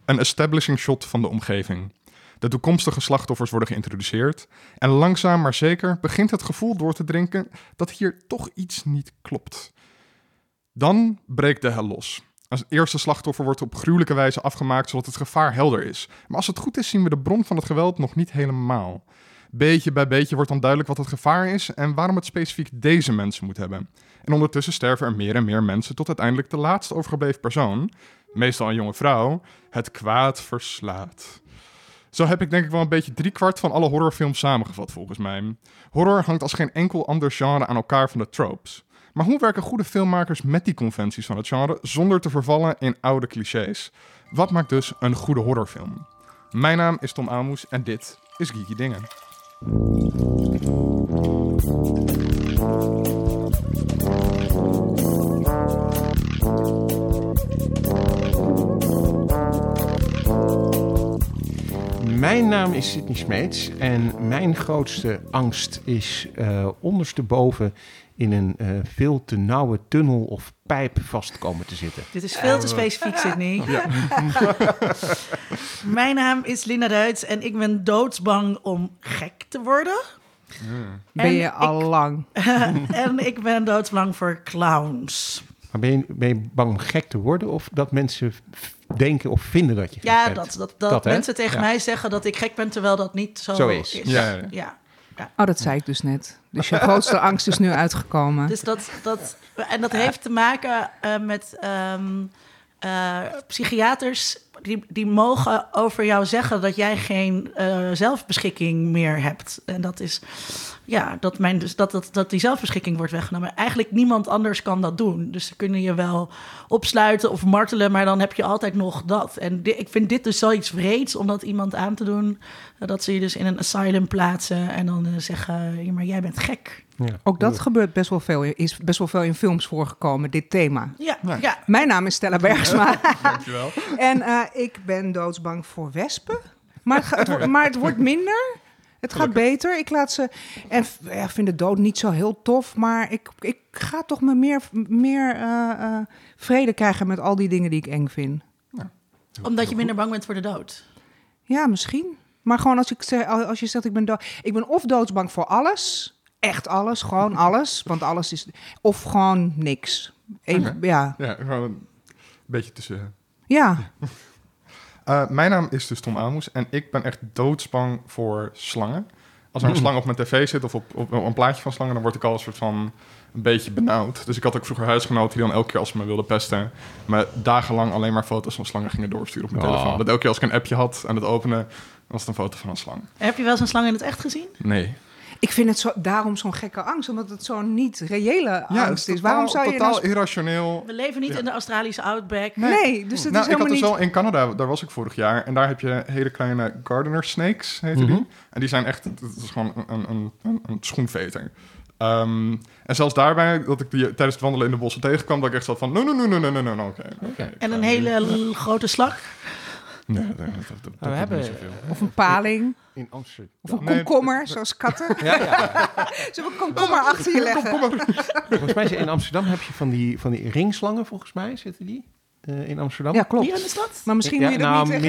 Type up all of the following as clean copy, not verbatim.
Een establishing shot van de omgeving. De toekomstige slachtoffers worden geïntroduceerd. En langzaam maar zeker begint het gevoel door te drinken dat hier toch iets niet klopt. Dan breekt de hel los. Als eerste slachtoffer wordt op gruwelijke wijze afgemaakt zodat het gevaar helder is. Maar als het goed is zien we de bron van het geweld nog niet helemaal. Beetje bij beetje wordt dan duidelijk wat het gevaar is en waarom het specifiek deze mensen moet hebben. En ondertussen sterven er meer en meer mensen tot uiteindelijk de laatste overgebleven persoon, meestal een jonge vrouw, het kwaad verslaat. Zo heb ik denk ik wel een beetje 3/4 van alle horrorfilms samengevat volgens mij. Horror hangt als geen enkel ander genre aan elkaar van de tropes. Maar hoe werken goede filmmakers met die conventies van het genre zonder te vervallen in oude clichés? Wat maakt dus een goede horrorfilm? Mijn naam is Tom Aalmoes en dit is Geeky Dingen. Mijn naam is Sidney Smeets en mijn grootste angst is ondersteboven in een veel te nauwe tunnel of pijp vast komen te zitten. Dit is veel te specifiek, Sidney. Ja. Mijn naam is Linda Duits en ik ben doodsbang om gek te worden. Ben je al lang. En ik ben doodsbang voor clowns. Maar ben je bang om gek te worden of dat mensen denken of vinden dat je gek bent? Dat mensen tegen mij zeggen dat ik gek ben, terwijl dat niet zo is. Ja. Oh, dat zei ik dus net. Dus je grootste angst is nu uitgekomen. Dus dat heeft te maken met psychiaters die mogen over jou zeggen dat jij geen zelfbeschikking meer hebt. En dat is dat die zelfbeschikking wordt weggenomen. Eigenlijk niemand anders kan dat doen. Dus ze kunnen je wel opsluiten of martelen, maar dan heb je altijd nog dat. En ik vind dit dus zoiets wreeds om dat iemand aan te doen. Dat ze je dus in een asylum plaatsen en dan zeggen, ja, maar jij bent gek. Ja. Ook dat gebeurt best wel veel. Is best wel veel in films voorgekomen, dit thema. Ja. Mijn naam is Stella Bergsma. Dankjewel. En ik ben doodsbang voor wespen. Maar het wordt minder. Het gaat beter. Ik laat ze... En vind de dood niet zo heel tof. Maar ik ga toch meer vrede krijgen met al die dingen die ik eng vind. Ja. Omdat je minder bang bent voor de dood? Ja, misschien. Maar gewoon als je zegt ik ben dood... Ik ben of doodsbang voor alles... Echt alles, gewoon alles. Want alles is... Of gewoon niks. Ja, gewoon een beetje tussen. Ja. Mijn naam is dus Tom Aalmoes en ik ben echt doodsbang voor slangen. Als er een slang op mijn tv zit of op een plaatje van slangen, dan word ik al een soort van een beetje benauwd. Dus ik had ook vroeger huisgenoten die dan elke keer als ze me wilden pesten, me dagenlang alleen maar foto's van slangen gingen doorsturen op mijn telefoon. Dat elke keer als ik een appje had aan het openen, was het een foto van een slang. Heb je wel eens een slang in het echt gezien? Nee. Ik vind het daarom zo'n gekke angst, omdat het zo'n niet reële angst is. Waarom zou je totaal irrationeel. We leven niet in de Australische outback. Nee, dus dat is helemaal niet... Ik had dus wel in Canada, daar was ik vorig jaar, en daar heb je hele kleine gardener snakes, heten die. En die zijn echt, het is gewoon een schoenveter. En zelfs daarbij, dat ik die tijdens het wandelen in de bossen tegenkwam, dat ik echt zat van, no, oké. En een hele grote slak? Nee, we hebben niet zoveel. Of een paling. In Amsterdam. Of een komkommer, zoals katten. Ja. Zullen we een komkommer achter je leggen? Volgens mij in Amsterdam heb je van die ringslangen, volgens mij, zitten die in Amsterdam. Ja, klopt. Hier in de stad? Maar misschien moet je dat niet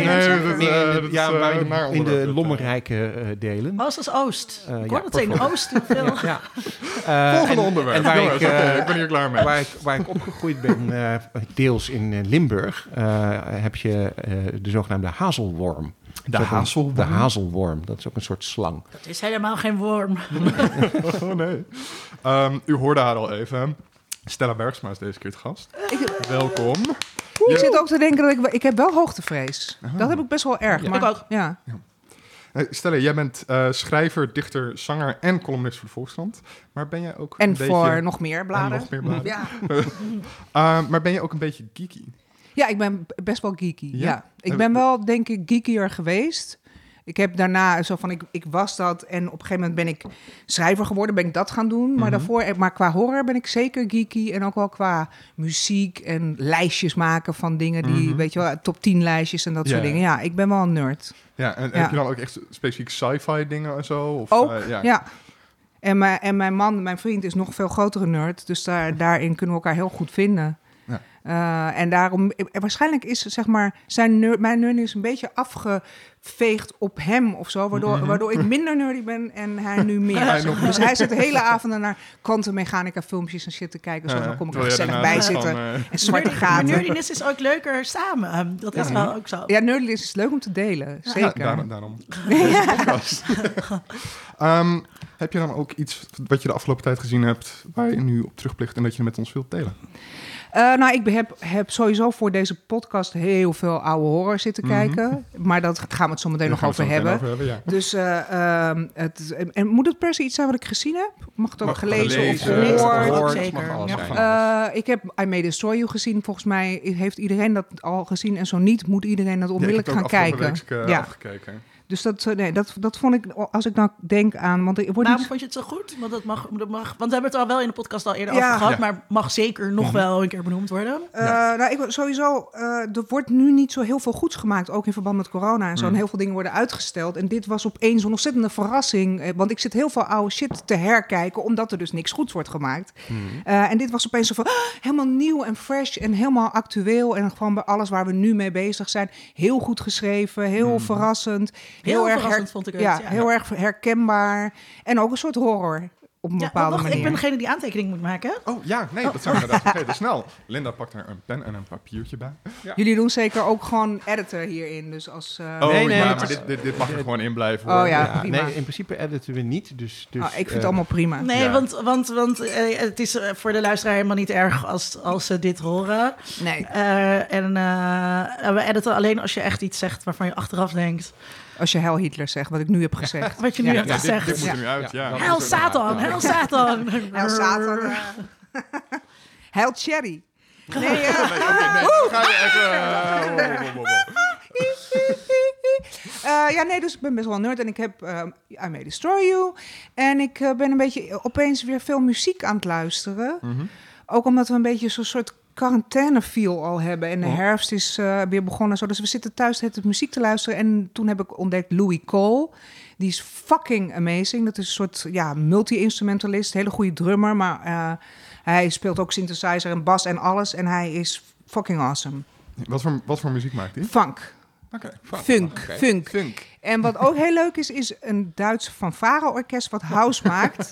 tegen in de lommerrijke delen. Oost als Oost. Ik hoor het in Oost. Volgende onderwerp. En waar ik ben hier klaar mee. Waar ik opgegroeid ben, deels in Limburg, heb je de zogenaamde hazelworm. De hazelworm, dat is ook een soort slang. Dat is helemaal geen worm. Oh nee. U hoorde haar al even. Stella Bergsma is deze keer te gast. Welkom. Ik zit ook te denken dat ik heb wel hoogtevrees. Dat heb ik best wel erg. Ja. Maar, Ik ook. Ja. Stella, jij bent schrijver, dichter, zanger en columnist voor de Volkskrant. Maar ben jij ook en een beetje... voor nog meer bladen. Ja. Maar ben je ook een beetje geeky? Ja, ik ben best wel geeky. Ja. Ik ben wel, denk ik, geekier geweest. Ik heb daarna zo van, ik was dat en op een gegeven moment ben ik schrijver geworden, ben ik dat gaan doen. Maar maar qua horror ben ik zeker geeky en ook wel qua muziek en lijstjes maken van dingen die, weet je wel, top 10 lijstjes en dat soort dingen. Ja, ik ben wel een nerd. Ja, en heb je dan ook echt specifiek sci-fi dingen en zo? Of, ook, ja. En mijn vriend is nog veel grotere nerd, dus daarin kunnen we elkaar heel goed vinden. En daarom, waarschijnlijk is zeg maar mijn nerdiness een beetje afgeveegd op hem of zo, waardoor ik minder nerdy ben en hij nu meer. Dus hij zit de hele avonden naar kwantummechanica filmpjes en shit te kijken. Zo, dan kom ik er gezellig bij zitten. En zwarte gaten. Nerdiness is ook leuker samen. Dat is wel ook zo. Ja, nerdiness is leuk om te delen. Zeker. Ja, daarom. Heb je dan ook iets wat je de afgelopen tijd gezien hebt, waar je nu op terugblikt en dat je met ons wilt delen? Ik heb sowieso voor deze podcast heel veel oude horror zitten kijken. Maar dat gaan we het zo meteen nog over hebben. Ja. Dus en moet het per se iets zijn wat ik gezien heb? Mag het ook gelezen of gehoord? Zeker. Ik heb I May Destroy You gezien. Volgens mij heeft iedereen dat al gezien. En zo niet, moet iedereen dat onmiddellijk gaan kijken. Afgekeken. Dus dat vond ik, als ik nou denk aan... Want Waarom vond je het zo goed? Want dat mag, want we hebben het al wel in de podcast al eerder over gehad, maar mag zeker nog wel een keer benoemd worden. Er wordt nu niet zo heel veel goeds gemaakt, ook in verband met corona en zo. En heel veel dingen worden uitgesteld. En dit was opeens een ontzettende verrassing. Want ik zit heel veel oude shit te herkijken, omdat er dus niks goeds wordt gemaakt. En dit was opeens zo van helemaal nieuw en fresh en helemaal actueel. En gewoon bij alles waar we nu mee bezig zijn. Heel goed geschreven, heel verrassend. Heel erg verrassend vond ik het. Heel erg herkenbaar. En ook een soort horror op een bepaalde manier. Ik ben degene die aantekening moet maken. Oh ja, nee, dat zijn we inderdaad vergeten. Snel. Linda pakt er een pen en een papiertje bij. Ja. Jullie doen zeker ook gewoon editor hierin. Dus als, maar dit mag er gewoon in blijven. Hoor. Oh ja, nee, in principe editen we niet. Dus, ik vind het allemaal prima. Nee, want het is voor de luisteraar helemaal niet erg als ze dit horen. Nee. We editen alleen als je echt iets zegt waarvan je achteraf denkt. Als je Heil Hitler zegt, wat ik nu heb gezegd. Wat je nu hebt gezegd. Dit moet er nu uit, Heil Satan, Heil Satan. Heil Satan. Heil Cherry. Nee, ga je even... Dus ik ben best wel nerd en ik heb I May Destroy You. En ik ben een beetje opeens weer veel muziek aan het luisteren. Ook omdat we een beetje zo'n soort quarantaine-feel al hebben. En de herfst is weer begonnen. Zo. Dus we zitten thuis het muziek te luisteren. En toen heb ik ontdekt Louis Cole. Die is fucking amazing. Dat is een soort multi-instrumentalist. Hele goede drummer. Maar hij speelt ook synthesizer en bas en alles. En hij is fucking awesome. Wat voor muziek maakt hij? Funk. Funk. En wat ook heel leuk is een Duits fanfare-orkest wat house maakt.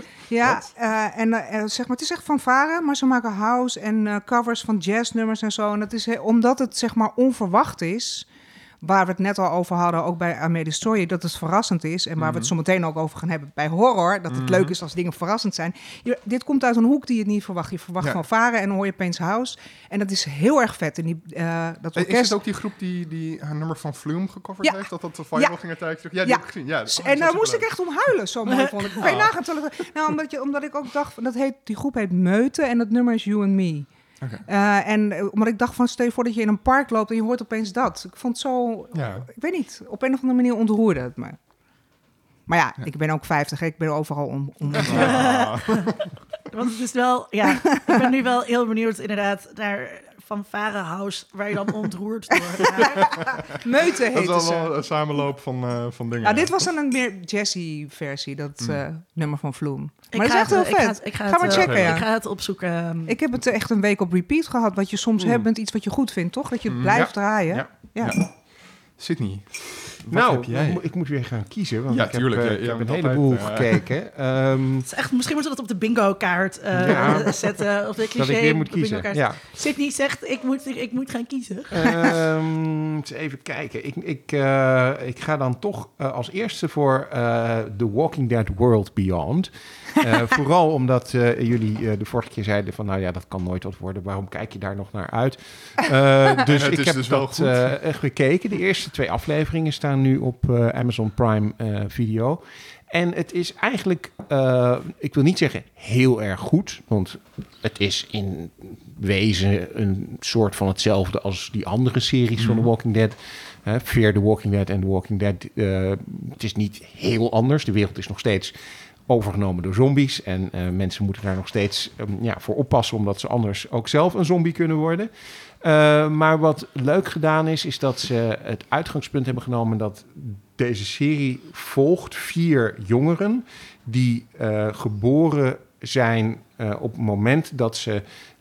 Zeg maar, het is echt fanfare, maar ze maken house en covers van jazznummers en zo. En dat is omdat het zeg maar onverwacht is, waar we het net al over hadden, ook bij I May Destroy You, dat het verrassend is. En waar we het zo meteen ook over gaan hebben bij horror, dat het leuk is als dingen verrassend zijn. Dit komt uit een hoek die je niet verwacht. Je verwacht fanfare en dan hoor je opeens house. En dat is heel erg vet. En dat orkest... Is het ook die groep die haar nummer van Flume gecoverd heeft? Dat viral ging een tijdje terug? Ja, die heb ik gezien. Ja, en daar moest ik echt om huilen. Zo mooi vond ik. Kan je nagaan? Omdat ik ook dacht, die groep heet Meute en dat nummer is You and Me. En omdat ik dacht van, stel je voor dat je in een park loopt en je hoort opeens dat. Ik vond het zo, ik weet niet, op een of andere manier ontroerde het me. Maar ja, ik ben ook 50, ik ben overal Want het is wel, ik ben nu wel heel benieuwd inderdaad naar fanfare house, waar je dan ontroerd wordt. Meute heet dat is wel een samenloop van dingen. Nou, dit was dan een meer jazzy versie, dat nummer van Flume. Maar dat is echt heel vet. Ga maar checken, Ik ga het opzoeken. Ik heb het echt een week op repeat gehad, wat je soms hebt met iets wat je goed vindt, toch? Dat je het blijft draaien. Ja. Sydney, heb jij? Ik moet weer gaan kiezen, want ik heb een heleboel gekeken. Het is echt, misschien moeten we dat op de bingo-kaart zetten. Of de cliché dat ik weer moet kiezen. Ja. Sydney zegt, ik moet gaan kiezen. Even kijken. Ik ga dan toch als eerste voor The Walking Dead World Beyond. Vooral omdat jullie de vorige keer zeiden van, dat kan nooit wat worden. Waarom kijk je daar nog naar uit? Dus ik heb dus dat gekeken. De eerste 2 afleveringen staan nu op Amazon Prime Video. En het is eigenlijk, ik wil niet zeggen heel erg goed, want het is in wezen een soort van hetzelfde als die andere series van The Walking Dead. Fear the Walking Dead en The Walking Dead. Het is niet heel anders. De wereld is nog steeds overgenomen door zombies. En mensen moeten daar nog steeds voor oppassen, omdat ze anders ook zelf een zombie kunnen worden. Maar wat leuk gedaan is dat ze het uitgangspunt hebben genomen dat deze serie volgt 4 jongeren die geboren zijn op het moment dat ze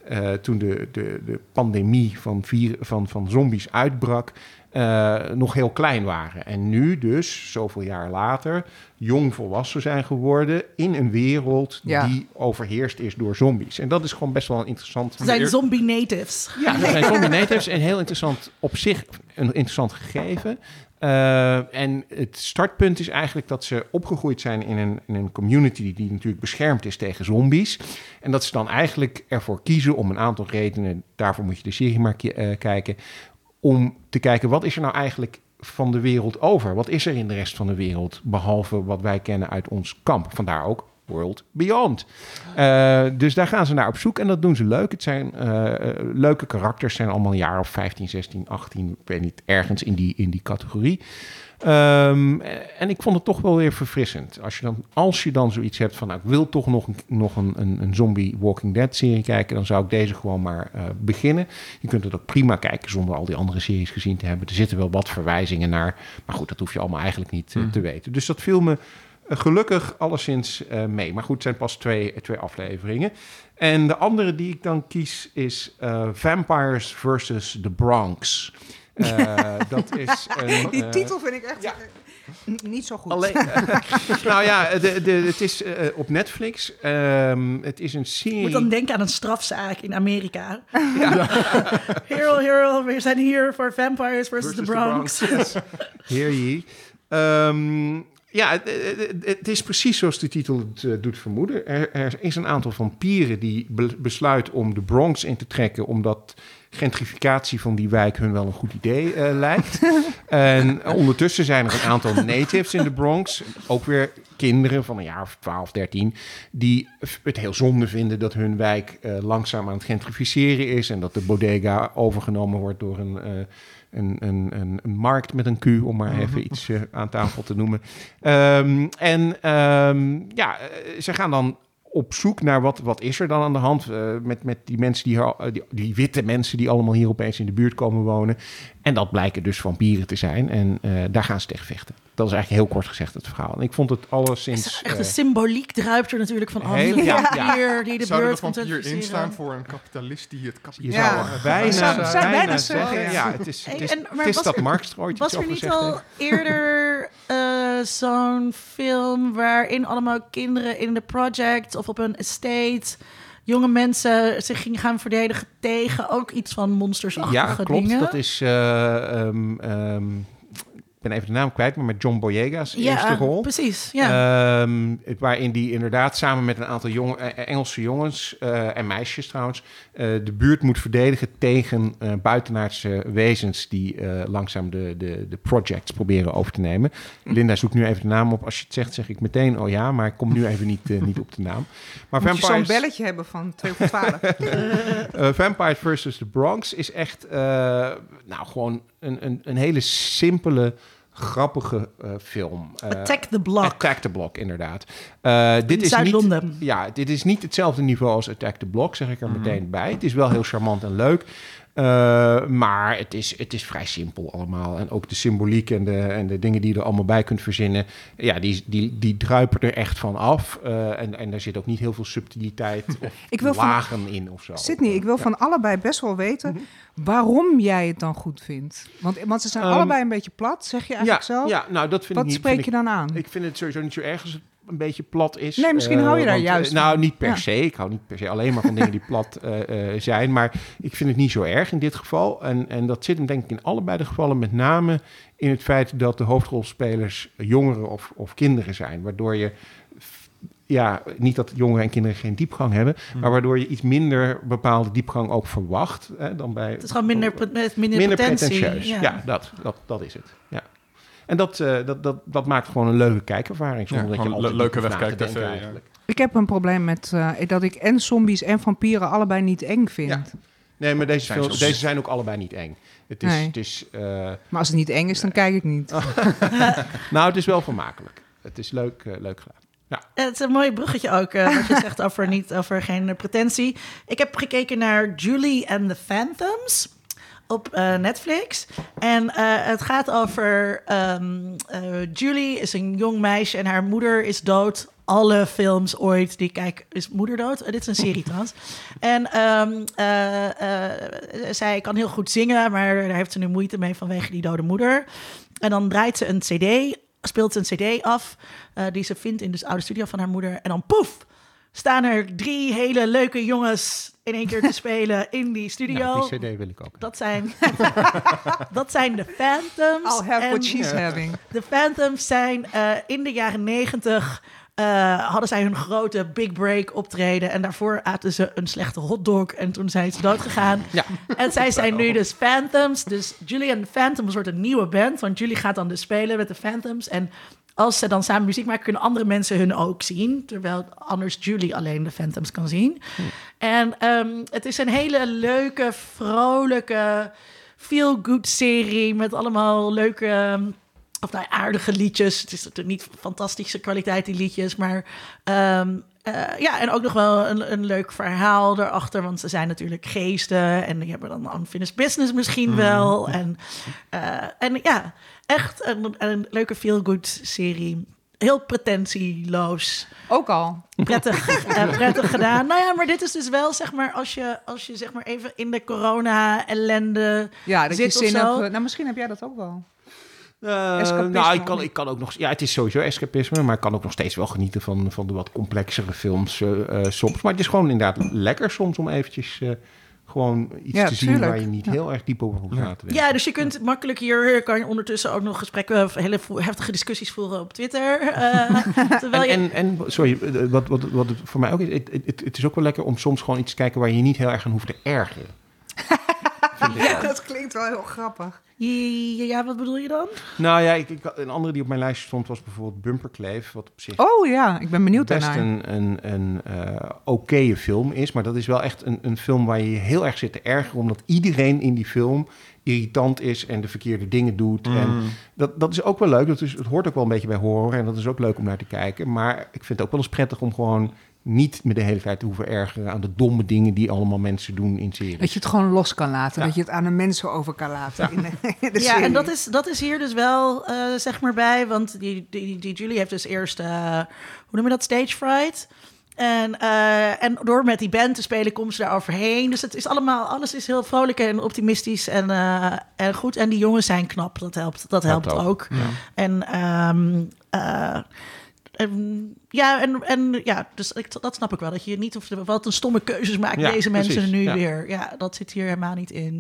toen de pandemie van zombies uitbrak, nog heel klein waren. En nu dus, zoveel jaar later, jong volwassen zijn geworden in een wereld die overheerst is door zombies. En dat is gewoon best wel een interessant... Ze zijn zombie natives. Ja, ze zijn zombie natives en heel interessant op zich, een interessant gegeven. En het startpunt is eigenlijk dat ze opgegroeid zijn in een community die natuurlijk beschermd is tegen zombies. En dat ze dan eigenlijk ervoor kiezen om een aantal redenen, daarvoor moet je de serie maar kijken, om te kijken wat is er nou eigenlijk van de wereld over? Wat is er in de rest van de wereld, behalve wat wij kennen uit ons kamp? Vandaar ook World Beyond. Dus daar gaan ze naar op zoek en dat doen ze leuk. Het zijn leuke karakters, zijn allemaal een jaar of 15, 16, 18, ik weet niet, ergens in die categorie. En ik vond het toch wel weer verfrissend. Als je dan zoiets hebt van, nou, ik wil toch nog een zombie Walking Dead serie kijken, dan zou ik deze gewoon maar beginnen. Je kunt het ook prima kijken zonder al die andere series gezien te hebben. Er zitten wel wat verwijzingen naar, maar goed, dat hoef je allemaal eigenlijk niet te weten. Dus dat viel me gelukkig alleszins mee. Maar goed, het zijn pas twee afleveringen. En de andere die ik dan kies is Vampires vs. The Bronx. Dat is die titel vind ik echt niet zo goed. Alleen, nou ja, het is op Netflix. Het is een serie... Je moet dan denken aan een strafzaak in Amerika. Hero, we zijn hier voor Vampires vs. The Bronx. Yes. Hear ye. Ja, het is precies zoals de titel het doet vermoeden. Er is een aantal vampieren die besluiten om de Bronx in te trekken, omdat gentrificatie van die wijk hun wel een goed idee lijkt. En ondertussen zijn er een aantal natives in de Bronx, ook weer kinderen van een jaar of 12, 13... die het heel zonde vinden dat hun wijk langzaam aan het gentrificeren is en dat de bodega overgenomen wordt door een markt met een Q, om maar even iets aan tafel te noemen. Ze gaan dan op zoek naar wat is er dan aan de hand met die mensen die witte mensen die allemaal hier opeens in de buurt komen wonen. En dat blijken dus vampieren te zijn. En daar gaan ze tegen vechten. Dat is eigenlijk heel kort gezegd het verhaal. En ik vond het alleszins... Echt de symboliek druipt er natuurlijk van af. Ja. Die de zou er beurt een vampier in staan voor een kapitalist die het kapitaal... Je zou bijna zeggen. zeggen. Ja, het is dat Marx er ooit iets over gezegd heeft. Was er niet al eerder zo'n film waarin allemaal kinderen in de project of op een estate jonge mensen zich gingen gaan verdedigen tegen ook iets van monstersachtige dingen? Ja, klopt. Dat is... ik ben even de naam kwijt, maar met John Boyega's eerste rol. Precies, ja. Waarin die inderdaad samen met een aantal Engelse jongens en meisjes trouwens de buurt moet verdedigen tegen buitenaardse wezens die langzaam de projects proberen over te nemen. Linda zoekt nu even de naam op. Als je het zegt, zeg ik meteen oh ja, maar ik kom nu even niet op de naam. Maar moet je zo'n belletje hebben van 2 voor 12. Vampires vs. The Bronx is echt gewoon een hele simpele, grappige film. Attack the Block. Attack the Block, inderdaad. Dit is Zuid-Londen. Dit is niet hetzelfde niveau als Attack the Block, zeg ik er meteen bij. Het is wel heel charmant en leuk. Maar het is vrij simpel allemaal. En ook de symboliek en de dingen die je er allemaal bij kunt verzinnen, ja, die druipen er echt van af. En daar zit ook niet heel veel subtiliteit of lagen in of zo. Sydney, ik wil van allebei best wel weten waarom jij het dan goed vindt. Want ze zijn allebei een beetje plat, zeg je eigenlijk zo? Ja, nou dat vind ik niet. Wat spreek je dan aan? Ik vind het sowieso niet zo erg als het een beetje plat is. Nee, misschien hou je daar juist van. Nou, niet per se. Ik hou niet per se alleen maar van dingen die plat zijn. Maar ik vind het niet zo erg in dit geval. En dat zit hem denk ik in allebei de gevallen met name in het feit dat de hoofdrolspelers jongeren of kinderen zijn. Waardoor je... Ja, niet dat jongeren en kinderen geen diepgang hebben, maar waardoor je iets minder bepaalde diepgang ook verwacht dan bij... Het is gewoon minder pretentie. Pretentieus. Ja, dat is het. Ja. En dat maakt gewoon een leuke kijkervaring. Zonder dat je altijd leuke wegkijkt eigenlijk. Ik heb een probleem met dat ik en zombies en vampieren allebei niet eng vind. Ja. Nee, maar deze zijn ook allebei niet eng. Het is, maar als het niet eng is, dan kijk ik niet. Nou, het is wel vermakelijk. Het is leuk gedaan. Ja. Het is een mooi bruggetje ook, wat je zegt over geen pretentie. Ik heb gekeken naar Julie and the Phantoms op Netflix. En het gaat over... Julie is een jong meisje en haar moeder is dood alle films ooit die ik kijk, is Moeder dood. Dit is een serie trouwens. En zij kan heel goed zingen, maar daar heeft ze nu moeite mee vanwege die dode moeder. En dan draait ze speelt ze een cd af, die ze vindt in de oude studio van haar moeder. En dan poef, staan er 3 hele leuke jongens in één keer te spelen in die studio. Nou, die cd wil ik ook. Dat zijn de Phantoms. I'll have what she's having. De Phantoms zijn in de jaren 90... hadden zij hun grote big break optreden. En daarvoor aten ze een slechte hotdog. En toen zijn ze doodgegaan. Ja. En zij zijn nu dus Phantoms. Dus Julie en de Phantoms wordt een nieuwe band. Want Julie gaat dan dus spelen met de Phantoms. En als ze dan samen muziek maken, kunnen andere mensen hun ook zien. Terwijl anders Julie alleen de Phantoms kan zien. En het is een hele leuke, vrolijke, feel-good serie. Met allemaal leuke... aardige liedjes. Het is natuurlijk niet fantastische kwaliteit, die liedjes. Maar en ook nog wel een leuk verhaal erachter. Want ze zijn natuurlijk geesten. En die hebben dan unfinished business misschien wel. En echt een leuke feel-good serie. Heel pretentieloos. Ook al. Prettig gedaan. Nou ja, maar dit is dus wel, zeg maar, als je zeg maar even in de corona-ellende Ja, dat zit je of zin zo. hebt. Nou, misschien heb jij dat ook wel. Nou, ik kan ook nog... Ja, het is sowieso escapisme, maar ik kan ook nog steeds wel genieten van de wat complexere films soms. Maar het is gewoon inderdaad lekker soms om eventjes gewoon iets te zien waar je niet heel erg diep over hoeft na te denken. Ja, dus je kunt makkelijk hier, kan je ondertussen ook nog gesprekken, of hele heftige discussies voeren op Twitter. Sorry, wat het voor mij ook is, het is ook wel lekker om soms gewoon iets te kijken waar je niet heel erg aan hoeft te ergeren. Ja, dat klinkt wel heel grappig. Ja, wat bedoel je dan? Nou ja, een andere die op mijn lijstje stond was bijvoorbeeld Bumperkleef, wat op zich Oh ja, ik ben benieuwd best daarnaar. een oké film is. Maar dat is wel echt een film waar je heel erg zit te ergeren, omdat iedereen in die film irritant is en de verkeerde dingen doet. En dat is ook wel leuk. Het hoort ook wel een beetje bij horror en dat is ook leuk om naar te kijken. Maar ik vind het ook wel eens prettig om gewoon niet me de hele tijd te hoeven ergeren aan de domme dingen die allemaal mensen doen in series. Dat je het gewoon los kan laten. Ja. Dat je het aan de mensen over kan laten in de Ja, serie. en dat is hier dus wel, zeg maar, bij. Want die Julie heeft dus eerst, hoe noem je dat, stage fright. En door met die band te spelen, komt ze daar overheen. Dus het is alles is heel vrolijk en optimistisch en goed. En die jongens zijn knap, dat helpt ook. Ja. Dus dat snap ik wel. Dat je niet hoeft te... Wat een stomme keuzes maken Ja, deze mensen precies, nu ja. weer. Ja, dat zit hier helemaal niet in.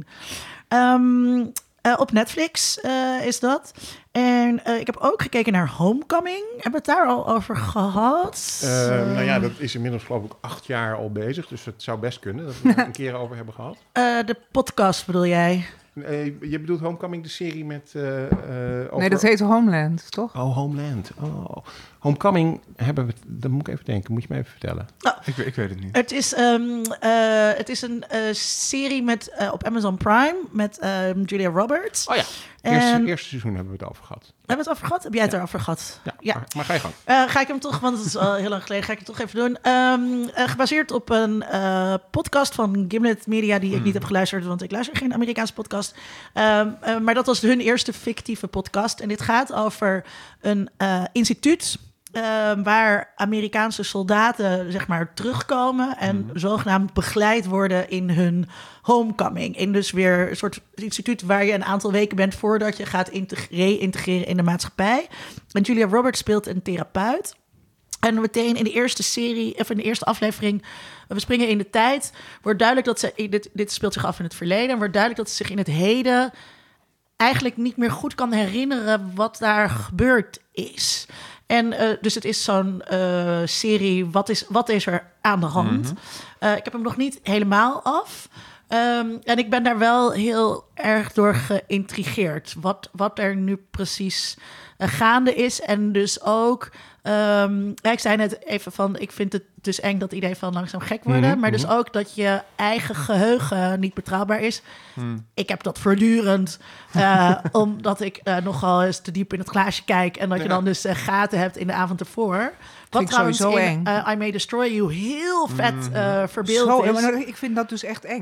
Op Netflix is dat. En ik heb ook gekeken naar Homecoming. Hebben we het daar al over gehad? Nou ja, dat is inmiddels geloof ik 8 jaar al bezig. Dus het zou best kunnen dat we het een keer over hebben gehad. De podcast bedoel jij? Je bedoelt Homecoming, de serie met... Nee, dat heet Homeland, toch? Oh, Homeland. Oh. Homecoming hebben we... Dat moet ik even denken. Moet je me even vertellen. Ik weet het niet. Het is een serie met, op Amazon Prime met Julia Roberts. Oh ja, eerste seizoen hebben we het over gehad. Hebben we het over gehad? Heb jij het erover gehad? Ja. Maar ga je gang. Ga ik hem toch, want het is al heel lang geleden, ga ik het toch even doen. Gebaseerd op een podcast van Gimlet Media, die ik niet heb geluisterd, want ik luister geen Amerikaanse podcast. Maar dat was hun eerste fictieve podcast. En dit gaat over een instituut waar Amerikaanse soldaten, zeg maar, terugkomen en zogenaamd begeleid worden in hun homecoming. In dus weer een soort instituut waar je een aantal weken bent voordat je gaat reïntegreren in de maatschappij. En Julia Roberts speelt een therapeut. En meteen in de eerste serie, of in de eerste aflevering, we springen in de tijd, wordt duidelijk dat ze, dit speelt zich af in het verleden, en wordt duidelijk dat ze zich in het heden eigenlijk niet meer goed kan herinneren wat daar gebeurd is. En dus het is zo'n serie, wat is er aan de hand? Ik heb hem nog niet helemaal af. En ik ben daar wel heel erg door geïntrigeerd. Wat er nu precies gaande is. En dus ook... ik zei net even van... Ik vind het dus eng dat iedereen van langzaam gek worden. Maar dus ook dat je eigen geheugen niet betrouwbaar is. Ik heb dat voortdurend. Omdat ik nogal eens te diep in het glaasje kijk. En dat je dan dus gaten hebt in de avond ervoor. Wat trouwens in eng. I May Destroy You heel vet verbeeld Zo, is. maar ik vind dat dus echt eng.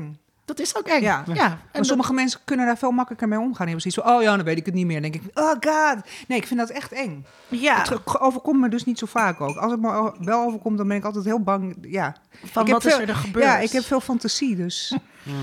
dat is ook eng. Ja. Maar sommige mensen kunnen daar veel makkelijker mee omgaan. Die hebben zoiets van, dan weet ik het niet meer. Dan denk ik, oh god. Nee, ik vind dat echt eng. Ja. Het overkomt me dus niet zo vaak ook. Als het me wel overkomt, dan ben ik altijd heel bang. Ja. Van wat is er gebeurd? Ja, ik heb veel fantasie, dus...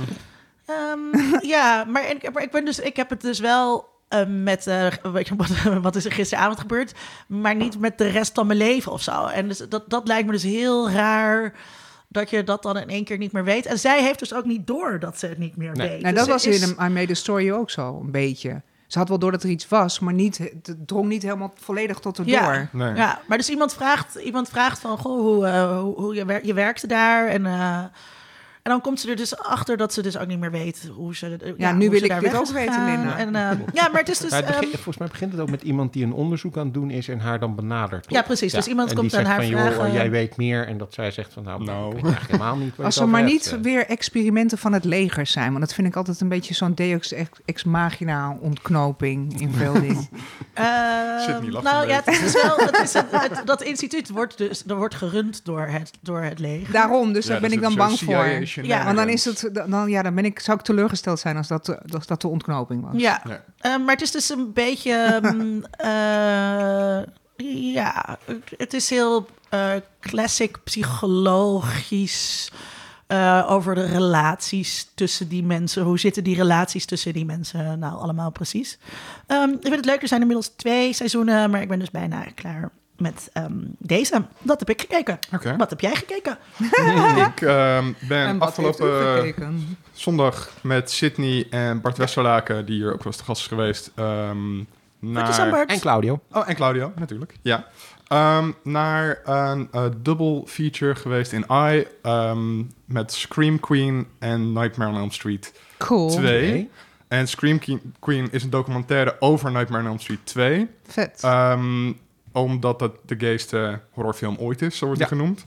Maar ik heb het dus wel met wat is er gisteravond gebeurd, maar niet met de rest van mijn leven of zo. En dus dat lijkt me dus heel raar dat je dat dan in één keer niet meer weet. En zij heeft dus ook niet door dat ze het niet meer weet. Nou, dus dat was in I Made a Story ook zo, een beetje. Ze had wel door dat er iets was, maar het drong niet helemaal volledig tot erdoor. Ja, Nee. ja, maar dus iemand vraagt van, goh, hoe je werkte daar en dan komt ze er dus achter dat ze dus ook niet meer weet hoe ze... Nu wil ik dit ook weten, Linda. Maar het is dus... volgens mij begint het ook met iemand die een onderzoek aan het doen is en haar dan benadert. Ja, precies. Dus iemand en komt aan haar vragen... jij weet meer. En dat zij zegt van, ik weet eigenlijk helemaal niet wat Als er maar niet weer experimenten van het leger zijn. Want dat vind ik altijd een beetje zo'n deus ex machina ontknoping in veel dingen. Het is wel... dat instituut wordt gerund door het leger. Daarom, dus daar ben ik dan bang voor. Ja, want dan is het, zou ik teleurgesteld zijn als dat de ontknoping was. Ja, maar het is dus een beetje, het is heel classic psychologisch over de relaties tussen die mensen. Hoe zitten die relaties tussen die mensen nou allemaal precies? Ik vind het leuk, er zijn inmiddels 2 seizoenen, maar ik ben dus bijna klaar met deze. Dat heb ik gekeken. Okay. Wat heb jij gekeken? Ik ben afgelopen zondag met Sydney en Bart Westerlaken, die hier ook wel eens te gast is geweest, naar... En Claudio. Oh, en Claudio, natuurlijk. Ja. Naar een double feature geweest in I met Scream Queen en Nightmare on Elm Street Cool. 2. Okay. En Scream Queen is een documentaire over Nightmare on Elm Street 2. Vet. Omdat het de gayste horrorfilm ooit is, zo wordt het genoemd.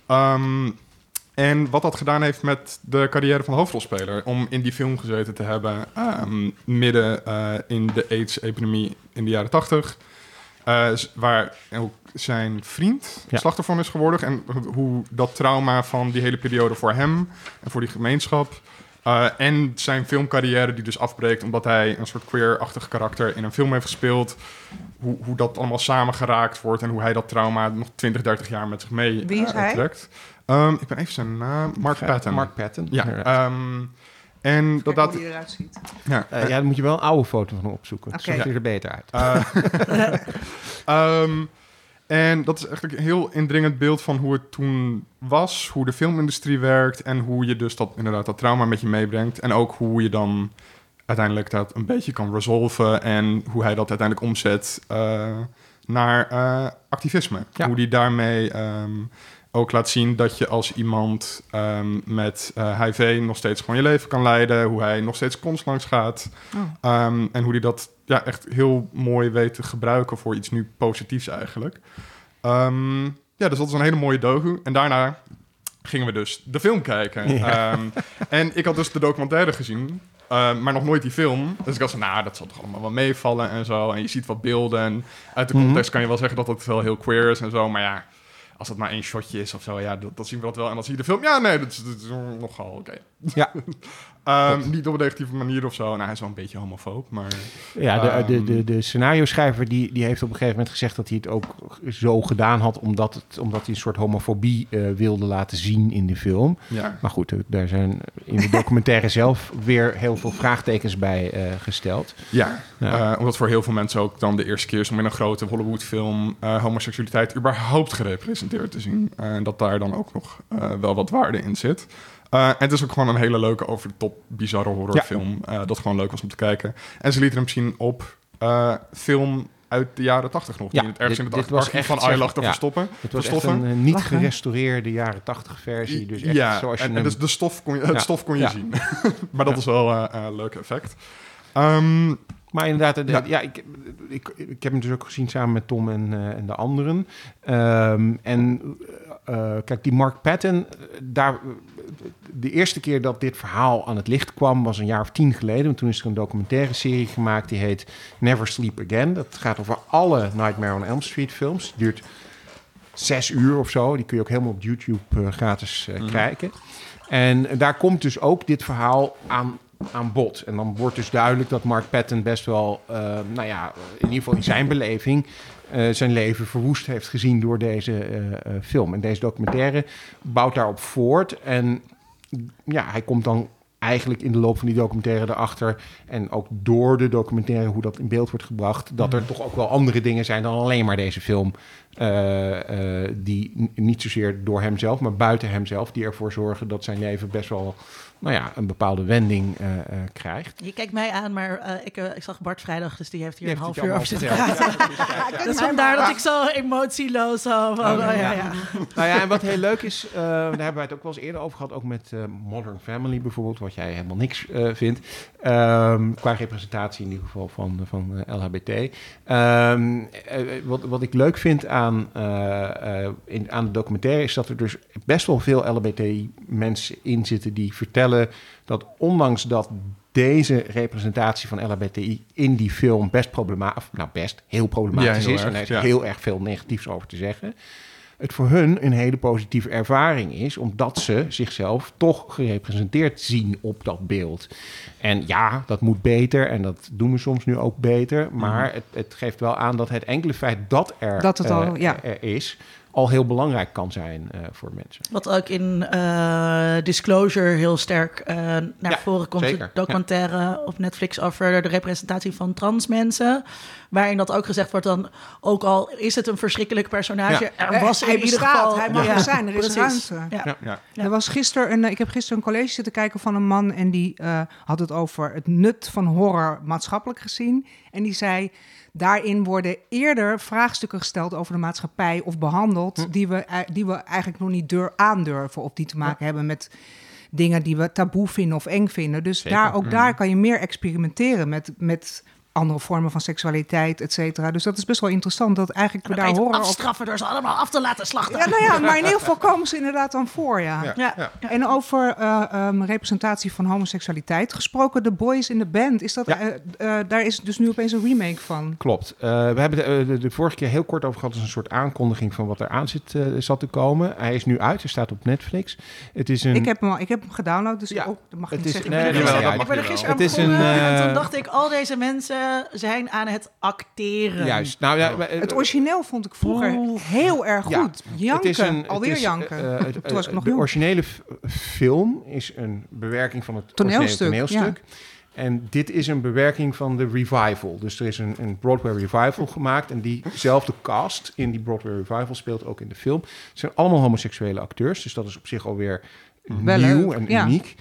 En wat dat gedaan heeft met de carrière van de hoofdrolspeler. Om in die film gezeten te hebben midden in de AIDS-epidemie in de jaren 80. Waar ook zijn vriend slachtoffer van is geworden. En hoe dat trauma van die hele periode voor hem en voor die gemeenschap... en zijn filmcarrière die dus afbreekt omdat hij een soort queer-achtig karakter in een film heeft gespeeld. Hoe dat allemaal samengeraakt wordt en hoe hij dat trauma nog 20, 30 jaar met zich mee trekt. Ik ben even zijn naam. Mark Patton. Mark Patton. Ja. En dat hoe hij eruit ziet. Ja, dan moet je wel een oude foto van hem opzoeken. Okay. Zo ziet hij er beter uit. En dat is eigenlijk een heel indringend beeld van hoe het toen was, hoe de filmindustrie werkt en hoe je dus dat trauma met je meebrengt. En ook hoe je dan uiteindelijk dat een beetje kan resolven en hoe hij dat uiteindelijk omzet naar activisme. Ja. Hoe die daarmee ook laat zien dat je als iemand met HIV nog steeds gewoon je leven kan leiden, hoe hij nog steeds conslangs gaat en hoe hij dat echt heel mooi weet te gebruiken voor iets nu positiefs eigenlijk. Dus dat is een hele mooie docu. En daarna gingen we dus de film kijken. Ja. En ik had dus de documentaire gezien, maar nog nooit die film. Dus ik dacht van, dat zal toch allemaal wel meevallen en zo. En je ziet wat beelden. En uit de context kan je wel zeggen dat het wel heel queer is en zo. Maar ja, als het maar 1 shotje is of zo, dat zien we dat wel. En dan zie je de film, dat is nogal oké. Ja. Niet op een negatieve manier of zo. Nou, hij is wel een beetje homofoob, maar... Ja, de scenario-schrijver die heeft op een gegeven moment gezegd dat hij het ook zo gedaan had omdat hij een soort homofobie wilde laten zien in de film. Ja. Maar goed, daar zijn in de documentaire zelf weer heel veel vraagtekens bij gesteld. Ja, omdat voor heel veel mensen ook dan de eerste keer is om in een grote Hollywood-film homoseksualiteit überhaupt gerepresenteerd te zien. En dat daar dan ook nog wel wat waarde in zit. En het is ook gewoon een hele leuke over de top bizarre horrorfilm. Dat gewoon leuk was om te kijken. En ze lieten hem zien op film uit de jaren 80 nog. Die het ergens in het archief van I lag te verstoppen. Het was echt een niet gerestaureerde jaren 80 versie. Dus echt zoals je en dus de stof kon je zien. Maar dat is wel een leuk effect. Maar inderdaad, ik heb hem dus ook gezien samen met Tom en de anderen. Kijk, die Mark Patton, de eerste keer dat dit verhaal aan het licht kwam was een jaar of 10 geleden. Want toen is er een documentaire serie gemaakt die heet Never Sleep Again. Dat gaat over alle Nightmare on Elm Street films. Het duurt 6 uur of zo. Die kun je ook helemaal op YouTube gratis kijken. En daar komt dus ook dit verhaal aan bod. En dan wordt dus duidelijk dat Mark Patton best wel, in ieder geval in zijn beleving, zijn leven verwoest heeft gezien door deze film. En deze documentaire bouwt daarop voort. En ja, hij komt dan eigenlijk in de loop van die documentaire erachter, en ook door de documentaire hoe dat in beeld wordt gebracht, dat er toch ook wel andere dingen zijn dan alleen maar deze film, die niet zozeer door hemzelf, maar buiten hemzelf, die ervoor zorgen dat zijn leven best wel een bepaalde wending krijgt. Je kijkt mij aan, maar ik zag Bart vrijdag, dus die heeft hier Die een heeft half uur over het zitten praten. Dus vandaar dat ik zo emotieloos zo van, Nou ja, en wat heel leuk is, daar hebben wij het ook wel eens eerder over gehad, ook met Modern Family bijvoorbeeld, wat jij helemaal niks vindt, qua representatie in ieder geval van LHBT. Wat ik leuk vind aan de documentaire is dat er dus best wel veel LHBT-mensen in zitten die vertellen dat ondanks dat deze representatie van LHBTI in die film heel problematisch is, en er is heel erg veel negatiefs over te zeggen, het voor hun een hele positieve ervaring is, omdat ze zichzelf toch gerepresenteerd zien op dat beeld. En ja, dat moet beter en dat doen we soms nu ook beter, maar het geeft wel aan dat het enkele feit dat er is, al heel belangrijk kan zijn voor mensen. Wat ook in Disclosure heel sterk naar voren komt. Zeker. De documentaire op Netflix over de representatie van trans mensen. Waarin dat ook gezegd wordt dan, ook al is het een verschrikkelijk personage, er was hij in ieder geval... Hij mag er zijn, er is ruimte. Ja. Er was ik heb gisteren een college zitten kijken van een man en die had het over het nut van horror maatschappelijk gezien. En die zei, daarin worden eerder vraagstukken gesteld over de maatschappij of behandeld die we eigenlijk nog niet aandurven of die te maken hebben met dingen die we taboe vinden of eng vinden. Dus daar kan je meer experimenteren met andere vormen van seksualiteit, et cetera. Dus dat is best wel interessant dat eigenlijk we daar horror afstraffen door ze allemaal af te laten slachten. Ja, maar in ieder geval komen ze inderdaad dan voor, ja. En over representatie van homoseksualiteit gesproken, The Boys in the Band, is dat daar is dus nu opeens een remake van. Klopt. We hebben de vorige keer heel kort over gehad als een soort aankondiging van wat er aan zat te komen. Hij is nu uit, hij staat op Netflix. Het is een... Ik heb hem gedownload, dus dat mag ik niet zeggen. Ik ben er gisteren aan begonnen en toen dacht ik, al deze mensen zijn aan het acteren. Juist. Het origineel vond ik vroeger heel erg goed. Janken, alweer janken. Toen was ik nog de originele film is een bewerking van het toneelstuk. Ja. En dit is een bewerking van de revival. Dus er is een Broadway revival gemaakt. En diezelfde cast in die Broadway revival speelt ook in de film. Het zijn allemaal homoseksuele acteurs. Dus dat is op zich alweer nieuw en uniek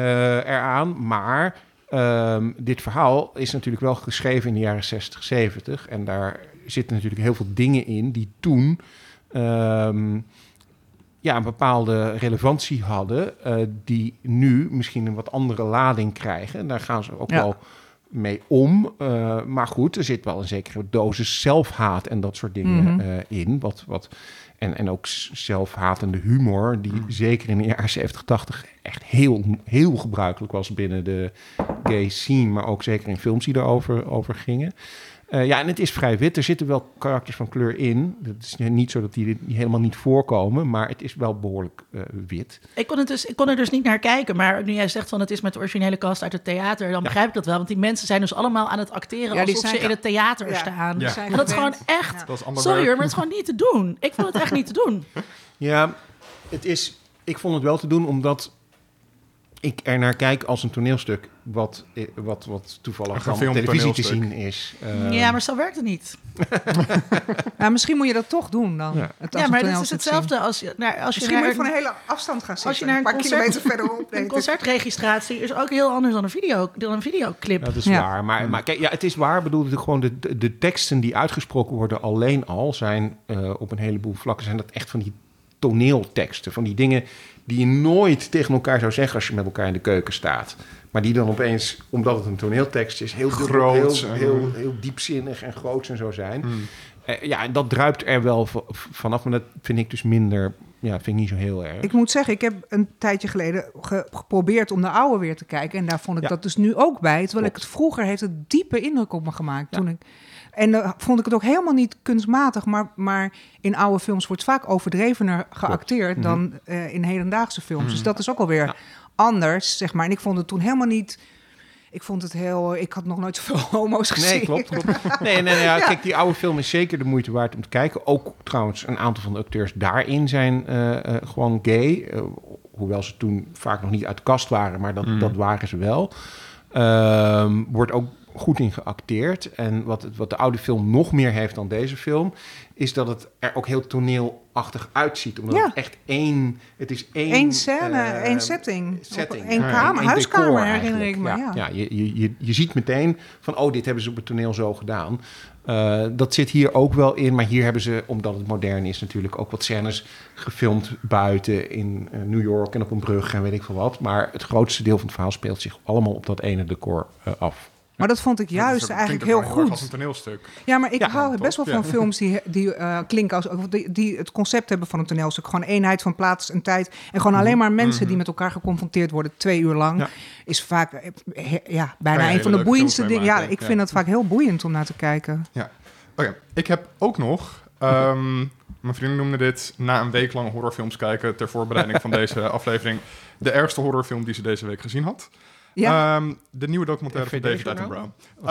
eraan. Maar dit verhaal is natuurlijk wel geschreven in de jaren 60, 70. En daar zitten natuurlijk heel veel dingen in die toen een bepaalde relevantie hadden, die nu misschien een wat andere lading krijgen. En daar gaan ze ook wel mee om. Maar goed, er zit wel een zekere dosis zelfhaat en dat soort dingen in. En ook zelfhatende humor, die zeker in de jaren 70, 80 echt heel, heel gebruikelijk was binnen de gay scene, maar ook zeker in films die daarover gingen. En het is vrij wit. Er zitten wel karakters van kleur in. Het is niet zo dat die helemaal niet voorkomen, maar het is wel behoorlijk wit. Ik kon er dus niet naar kijken, maar nu jij zegt van het is met de originele cast uit het theater, dan begrijp ik dat wel, want die mensen zijn dus allemaal aan het acteren alsof ze in het theater staan. Ja. En dat is gewoon echt, sorry hoor, maar het is gewoon niet te doen. Ik vond het echt niet te doen. Ja, ik vond het wel te doen omdat ik er naar kijk als een toneelstuk wat toevallig op televisie te zien is. Ja, maar zo werkt het niet. Misschien moet je dat toch doen dan. Ja, maar het is hetzelfde als je misschien moet je van een hele afstand gaan zitten. Als je naar een paar kilometer verderop een concertregistratie is ook heel anders dan een videoclip. Dat is waar. Maar kijk, het is waar. Bedoel, gewoon de teksten die uitgesproken worden alleen al zijn op een heleboel vlakken zijn dat echt van die toneelteksten, van die dingen die je nooit tegen elkaar zou zeggen als je met elkaar in de keuken staat. Maar die dan opeens, omdat het een toneeltekst is, heel groot, heel diepzinnig en groots en zo zijn. En dat druipt er wel vanaf, maar dat vind ik dus minder, vind ik niet zo heel erg. Ik moet zeggen, ik heb een tijdje geleden geprobeerd om de oude weer te kijken. En daar vond ik dat dus nu ook bij. Terwijl ik het vroeger heeft het diepe indruk op me gemaakt toen ik En vond ik het ook helemaal niet kunstmatig, maar in oude films wordt vaak overdrevener geacteerd dan in hedendaagse films. Dus dat is ook alweer anders, zeg maar. En ik vond het toen helemaal niet... Ik had nog nooit zoveel homo's gezien. Nee, klopt. Nee, kijk, die oude film is zeker de moeite waard om te kijken. Ook trouwens, een aantal van de acteurs daarin zijn gewoon gay. Hoewel ze toen vaak nog niet uit de kast waren, maar dat waren ze wel. Wordt ook goed in geacteerd. En wat de oude film nog meer heeft dan deze film, is dat het er ook heel toneelachtig uitziet. Omdat het echt één scène, één setting. Één huiskamer herinner ik me. Ja, je ziet meteen van, dit hebben ze op het toneel zo gedaan. Dat zit hier ook wel in, maar hier hebben ze, omdat het modern is natuurlijk, ook wat scènes gefilmd buiten in New York en op een brug en weet ik veel wat. Maar het grootste deel van het verhaal speelt zich allemaal op dat ene decor af. Maar dat vond ik juist eigenlijk heel goed. Als een toneelstuk. Ja, maar ik hou best wel van films die klinken als... Die het concept hebben van een toneelstuk. Gewoon eenheid van plaats en tijd. En gewoon alleen maar mensen die met elkaar geconfronteerd worden 2 uur lang. Ja. Is vaak bijna een van de boeiendste dingen. Ja, ik vind dat vaak heel boeiend om naar te kijken. Ja. Oké, ik heb ook nog... mijn vrienden noemden dit na een week lang horrorfilms kijken ter voorbereiding van deze aflevering. De ergste horrorfilm die ze deze week gezien had. Ja. De nieuwe documentaire van David Attenborough.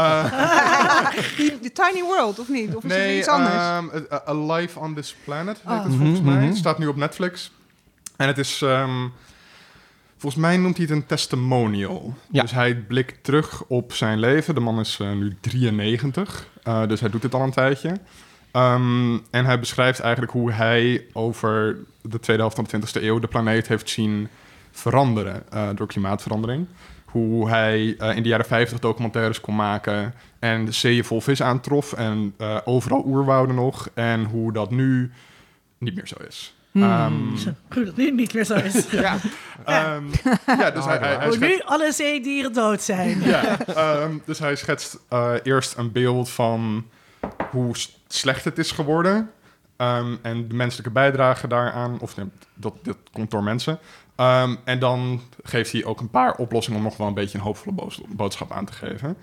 The Tiny World, of niet? Of is het iets anders? A Life on This Planet, heet het volgens mij. Het staat nu op Netflix. En het is... volgens mij noemt hij het een testimonial. Ja. Dus hij blikt terug op zijn leven. De man is nu 93. Dus hij doet het al een tijdje. En hij beschrijft eigenlijk hoe hij over de tweede helft van de 20e eeuw... de planeet heeft zien veranderen door klimaatverandering. Hoe hij in de jaren 50 documentaires kon maken en de zeeën vol vis aantrof en overal oerwouden nog. En hoe dat nu niet meer zo is. Hoe dat nu niet meer zo is. Dus hij nu alle zeedieren dood zijn. Dus hij schetst eerst een beeld van hoe slecht het is geworden. En de menselijke bijdrage daaraan, of dat komt door mensen. En dan geeft hij ook een paar oplossingen om nog wel een beetje een hoopvolle boodschap aan te geven.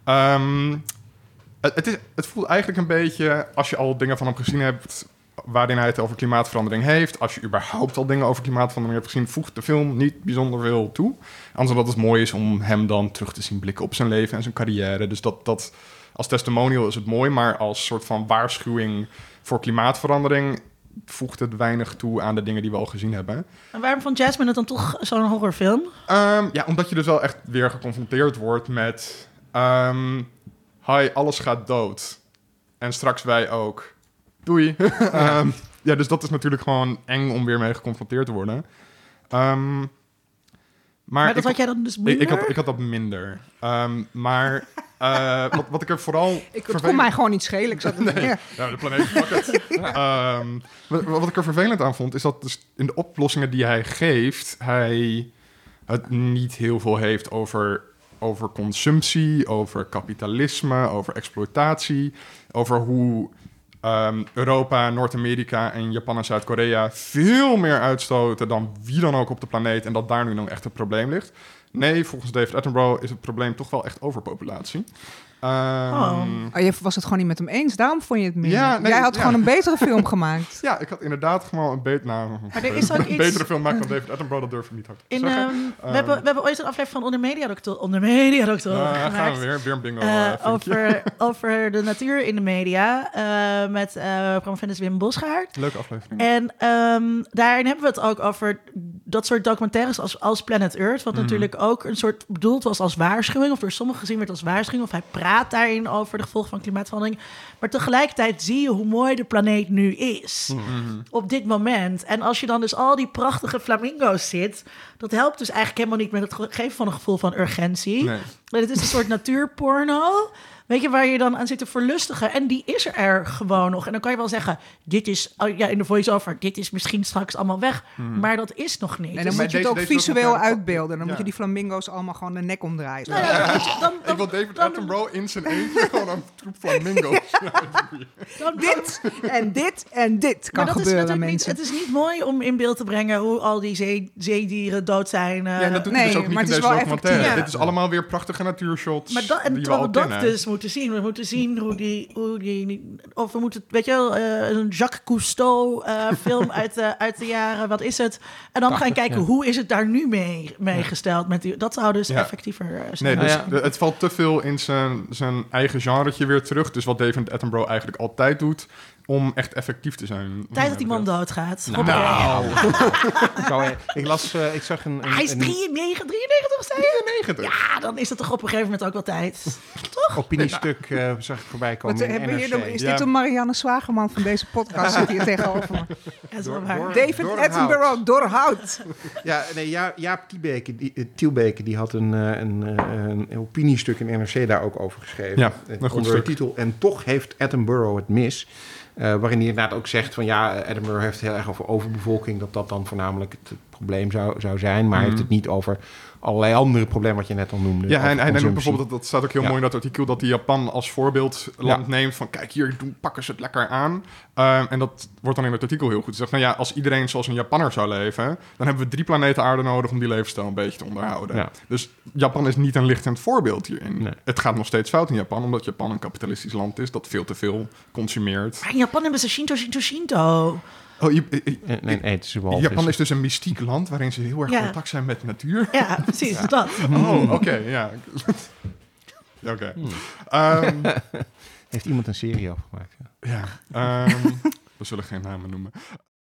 Het voelt eigenlijk een beetje, als je al dingen van hem gezien hebt waarin hij het over klimaatverandering heeft, als je überhaupt al dingen over klimaatverandering hebt gezien, voegt de film niet bijzonder veel toe. Anders omdat het mooi is om hem dan terug te zien blikken op zijn leven en zijn carrière. Dus dat als testimonial is het mooi, maar als soort van waarschuwing voor klimaatverandering voegt het weinig toe aan de dingen die we al gezien hebben. En waarom vond Jasmine het dan toch zo'n horrorfilm? Omdat je dus wel echt weer geconfronteerd wordt met... hi, alles gaat dood. En straks wij ook. Doei. Dus dat is natuurlijk gewoon eng om weer mee geconfronteerd te worden. Maar dat had jij dan dus minder? Ik had dat minder. Maar wat ik er vooral... Het kon mij gewoon niet schelen. Ik zat de planeet fuck it. Wat ik er vervelend aan vond, is dat dus in de oplossingen die hij geeft, hij het niet heel veel heeft over consumptie, over kapitalisme, over exploitatie, over hoe Europa, Noord-Amerika en Japan en Zuid-Korea veel meer uitstoten dan wie dan ook op de planeet en dat daar nu nog echt het probleem ligt. Nee, volgens David Attenborough is het probleem toch wel echt overpopulatie. Je was het gewoon niet met hem eens, daarom vond je het meer. Jij had gewoon een betere film gemaakt. Ja, ik had inderdaad gewoon een betere film gemaakt dan David Attenborough, dat durf ik niet hard te zeggen. We hebben ooit een aflevering van Onder Mediadokter gemaakt. Gaan we weer een bingo. Over de natuur in de media met promovendus Wim Bosgaard. Leuke aflevering. En daarin hebben we het ook over dat soort documentaires als Planet Earth, wat natuurlijk ook een soort bedoeld was als waarschuwing, of door sommigen gezien werd als waarschuwing, of hij praat daarin over de gevolgen van klimaatverandering. Maar tegelijkertijd zie je hoe mooi de planeet nu is op dit moment. En als je dan dus al die prachtige flamingo's ziet, dat helpt dus eigenlijk helemaal niet met het geven van een gevoel van urgentie. Nee. Het is een soort natuurporno, weet je, waar je dan aan zit te verlustigen. En die is er gewoon nog. En dan kan je wel zeggen, dit is, in de voice-over, dit is misschien straks allemaal weg. Maar dat is nog niet. En dan moet je het ook visueel uitbeelden. Dan moet je die flamingo's allemaal gewoon de nek omdraaien. Ik wil David Attenborough in zijn eentje gewoon een troep flamingo's. Dit en dit en dit kan gebeuren, mensen. Het is niet mooi om in beeld te brengen hoe al die zeedieren dood zijn. Dat doet hij dus ook niet in deze documentaire. Dit is allemaal weer prachtige natuurshots. Terwijl we dat dus moeten moeten zien. We moeten zien hoe die of we moeten, weet je wel, een Jacques Cousteau film uit de jaren, wat is het? En dan gaan kijken, hoe is het daar nu mee gesteld? Dat zou dus effectiever zijn. Nee, dus het valt te veel in zijn eigen genretje weer terug. Dus wat David Attenborough eigenlijk altijd doet, om echt effectief te zijn. Tijd dat die man doodgaat. Ik zag een... Hij is 93, zei je? 93. Ja, dan is het toch op een gegeven moment ook wel tijd. Toch? Opiniestuk zag ik voorbij komen in NRC. Is dit de Marianne Zwageman van deze podcast? Zit hier tegenover me. Dat is wel waar. David Attenborough, doorhout. Ja, nee, Jaap Tielbeke, die had een opiniestuk in NRC daar ook over geschreven. Ja, een goed onder stuk. de titel En toch heeft Attenborough het mis. Waarin hij inderdaad ook zegt van Attenborough heeft het heel erg over overbevolking, dat dan voornamelijk het probleem zou zijn, maar heeft het niet over allerlei andere problemen wat je net al noemde. Ja, en hij noemt consumptie. bijvoorbeeld, dat staat ook heel mooi in dat artikel, dat hij Japan als voorbeeldland neemt van kijk, hier pakken ze het lekker aan. En dat wordt dan in het artikel heel goed gezegd. Nou ja, als iedereen zoals een Japanner zou leven, dan hebben we 3 planeten aarde nodig om die levensstijl een beetje te onderhouden. Ja. Dus Japan is niet een lichtend voorbeeld hierin. Nee. Het gaat nog steeds fout in Japan, omdat Japan een kapitalistisch land is dat veel te veel consumeert. Maar in Japan hebben ze Shinto. Nee, het is wel Japan is dus een mystiek land waarin ze heel erg in contact zijn met de natuur. Ja, precies, dat. Oh, oké, ja. Oké. Heeft iemand een serie over gemaakt? Ja, we zullen geen namen noemen.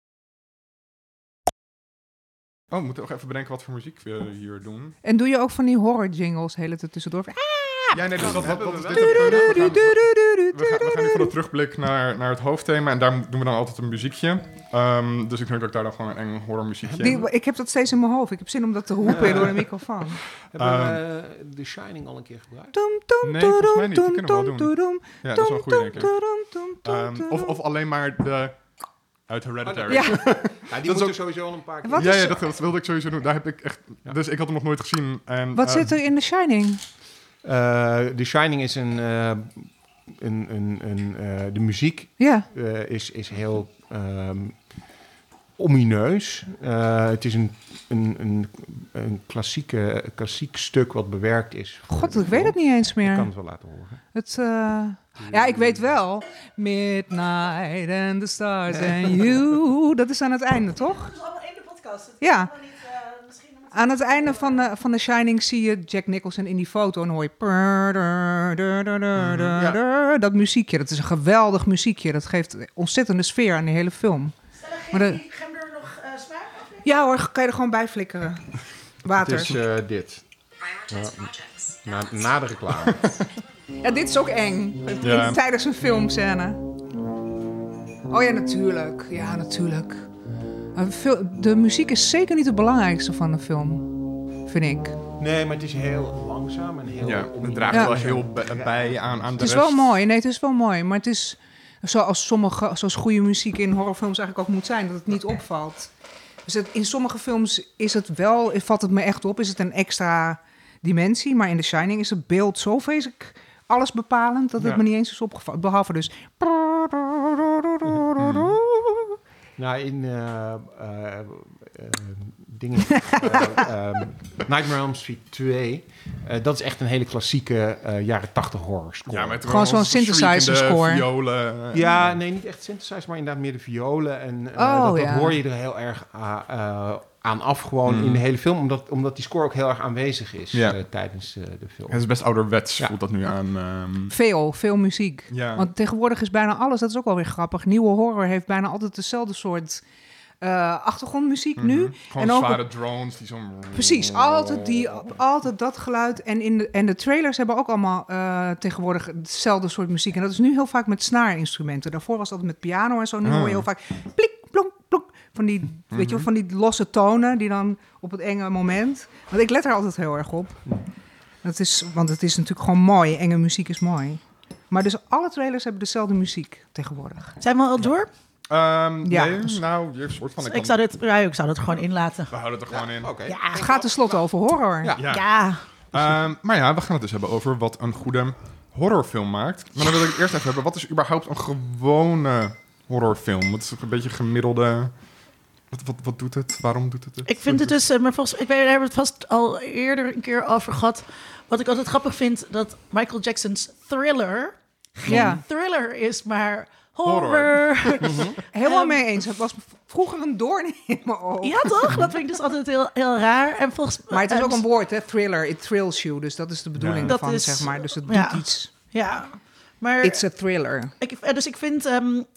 Oh, we moeten nog even bedenken wat voor muziek we hier doen. En doe je ook van die horror jingles hele tijd tussendoor? Ja, nee, dus wat is dit? We gaan nu van de terugblik naar het hoofdthema. En daar doen we dan altijd een muziekje. Dus ik denk dat ik daar dan gewoon een eng horror muziekje in. Ik heb dat steeds in mijn hoofd. Ik heb zin om dat te roepen door de microfoon. Hebben we The Shining al een keer gebruikt? Nee, volgens mij niet. Die kunnen we wel doen. Ja, dat is wel een goeie, denk ik. Of alleen maar de... Uit Hereditary. Ja. Ja, die moet er sowieso al een paar keer. Ja, dat wilde ik sowieso doen. Daar heb ik echt... Dus ik had hem nog nooit gezien. En, Wat zit er in The Shining? The Shining is de muziek is heel omineus. Het is een klassiek stuk wat bewerkt is. God, ik weet het niet eens meer. Ik kan het wel laten horen. Ja, ik weet wel. Midnight and the stars and you. Dat is aan het einde, toch? Dat is allemaal in de podcast. Ja. Aan het einde van The Shining zie je Jack Nicholson in die foto en hoor je... Dat muziekje, dat is een geweldig muziekje. Dat geeft ontzettende sfeer aan de hele film. Gaan er nog smaak? Ja hoor, kan je er gewoon bij flikkeren. Water. Het is dit. Na de reclame. Ja, dit is ook eng. Ja. Tijdens een filmscène. Oh ja, natuurlijk. Ja, natuurlijk. De muziek is zeker niet het belangrijkste van de film, vind ik. Nee, maar het is heel langzaam en heel... Ja, het draagt wel heel bij aan de rest. Het is wel mooi. Nee, het is wel mooi. Maar het is zoals goede muziek in horrorfilms eigenlijk ook moet zijn, dat het niet opvalt. Dus in sommige films valt het me echt op, is het een extra dimensie. Maar in The Shining is het beeld zo vreselijk alles bepalend dat het me niet eens is opgevallen. Behalve dus... Nou, in Nightmare on Elm Street 2, dat is echt een hele klassieke jaren 80 horror score. Ja, met gewoon zo'n synthesizer score. Violen. Ja, nee, niet echt synthesizer, maar inderdaad meer de violen. En dat hoor je er heel erg aan af, gewoon in de hele film, omdat die score ook heel erg aanwezig is tijdens de film. Het is best ouderwets, voelt dat nu aan. Veel muziek. Ja. Want tegenwoordig is bijna alles, dat is ook wel weer grappig. Nieuwe horror heeft bijna altijd dezelfde soort achtergrondmuziek nu. Gewoon en ook zware drones die zo'n... Precies, altijd dat geluid. En de trailers hebben ook allemaal tegenwoordig hetzelfde soort muziek. En dat is nu heel vaak met snaarinstrumenten. Daarvoor was dat met piano en zo. Nu hoor je heel vaak plik, plonk, plonk. Van die, weet je wel, van die losse tonen die dan op het enge moment... Want ik let er altijd heel erg op. Want het is natuurlijk gewoon mooi. Enge muziek is mooi. Maar dus alle trailers hebben dezelfde muziek tegenwoordig. Zijn we al door? Nee, nou, je soort van... Ik zou dat gewoon inlaten. We houden het er gewoon in. Okay. Ja, Het gaat tenslotte over horror. ja. Maar ja, we gaan het dus hebben over wat een goede horrorfilm maakt. Maar dan wil ik het eerst even hebben. Wat is überhaupt een gewone horrorfilm? Wat is een beetje gemiddelde Wat doet het? Waarom doet het het? Ik vind het dus, maar ik weet, daar hebben we het vast al eerder een keer over gehad. Wat ik altijd grappig vind, dat Michael Jackson's Thriller geen thriller is, maar horror. Helemaal mee eens. Het was vroeger een doorn in mijn oog. Ja, toch? Dat vind ik dus altijd heel, heel raar. En maar het is ook een woord, hè? Thriller. It thrills you. Dus dat is de bedoeling ervan, zeg maar. Dus het doet iets. Ja. Maar it's a thriller. Dus ik vind,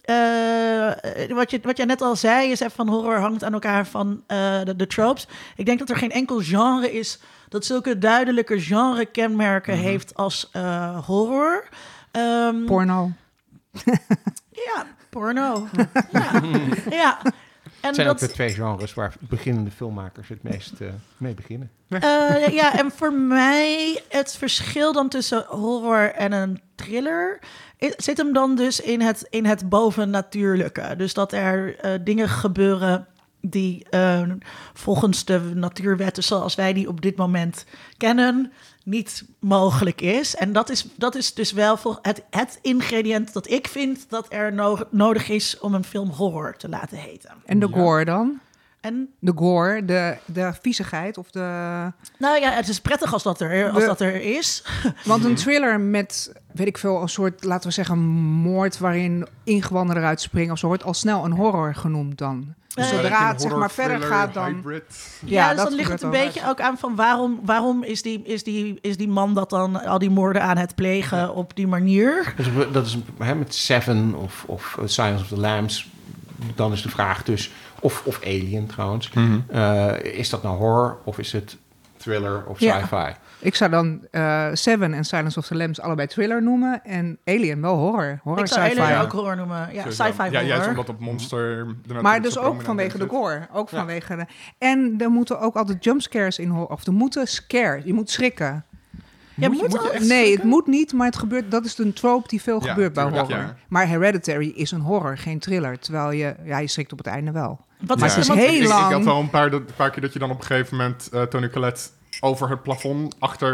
wat jij net al zei, is even van horror hangt aan elkaar van de tropes. Ik denk dat er geen enkel genre is dat zulke duidelijke genre-kenmerken heeft als horror. Porno. Ja, porno. Ja. Het zijn ook de twee genres waar beginnende filmmakers het meest mee beginnen. Ja, en voor mij het verschil dan tussen horror en een thriller zit hem dan dus in het bovennatuurlijke. Dus dat er dingen gebeuren die volgens de natuurwetten zoals wij die op dit moment kennen niet mogelijk is. En dat is dus wel het ingrediënt dat ik vind dat er nodig is om een film horror te laten heten. En de gore dan? En de gore, de viezigheid of de... Nou ja, het is prettig als dat er is. Want een thriller met, weet ik veel, een soort, laten we zeggen, moord waarin ingewanden eruit springen of zo, wordt al snel een horror genoemd dan. Dus zodra het zeg maar verder gaat dan... Hybrid. Ja, dus dan ligt het een beetje ook aan van waarom is die man dat dan al die moorden aan het plegen op die manier? Dat is met Seven of Silence of the Lambs, dan is de vraag dus, of Alien trouwens, is dat nou horror of is het thriller of sci-fi? Ik zou dan Seven en Silence of the Lambs allebei thriller noemen en Alien wel horror. Ik zou Alien ook horror noemen. Ja, sci-fi horror. Ja, juist omdat op Monster... Maar dus ook vanwege de gore. Ook vanwege de... En er moeten ook altijd jumpscares in horen. Of er moeten scares. Je moet schrikken. Ja, moet je nee, het moet niet, maar het gebeurt. Dat is een trope die veel gebeurt bij horror. Ja. Maar Hereditary is een horror, geen thriller. Terwijl je schrikt op het einde wel. Maar het is heel lang. Ik had wel een paar keer dat je dan op een gegeven moment Toni Collette over het plafond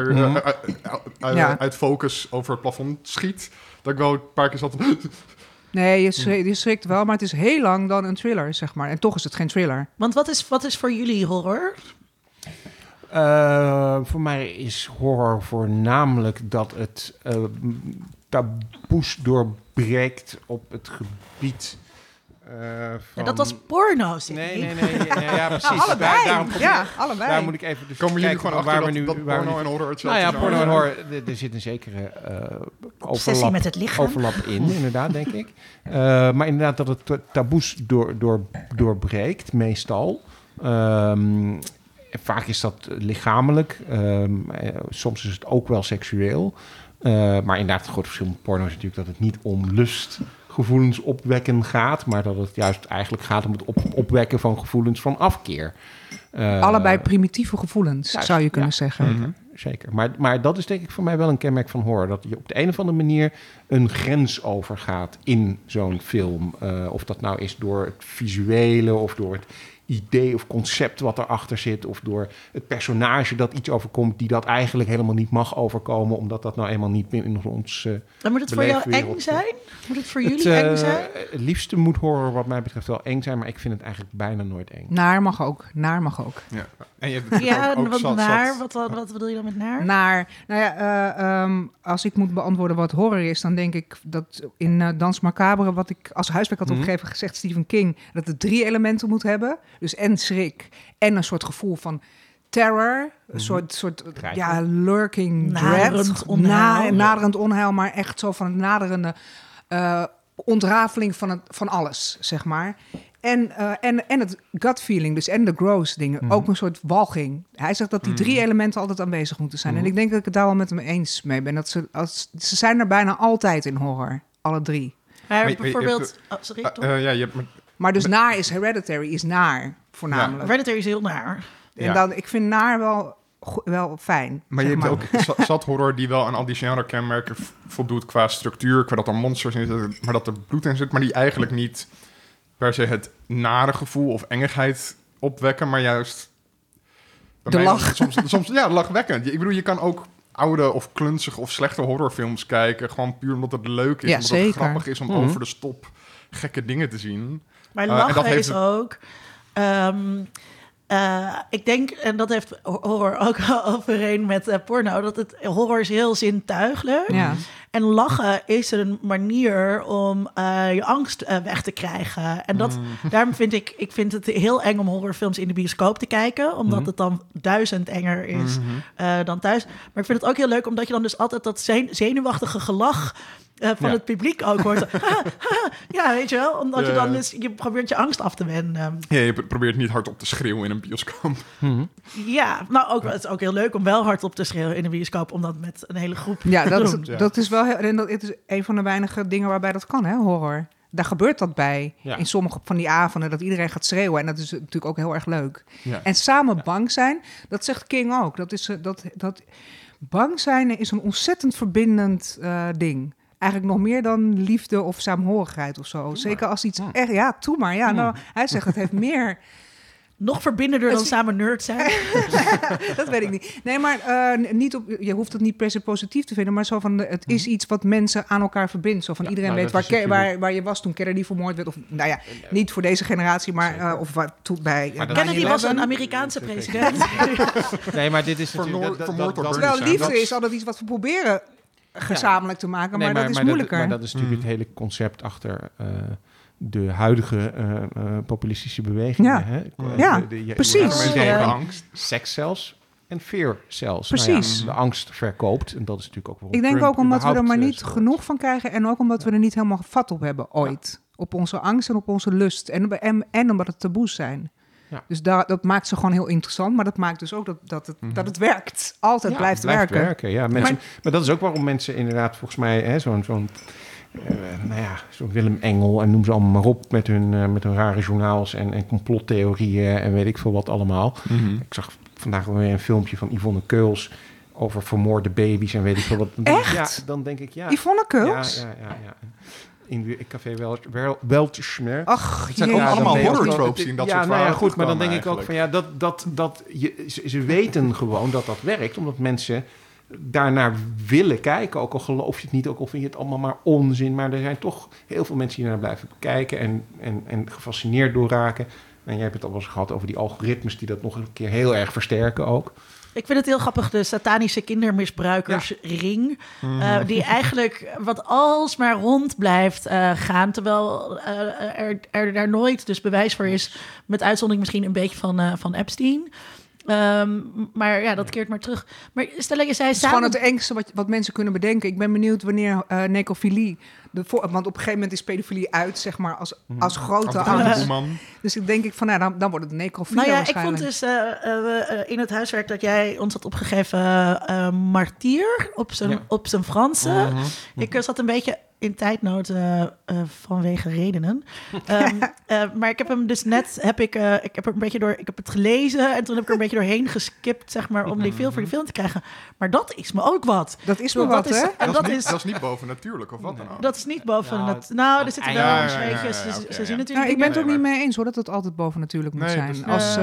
uit focus over het plafond schiet. Dat ik wel een paar keer zat... Nee, je schrikt wel, maar het is heel lang dan een thriller, zeg maar. En toch is het geen thriller. Want wat is voor jullie horror? Voor mij is horror voornamelijk dat het taboes doorbreekt op het gebied van... Dat was porno, zeg Nee, ja, precies. Allebei. Daar moet ik even... Dus komen jullie gewoon achter dat porno en horror hetzelfde zijn? Nou ja, porno en horror, er zit een zekere overlap in, inderdaad, denk ik. Maar inderdaad dat het taboes doorbreekt, meestal. Vaak is dat lichamelijk. Soms is het ook wel seksueel. Maar inderdaad, het grote verschil met porno is natuurlijk dat het niet om lustgevoelens opwekken gaat, maar dat het juist eigenlijk gaat om het opwekken van gevoelens van afkeer. Allebei primitieve gevoelens, zou je kunnen zeggen. Zeker. Maar dat is denk ik voor mij wel een kenmerk van horror. Dat je op de een of andere manier een grens overgaat in zo'n film. Of dat nou is door het visuele of door het idee of concept wat erachter zit, of door het personage dat iets overkomt die dat eigenlijk helemaal niet mag overkomen, omdat dat nou eenmaal niet in ons Dan moet het voor jou eng zijn? Moet het voor jullie eng zijn? Het liefste moet horror wat mij betreft wel eng zijn, maar ik vind het eigenlijk bijna nooit eng. Naar mag ook. Ja, en je hebt ook naar? Wat bedoel je dan met naar? Naar, nou ja, als ik moet beantwoorden wat horror is, dan denk ik dat in Dans Macabre, wat ik als huiswerk had opgegeven, gezegd Stephen King, dat het 3 elementen moet hebben. Dus en schrik en een soort gevoel van terror, een soort lurking dread, naderend onheil, maar echt zo van het naderende ontrafeling van alles, zeg maar. En het gut feeling, dus en de gross dingen, ook een soort walging. Hij zegt dat die 3 elementen altijd aanwezig moeten zijn. En ik denk dat ik het daar wel met hem eens mee ben. Dat ze zijn er bijna altijd in horror, alle 3. Maar bijvoorbeeld... Maar dus naar is Hereditary, is naar voornamelijk. Hereditary is heel naar. En dan, ik vind naar wel fijn. Maar je hebt ook zat horror die wel aan al die genre-kenmerken voldoet qua structuur, qua dat er monsters in zitten, maar dat er bloed in zit, maar die eigenlijk niet per se het nare gevoel of engigheid opwekken, maar juist... De lach. Soms lachwekkend. Ik bedoel, je kan ook oude of klunzige of slechte horrorfilms kijken, gewoon puur omdat het leuk is, omdat het grappig is om over de stop gekke dingen te zien. Maar lachen is ook... Ik denk, en dat heeft horror ook overeen met porno, dat het horror is heel zintuigelijk. Ja. En lachen is een manier om je angst weg te krijgen. En daarom vind ik vind het heel eng om horrorfilms in de bioscoop te kijken, omdat het dan 1000 enger is dan thuis. Maar ik vind het ook heel leuk, omdat je dan dus altijd dat zenuwachtige gelach van het publiek ook hoort. Ja, weet je wel? Omdat je dan dus, je probeert je angst af te wenden. Ja, je probeert niet hardop te schreeuwen in een bioscoop. Ja, nou, het is ook heel leuk om wel hardop te schreeuwen in een bioscoop, om dat met een hele groep Ja, te doen. dat is wel het is een van de weinige dingen waarbij dat kan, hè, horror. Daar gebeurt dat bij. Ja. In sommige van die avonden dat iedereen gaat schreeuwen. En dat is natuurlijk ook heel erg leuk. Ja. En samen bang zijn, dat zegt King ook. Dat bang zijn is een ontzettend verbindend ding. Eigenlijk nog meer dan liefde of saamhorigheid of zo. Zeker als iets echt... Ja, toe maar. Ja, nou, hij zegt het heeft meer... Nog verbindender dan samen nerd zijn. Dat weet ik niet. Nee, maar je hoeft het niet per se positief te vinden, maar zo van het is iets wat mensen aan elkaar verbindt. Zo van iedereen weet waar je was toen Kennedy vermoord werd. Of nou ja, niet voor deze generatie, maar of toen bij. Kennedy was een Amerikaanse president. Nee, maar dit is natuurlijk... Terwijl liefde is altijd iets wat we proberen gezamenlijk te maken, maar dat is moeilijker. Maar dat is natuurlijk het hele concept achter de huidige populistische bewegingen. Ja, hè? Precies. Angst. Sex zelfs en fear zelfs. Precies. Nou ja, de angst verkoopt. En dat is natuurlijk ook waarom Ik denk Trump ook omdat we er maar niet überhaupt, genoeg van krijgen en ook omdat we er niet helemaal vat op hebben ooit. Op onze angst en op onze lust. En omdat het taboes zijn. Ja. Dus dat maakt ze gewoon heel interessant. Maar dat maakt dus ook dat het werkt. Altijd blijft werken. Ja, maar dat is ook waarom mensen inderdaad volgens mij... Hè, zo'n Willem Engel en noem ze allemaal maar op... met hun rare journaals en complottheorieën en weet ik veel wat allemaal. Ik zag vandaag weer een filmpje van Yvonne Keuls... over vermoorde baby's en weet ik veel wat. Echt? Ja, dan denk ik, ja. Yvonne Keuls? Ja. In het café Weltschmerz. Ach, het zijn ook allemaal horror tropes in dat soort verhalen. Nou ja, goed, maar dan denk ik ook eigenlijk. van ze weten gewoon dat werkt, omdat mensen daarnaar willen kijken. Ook al geloof je het niet, ook al vind je het allemaal maar onzin, maar er zijn toch heel veel mensen die naar blijven kijken en gefascineerd door raken. En jij hebt het al wel eens gehad over die algoritmes die dat nog een keer heel erg versterken ook. Ik vind het heel grappig, de satanische kindermisbruikersring. Die eigenlijk wat alsmaar rond blijft gaan. Terwijl er daar nooit dus bewijs voor is. Met uitzondering misschien een beetje van Epstein. Maar ja, dat keert maar terug. Maar stel je zei... Het is gewoon het engste wat mensen kunnen bedenken. Ik ben benieuwd wanneer necrofilie... want op een gegeven moment is pedofilie uit, zeg maar, als grote angst. Dus ik denk van, dan wordt het necrofilie. Nou ja, ik vond dus in het huiswerk dat jij ons had opgegeven... Martier op zijn Franse. Ik zat een beetje in tijdnood vanwege redenen. Maar ik heb hem dus net... Ik heb het gelezen en toen heb ik er een beetje doorheen geskipt, zeg maar, om die voor die film te krijgen. Maar dat is me ook wat. Dat is me wat, hè? En dat is niet bovennatuurlijk, of wat dan ook? Dat is niet bovennatuurlijk. Nou, er zitten wel een beetje... Ze zien natuurlijk... ik ben het ook niet mee eens, hoor, dat het altijd bovennatuurlijk moet zijn.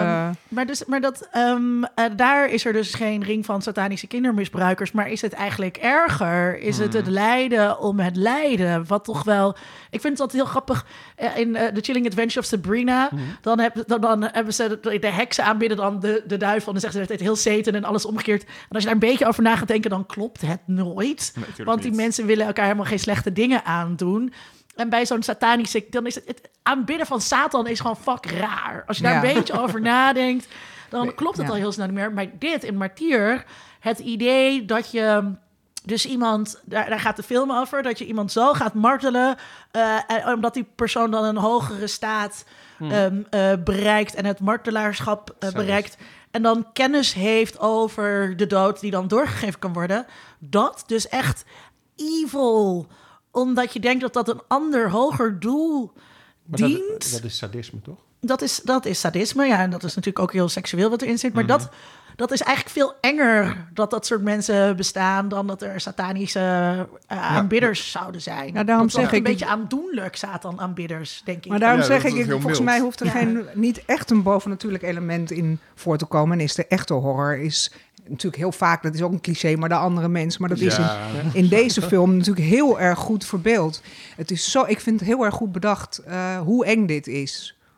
Daar is er dus geen ring van satanische kindermisbruikers, maar is het eigenlijk erger? Is het lijden om het lijden? Wat toch wel... Ik vind het altijd heel grappig. In The Chilling Adventure of Sabrina, dan hebben ze de heksen aanbidden dan de duivel. En dan zeggen ze het heel Satan en alles omgekeerd. En als je daar een beetje over na gaat denken, dan klopt het nooit. Nee, want die mensen willen elkaar helemaal geen slechte dingen aandoen. En bij zo'n satanische... Dan is het aanbidden van Satan is gewoon fuck raar. Als je daar een beetje over nadenkt, dan klopt het al heel snel niet meer. Maar dit in Martier, het idee dat je... Dus iemand, daar gaat de film over, dat je iemand zo gaat martelen, omdat die persoon dan een hogere staat bereikt en het martelaarschap bereikt. En dan kennis heeft over de dood die dan doorgegeven kan worden. Dat dus echt evil, omdat je denkt dat dat een ander hoger doel dient. Dat is sadisme, toch? Dat is sadisme, ja. En dat is natuurlijk ook heel seksueel wat erin zit. Maar dat is eigenlijk veel enger dat soort mensen bestaan dan dat er satanische aanbidders zouden zijn. Nou, daarom zeg ik een beetje aandoenlijk Satan-aanbidders, denk ik. Maar daarom zeg ik, volgens mij hoeft er niet echt een bovennatuurlijk element in voor te komen. En is de echte horror is natuurlijk heel vaak, dat is ook een cliché, maar de andere mens. Maar dat is in deze film natuurlijk heel erg goed verbeeld. Het is zo, ik vind het heel erg goed bedacht hoe eng dit is.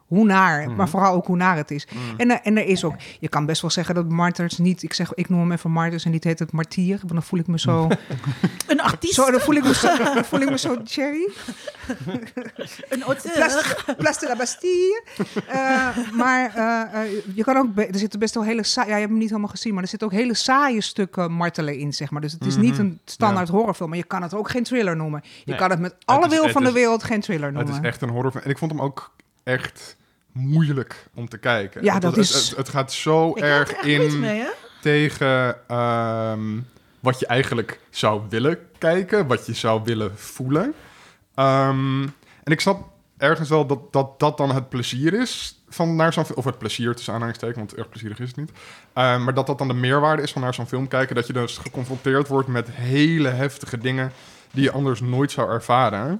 hoe naar, maar vooral ook hoe naar het is. En er is ook, je kan best wel zeggen dat martyrs niet, ik noem hem even martyrs en niet heet het martier, want dan voel ik me zo... Een artiest. Zo, dan voel ik me zo Cherry. Een auteur. Place de la Bastille. Maar je kan ook, er zitten best wel hele saaie, je hebt hem niet helemaal gezien, maar er zitten ook hele saaie stukken martelen in, zeg maar. Dus het is niet een standaard horrorfilm, maar je kan het ook geen thriller noemen. Je kan het met alle wil van de wereld geen thriller noemen. Het is echt een horrorfilm. En ik vond hem ook echt moeilijk om te kijken. Ja, dat is... Het gaat zo erg in tegen wat je eigenlijk zou willen kijken, wat je zou willen voelen. En ik snap ergens wel dat dan het plezier is van naar zo'n film, of het plezier tussen aanhalingstekens, want erg plezierig is het niet. Maar dat dan de meerwaarde is van naar zo'n film kijken, dat je dus geconfronteerd wordt met hele heftige dingen die je anders nooit zou ervaren.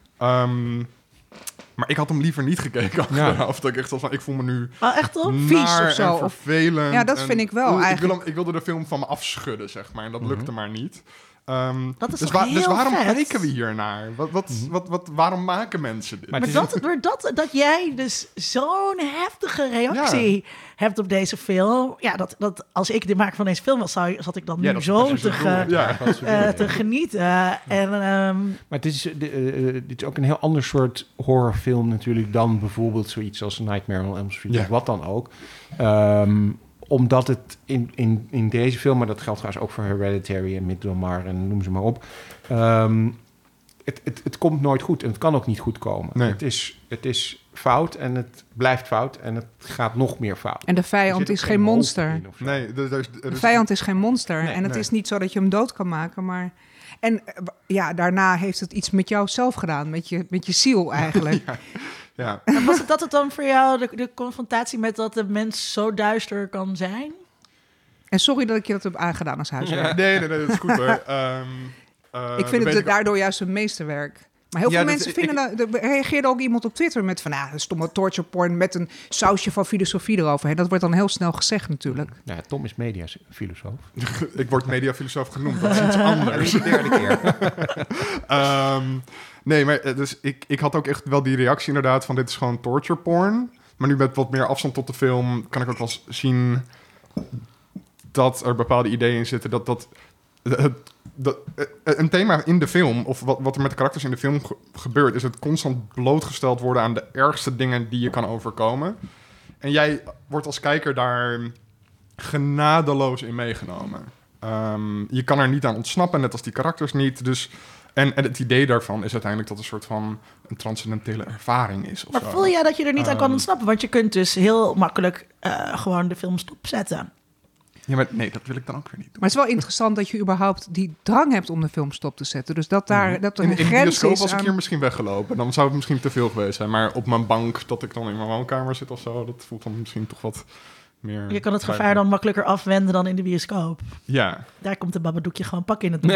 Maar ik had hem liever niet gekeken achteraf. Dat ik echt van, ik voel me nu echt op? Vies of zo. En vervelend. Ja, dat vind ik wel eigenlijk. Ik wilde de film van me afschudden, zeg maar. En dat lukte maar niet. Dat is dus waarom kijken we hier naar? Waarom maken mensen dit? Maar dat jij dus zo'n heftige reactie hebt op deze film. Ja, dat als ik de maker van deze film was, zat ik dan nu zo te genieten. Maar dit is ook een heel ander soort horrorfilm natuurlijk dan bijvoorbeeld zoiets als Nightmare on Elm Street of wat dan ook. Omdat het in deze film, maar dat geldt trouwens ook voor Hereditary en Midsommar en noem ze maar op. Het komt nooit goed en het kan ook niet goed komen. Nee. Het is fout en het blijft fout en het gaat nog meer fout. En de vijand is geen monster. Nee, de vijand is geen monster. En het is niet zo dat je hem dood kan maken, maar... En daarna heeft het iets met jou zelf gedaan, met je ziel eigenlijk. Ja. Maar was het dan voor jou de confrontatie met dat de mens zo duister kan zijn? En sorry dat ik je dat heb aangedaan als huiswerk. Nee, dat is goed hoor. Ik vind het daardoor juist een meesterwerk. Maar heel veel mensen vinden er reageerde ook iemand op Twitter met van stomme torture porn met een sausje van filosofie eroverheen. Dat wordt dan heel snel gezegd natuurlijk. Ja, Tom is mediafilosoof. Ik word mediafilosoof genoemd, dat is iets anders. De derde keer. Nee, maar dus ik had ook echt wel die reactie inderdaad van dit is gewoon torture porn. Maar nu met wat meer afstand tot de film kan ik ook wel zien dat er bepaalde ideeën in zitten een thema in de film, of wat er met de karakters in de film gebeurt, is het constant blootgesteld worden aan de ergste dingen die je kan overkomen. En jij wordt als kijker daar genadeloos in meegenomen. Je kan er niet aan ontsnappen, net als die karakters niet. Dus, en het idee daarvan is uiteindelijk dat het een soort van een transcendentele ervaring is. Maar voel jij dat je er niet aan kan ontsnappen? Want je kunt dus heel makkelijk gewoon de film stopzetten. Ja, maar nee, dat wil ik dan ook weer niet doen. Maar het is wel interessant dat je überhaupt die drang hebt om de film stop te zetten. Dus dat er een grens is. In de bioscoop was ik hier misschien weggelopen. Dan zou het misschien te veel geweest zijn. Maar op mijn bank, dat ik dan in mijn woonkamer zit of zo, dat voelt dan misschien toch wat meer... Je kan het gevaar dan makkelijker afwenden dan in de bioscoop. Ja. Daar komt de Babadoekje gewoon pakken in het doel.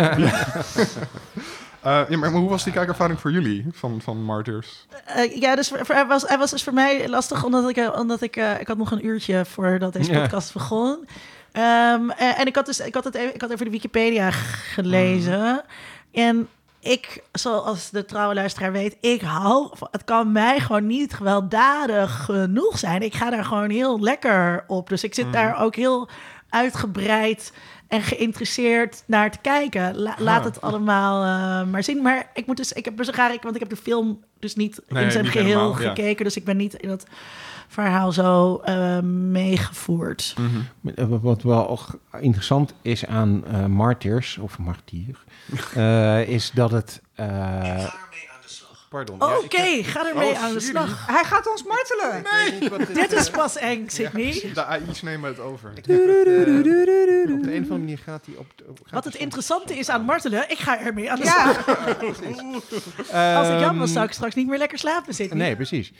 Maar hoe was die kijkervaring voor jullie van Martyrs? Dus hij was dus voor mij lastig, omdat ik had nog een uurtje voordat deze podcast begon. En ik had even de Wikipedia gelezen. En ik, zoals de trouwe luisteraar weet, het kan mij gewoon niet gewelddadig genoeg zijn. Ik ga daar gewoon heel lekker op. Dus ik zit daar ook heel uitgebreid en geïnteresseerd naar te kijken. Laat het allemaal maar zien. Maar ik heb dus raar, want ik heb de film dus niet in zijn geheel gekeken. Dus ik ben niet in het verhaal zo meegevoerd. Mm-hmm. Wat wel interessant is aan Martyrs, of Martier, is dat het... Pardon. Oké, ga ermee aan de slag. Hij gaat ons martelen. Nee, dit is pas eng, Sydney. De AI's nemen het over. Op de een of andere manier gaat hij op... Wat het interessante is aan martelen, ik ga ermee aan de slag. Als ik Jan was, zou ik straks niet meer lekker slapen zitten. Nee, precies.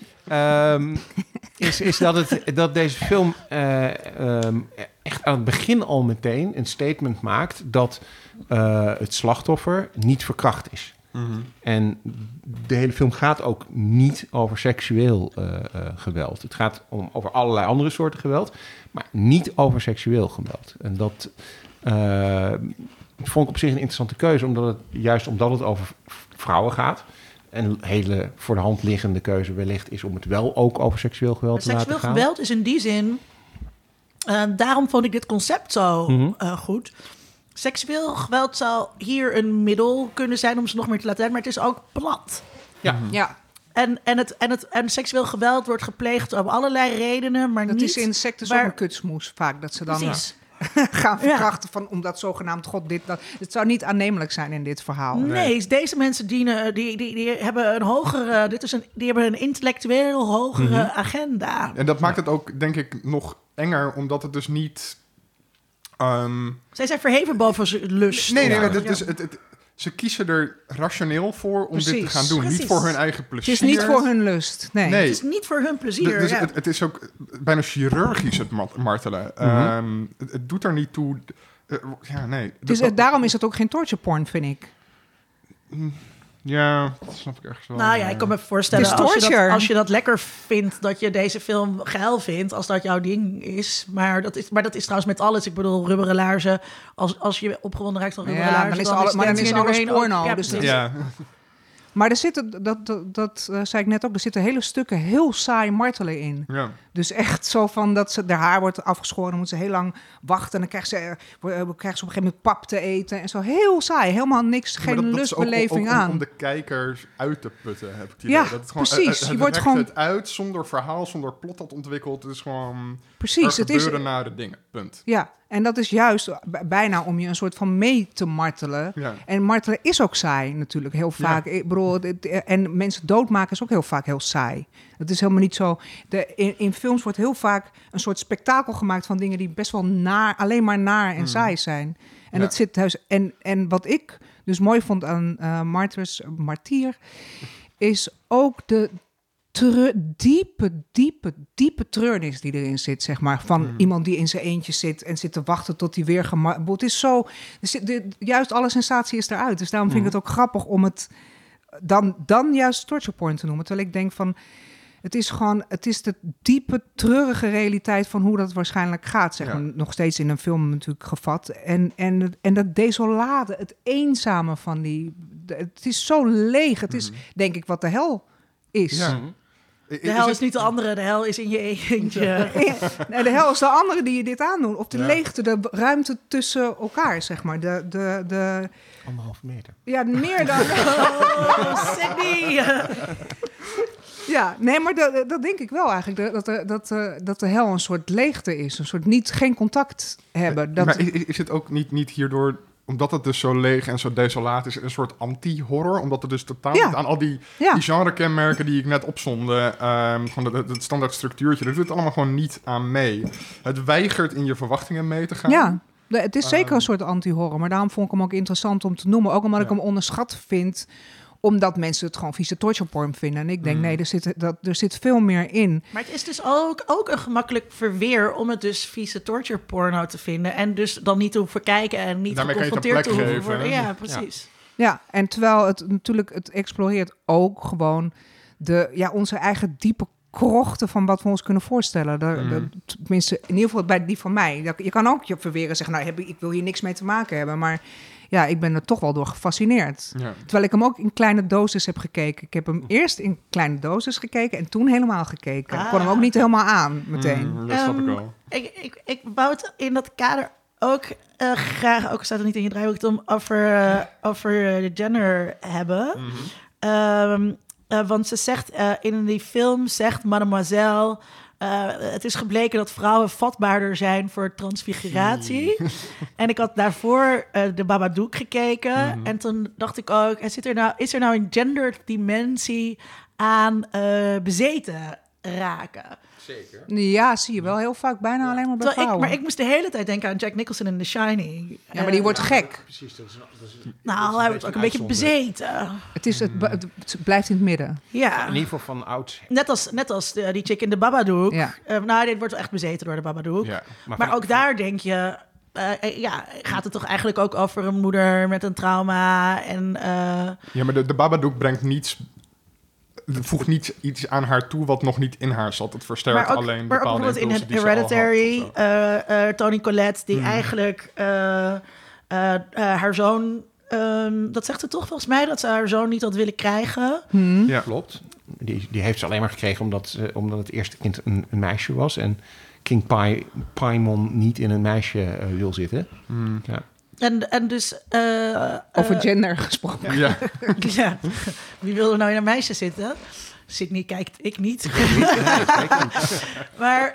Is dat deze film echt aan het begin al meteen een statement maakt dat het slachtoffer niet verkracht is. Mm-hmm. En de hele film gaat ook niet over seksueel geweld. Het gaat over allerlei andere soorten geweld, maar niet over seksueel geweld. En dat vond ik op zich een interessante keuze, omdat het over vrouwen gaat. een hele voor de hand liggende keuze wellicht is om het wel ook over seksueel geweld te laten gaan. Seksueel geweld is in die zin... daarom vond ik dit concept zo goed. Seksueel geweld zou hier een middel kunnen zijn om ze nog meer te laten zijn, maar het is ook plat. Ja. En seksueel geweld wordt gepleegd om allerlei redenen, maar Dat niet... is in sectes ook een kutsmoes vaak, dat ze dan gaan verkrachten van omdat zogenaamd God dit... Dat. Het zou niet aannemelijk zijn in dit verhaal. Nee, deze mensen die hebben een hogere... Die hebben een intellectueel hogere agenda. En dat maakt het ook, denk ik, nog enger, omdat het dus niet... Zij zijn verheven boven lust. Nee, ze kiezen er rationeel voor om dit te gaan doen. Precies. Niet voor hun eigen plezier. Het is niet voor hun lust. Nee. Het is niet voor hun plezier. Dus het is ook bijna chirurgisch, het martelen. Het doet er niet toe... nee. Dus daarom is het ook geen torture porn, vind ik. Ja, dat snap ik ergens wel. Nou ja, ik kan me voorstellen, als je dat lekker vindt, dat je deze film geil vindt, als dat jouw ding is. Maar dat is trouwens met alles. Ik bedoel, rubberen laarzen. Als je opgewonden raakt van rubberen laarzen, dan is alles porno. Ja, dus ja. Maar er zitten, dat zei ik net ook, er zitten hele stukken heel saai martelen in. Ja. Dus echt zo van dat haar haar wordt afgeschoren, dan moet ze heel lang wachten. En dan krijgt ze op een gegeven moment pap te eten. En zo heel saai, helemaal niks, geen lustbeleving aan. Om de kijkers uit te putten, heb ik het idee. Ja, dat het gewoon, precies. Het je wordt gewoon het uit, zonder verhaal, zonder plot dat ontwikkelt. Het is gewoon... Precies. Er gebeuren nare dingen, punt. Ja, en dat is juist bijna om je een soort van mee te martelen. Ja. En martelen is ook saai natuurlijk, heel vaak. Ja. Ik bedoel, en mensen doodmaken is ook heel vaak heel saai. Dat is helemaal niet zo... In films wordt heel vaak een soort spektakel gemaakt van dingen die best wel alleen maar naar en saai zijn. En dat zit thuis. En wat ik dus mooi vond aan Martyr, is ook de diepe treurnis die erin zit, zeg maar. Van iemand die in zijn eentje zit en zit te wachten tot hij weer het is zo... Juist alle sensatie is eruit. Dus daarom vind ik het ook grappig om het dan juist torture porn te noemen. Terwijl ik denk van... Het is de diepe, treurige realiteit van hoe dat waarschijnlijk gaat. Zeg maar, nog steeds in een film natuurlijk gevat. En dat desolate, het eenzame van die... Het is zo leeg. Het is, denk ik, wat de hel is. Ja. De hel is niet de andere, de hel is in je eentje. Nee, de hel is de andere die je dit aandoen. Of de leegte, de ruimte tussen elkaar, zeg maar. De 1,5 meter. Ja, meer dan... Sydney! Ja, nee, maar dat denk ik wel eigenlijk. Dat de hel een soort leegte is. Een soort geen contact hebben. Maar is het ook niet hierdoor... Omdat het dus zo leeg en zo desolaat is, een soort anti-horror. Omdat het dus totaal niet aan al die genre-kenmerken die ik net opzonde, van het standaard structuurtje, dat doet het allemaal gewoon niet aan mee. Het weigert in je verwachtingen mee te gaan. Ja, het is zeker een soort anti-horror. Maar daarom vond ik hem ook interessant om te noemen. Ook omdat ik hem onderschat vind, omdat mensen het gewoon vieze torture porn vinden. En ik denk, nee, er zit veel meer in. Maar het is dus ook een gemakkelijk verweer om het dus vieze torture porno te vinden. En dus dan niet te hoeven kijken en niet geconfronteerd te hoeven worden. Ja, precies. Ja, en terwijl het exploreert ook gewoon onze eigen diepe krochten van wat we ons kunnen voorstellen. Tenminste, in ieder geval bij die van mij. Je kan ook je verweren zeggen, nou, ik wil hier niks mee te maken hebben, maar... Ja, ik ben er toch wel door gefascineerd. Ja. Terwijl ik hem ook in kleine doses heb gekeken. Ik heb hem eerst in kleine doses gekeken en toen helemaal gekeken. Ik kon hem ook niet helemaal aan meteen. Dat snap ik wel. Ik wou het in dat kader ook graag, ook staat het niet in je draaiboek, om over de gender hebben. Want ze zegt in die film, zegt mademoiselle... het is gebleken dat vrouwen vatbaarder zijn voor transfiguratie. En ik had daarvoor de Babadook gekeken. En toen dacht ik ook, is er nou een genderdimensie aan bezeten raken? Zeker. Ja, zie je wel heel vaak bijna alleen maar bij vrouwen. Maar ik moest de hele tijd denken aan Jack Nicholson in The Shining. Ja, maar die wordt gek. Precies. Hij wordt ook een beetje bezeten. Het blijft in het midden. Ja. In ieder geval van oud. Net als die chick in de Babadook. Ja. Dit wordt echt bezeten door de Babadook. Ja. Maar ook daar denk je... gaat het toch eigenlijk ook over een moeder met een trauma? Ja, maar de Babadook brengt niets... Het voegt niet iets aan haar toe wat nog niet in haar zat. Het versterkt alleen bepaalde impulsen die Hereditary, ze al had. Toni Collette, die eigenlijk haar zoon dat zegt ze toch volgens mij, dat ze haar zoon niet had willen krijgen. Ja. Klopt. Die heeft ze alleen maar gekregen omdat het eerste kind een meisje was. En King Paimon niet in een meisje wil zitten. Ja. En dus... Over gender gesproken. Ja. ja, wie wil er nou in een meisje zitten? Sydney kijkt, ik niet. Maar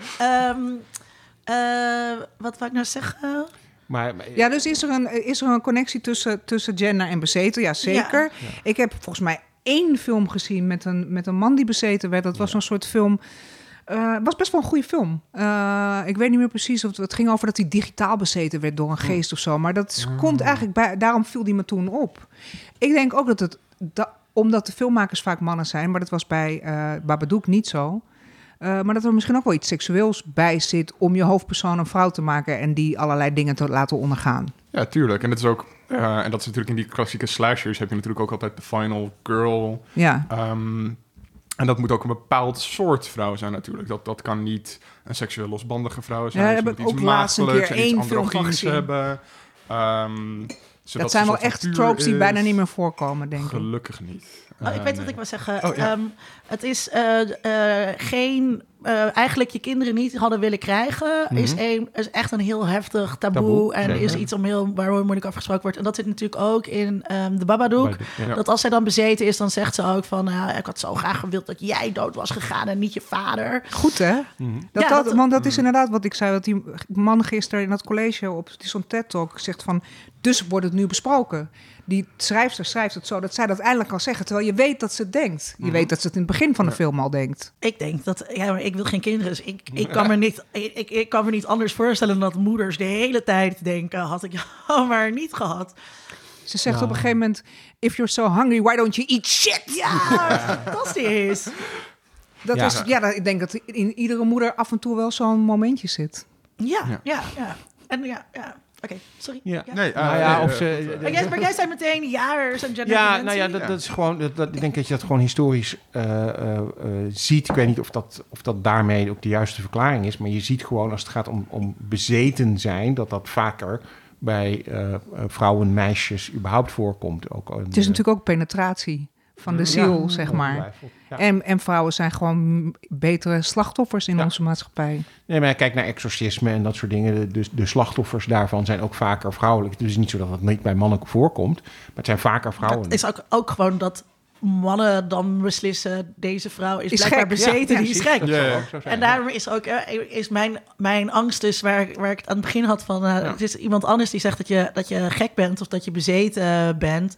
wat wou ik nou zeggen? Maar Ja, dus is er een connectie tussen gender en bezeten? Ja, zeker. Ja. Ik heb volgens mij 1 film gezien met een man die bezeten werd. Dat was een soort film... Het was best wel een goede film. Ik weet niet meer precies of het ging over dat hij digitaal bezeten werd door een geest of zo. Maar dat komt eigenlijk bij... Daarom viel die me toen op. Ik denk ook omdat de filmmakers vaak mannen zijn, maar dat was bij Babadook niet zo. Maar dat er misschien ook wel iets seksueels bij zit om je hoofdpersoon een vrouw te maken en die allerlei dingen te laten ondergaan. Ja, tuurlijk. En het is ook, en dat is natuurlijk in die klassieke slashers, heb je natuurlijk ook altijd de final girl. Ja. En dat moet ook een bepaald soort vrouw zijn natuurlijk. Dat kan niet een seksueel losbandige vrouw zijn. Ja, Ze heb moet ik iets ook laatst een maagdelijks keer en iets 1 film van androgyns gezien. hebben. Dat zijn wel echt tropes die bijna niet meer voorkomen, denk ik. Gelukkig niet. Ik weet wat ik wil zeggen. Oh, ja. Het is geen... eigenlijk je kinderen niet hadden willen krijgen... is echt een heel heftig taboe. En is iets waar moeilijk afgesproken wordt. En dat zit natuurlijk ook in de Babadook. Ja. Dat als zij dan bezeten is, dan zegt ze ook van... ik had zo graag gewild dat jij dood was gegaan en niet je vader. Goed, hè? Want dat is inderdaad wat ik zei. Dat die man gisteren in dat college op zo'n TED-talk zegt van... Dus wordt het nu besproken. Die schrijfster schrijft het zo dat zij dat eindelijk kan zeggen. Terwijl je weet dat ze het denkt. Je weet dat ze het in het begin van de film al denkt. Ik denk dat... Ja, maar ik wil geen kinderen. Dus ik kan me niet... Ik kan me niet anders voorstellen dan dat moeders de hele tijd denken... Had ik jou maar niet gehad. Ze zegt op een gegeven moment... If you're so hungry, why don't you eat shit? Ja, fantastisch. Ik denk dat in iedere moeder af en toe wel zo'n momentje zit. Ja. En ja. Oké, sorry. Ja. Ja. Nee, Maar jij zei meteen, er zijn gender Ja, dimensie. nou ja, dat is gewoon... Ik denk dat je dat gewoon historisch ziet. Ik weet niet of dat daarmee ook de juiste verklaring is. Maar je ziet gewoon als het gaat om bezeten zijn... dat vaker bij vrouwen, meisjes überhaupt voorkomt. Het is natuurlijk ook penetratie van de ziel, zeg maar. Ja. En vrouwen zijn gewoon betere slachtoffers in onze maatschappij. Nee, maar kijk naar exorcisme en dat soort dingen. De slachtoffers daarvan zijn ook vaker vrouwelijk. Het is niet zo dat het niet bij mannen voorkomt, maar het zijn vaker vrouwen. Het is ook gewoon dat mannen dan beslissen... deze vrouw is blijkbaar gek. bezeten, die is gek. Ja. En daarom is ook is mijn angst dus... waar ik het aan het begin had van... Het is iemand anders die zegt dat je gek bent... of dat je bezeten bent...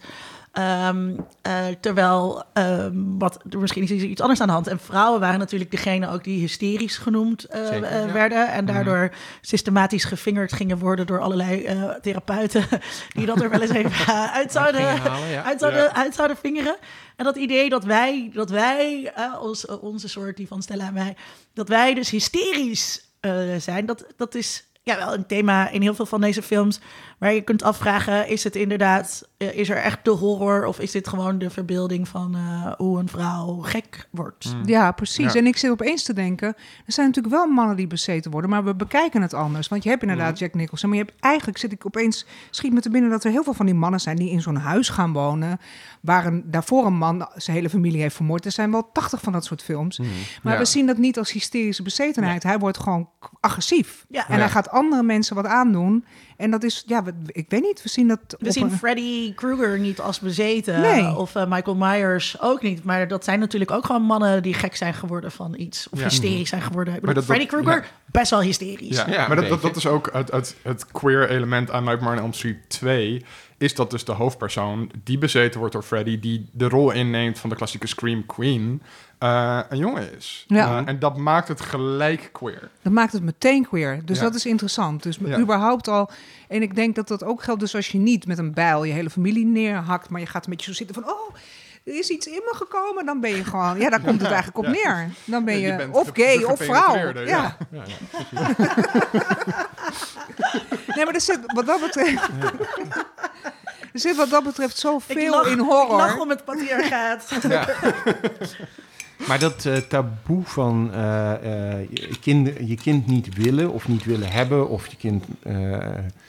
Terwijl misschien is iets anders aan de hand. En vrouwen waren natuurlijk degene ook die hysterisch genoemd werden. En daardoor systematisch gevingerd gingen worden door allerlei therapeuten. Die dat er wel eens even uit zouden vingeren. En dat idee dat wij onze soort die van Stella en mij, dat wij dus hysterisch zijn, dat is wel een thema in heel veel van deze films waar je kunt afvragen, is het inderdaad, is er echt de horror of is dit gewoon de verbeelding van hoe een vrouw gek wordt? Ja, precies. Ja. En ik zit opeens te denken, er zijn natuurlijk wel mannen die bezeten worden, maar we bekijken het anders. Want je hebt inderdaad Jack Nicholson, maar je hebt eigenlijk, schiet me te binnen dat er heel veel van die mannen zijn die in zo'n huis gaan wonen, waar daarvoor een man zijn hele familie heeft vermoord. Er zijn wel 80 van dat soort films. Maar we zien dat niet als hysterische bezetenheid. Hij wordt gewoon agressief. Ja. En hij gaat andere mensen wat aandoen. En dat is, ik weet niet, we zien dat... We zien Freddy Krueger niet als bezeten. Nee. Of Michael Myers ook niet. Maar dat zijn natuurlijk ook gewoon mannen die gek zijn geworden van iets. Of hysterisch zijn geworden. Freddy Krueger, best wel hysterisch. Ja, maar dat is ook het queer element aan Nightmare on Elm Street 2... is dat dus de hoofdpersoon die bezeten wordt door Freddy... die de rol inneemt van de klassieke Scream Queen... een jongen is. Ja. En dat maakt het gelijk queer. Dat maakt het meteen queer. Dus dat is interessant. Dus überhaupt al... En ik denk dat dat ook geldt dus als je niet met een bijl je hele familie neerhakt... maar je gaat een beetje zo zitten van... oh, er is iets in me gekomen, dan ben je gewoon... Ja, daar komt het eigenlijk op neer. Dan ben je of gay of vrouw. Ja. Nee, maar er zit wat dat betreft... Er zit wat dat betreft zoveel in horror. Ik lach om het patriarchaat. Ja. Maar dat taboe van je kind niet willen of niet willen hebben... of je kind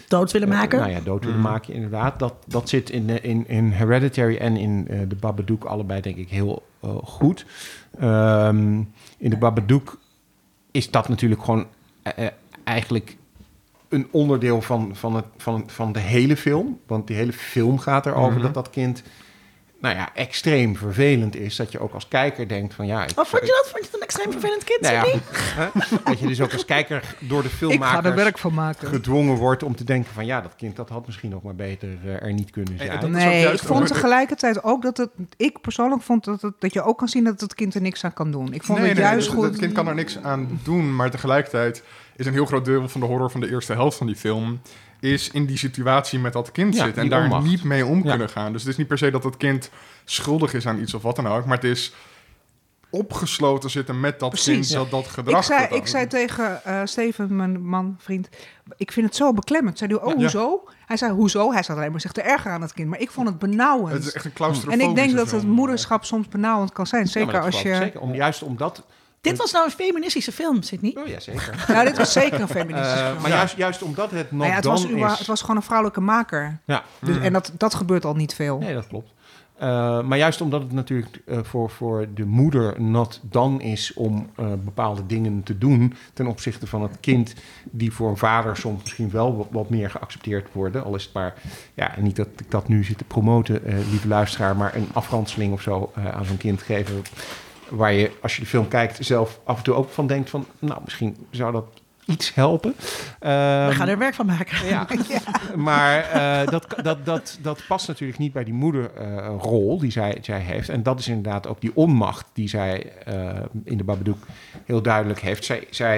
dood willen maken. Dood willen maken, inderdaad. Dat zit in Hereditary en in The Babadook allebei, denk ik, heel goed. In The Babadook is dat natuurlijk gewoon eigenlijk een onderdeel van de hele film. Want die hele film gaat erover dat kind extreem vervelend is. Dat je ook als kijker denkt van ja... Vond je dat? Vond je het een extreem vervelend kind, Sydney? Dat je dus ook als kijker door de filmmakers... Ik ga er werk van maken. ...gedwongen wordt om te denken van ja, dat kind dat had misschien nog maar beter er niet kunnen zijn. Nee, ik vond tegelijkertijd ook dat ik persoonlijk vond dat je ook kan zien dat het kind er niks aan kan doen. Ik vond het juist goed... Het kind kan er niks aan doen, maar tegelijkertijd is een heel groot deel van de horror van de eerste helft van die film... is in die situatie met dat kind zitten en daar onmacht. Niet mee om kunnen gaan. Dus het is niet per se dat het kind schuldig is aan iets of wat dan ook, maar het is opgesloten zitten met dat kind dat gedrag. Ik zei tegen Steven, mijn vriend, ik vind het zo beklemmend. Zei hij, hoezo? Hij zei, hoezo? Hij zat alleen maar zich te erger aan het kind. Maar ik vond het benauwend. Het is echt een claustrofobische En ik denk dat film. het moederschap soms benauwend kan zijn. Zeker als je... Zeker, juist omdat... Dit was nou een feministische film, Sydney? Oh ja, zeker. Nou, dit was zeker een feministische film. Maar juist omdat het nog het was gewoon een vrouwelijke maker. Ja. Dus, en dat gebeurt al niet veel. Nee, dat klopt. Maar juist omdat het natuurlijk voor de moeder not dan is om bepaalde dingen te doen ten opzichte van het kind die voor een vader soms misschien wel wat meer geaccepteerd worden. Al is het maar, niet dat ik dat nu zit te promoten, lieve luisteraar, maar een afranseling of zo aan zo'n kind geven. Waar je, als je de film kijkt, zelf af en toe ook van denkt van... nou, misschien zou dat iets helpen. We gaan er werk van maken. Ja. Maar dat past natuurlijk niet bij die moederrol die zij heeft. En dat is inderdaad ook die onmacht die zij in de Babadook heel duidelijk heeft.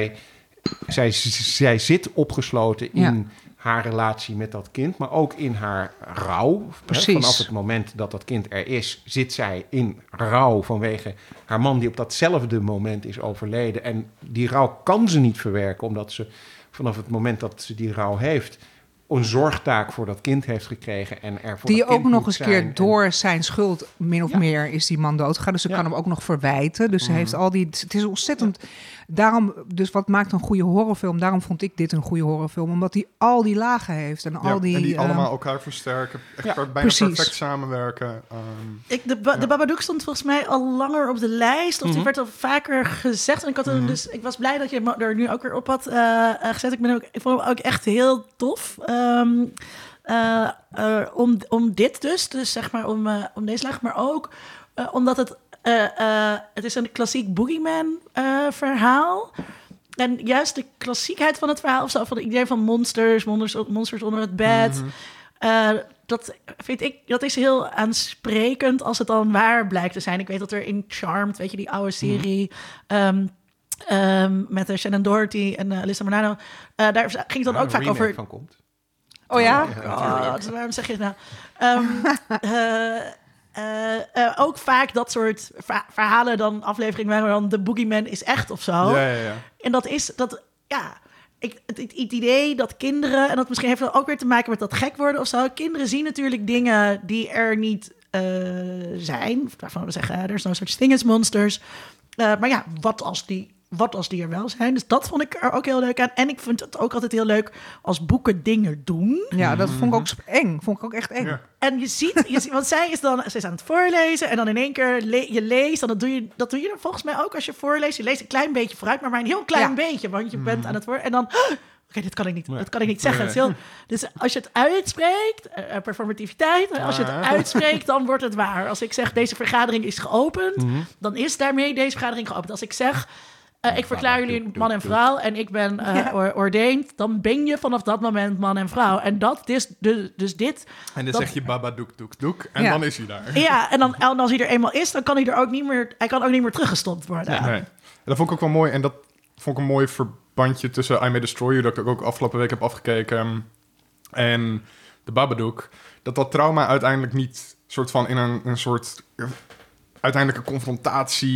Zij zit opgesloten in... haar relatie met dat kind, maar ook in haar rouw. Precies. Vanaf het moment dat dat kind er is, zit zij in rouw vanwege haar man die op datzelfde moment is overleden. En die rouw kan ze niet verwerken, omdat ze vanaf het moment dat ze die rouw heeft, een zorgtaak voor dat kind heeft gekregen. En er voor die dat kind ook nog eens zijn. keer door zijn schuld, min of meer, is die man doodgegaan. Dus ze kan hem ook nog verwijten. Dus ze heeft al die... Het is ontzettend... Daarom, dus wat maakt een goede horrorfilm? Daarom vond ik dit een goede horrorfilm. Omdat hij al die lagen heeft. En al die... En die allemaal elkaar versterken. Echt bijna perfect samenwerken. De Babadook stond volgens mij al langer op de lijst. Of die werd al vaker gezegd. En ik had dus ik was blij dat je hem er nu ook weer op had gezet. Ik vond hem ook echt heel tof. Om dit dus zeg maar om deze laag. Maar ook omdat het is een klassiek boogeyman verhaal. En juist de klassiekheid van het verhaal, of zo, van het idee van monsters onder het bed. Dat vind ik, dat is heel aansprekend als het dan waar blijkt te zijn. Ik weet dat er in Charmed, weet je, die oude serie... met Shannon Doherty en Alyssa Milano. Daar ging het dan ook vaak over... van komt. Oh ja? Waarom zeg je het nou? Ook vaak dat soort verhalen, dan afleveringen waar dan de boogeyman is echt of zo. Ja. En dat is dat, het idee dat kinderen, en dat misschien heeft dat ook weer te maken met dat gek worden of zo. Kinderen zien natuurlijk dingen die er niet zijn. Waarvan we zeggen, er is no such thing as monsters. Maar wat als die er wel zijn? Dus dat vond ik er ook heel leuk aan. En ik vind het ook altijd heel leuk als boeken dingen doen. Ja, dat vond ik ook eng. Vond ik ook echt eng. Ja. En je ziet, want zij is aan het voorlezen en dan in één keer je leest. En dat doe je dan volgens mij ook als je voorleest. Je leest een klein beetje vooruit, maar een heel klein beetje. Want je bent aan het voor. En dan... Oké, dit kan ik niet. Dat kan ik niet zeggen. Het is heel, dus als je het uitspreekt, performativiteit, als je het uitspreekt, dan wordt het waar. Als ik zeg, deze vergadering is geopend, dan is daarmee deze vergadering geopend. Als ik zeg, ik verklaar jullie man en vrouw en ik ben ordained, dan ben je vanaf dat moment man en vrouw. En dat is dus dit. En dan zeg je Babadook, doek, en dan is hij daar. Ja, en als hij er eenmaal is, dan kan hij er ook niet meer, hij kan ook niet meer teruggestopt worden. Ja. Nee. En dat vond ik ook wel mooi. En dat vond ik een mooi verbandje tussen I May Destroy You, dat ik ook afgelopen week heb afgekeken, en de Babadook. Dat trauma uiteindelijk niet soort van in een soort uiteindelijke confrontatie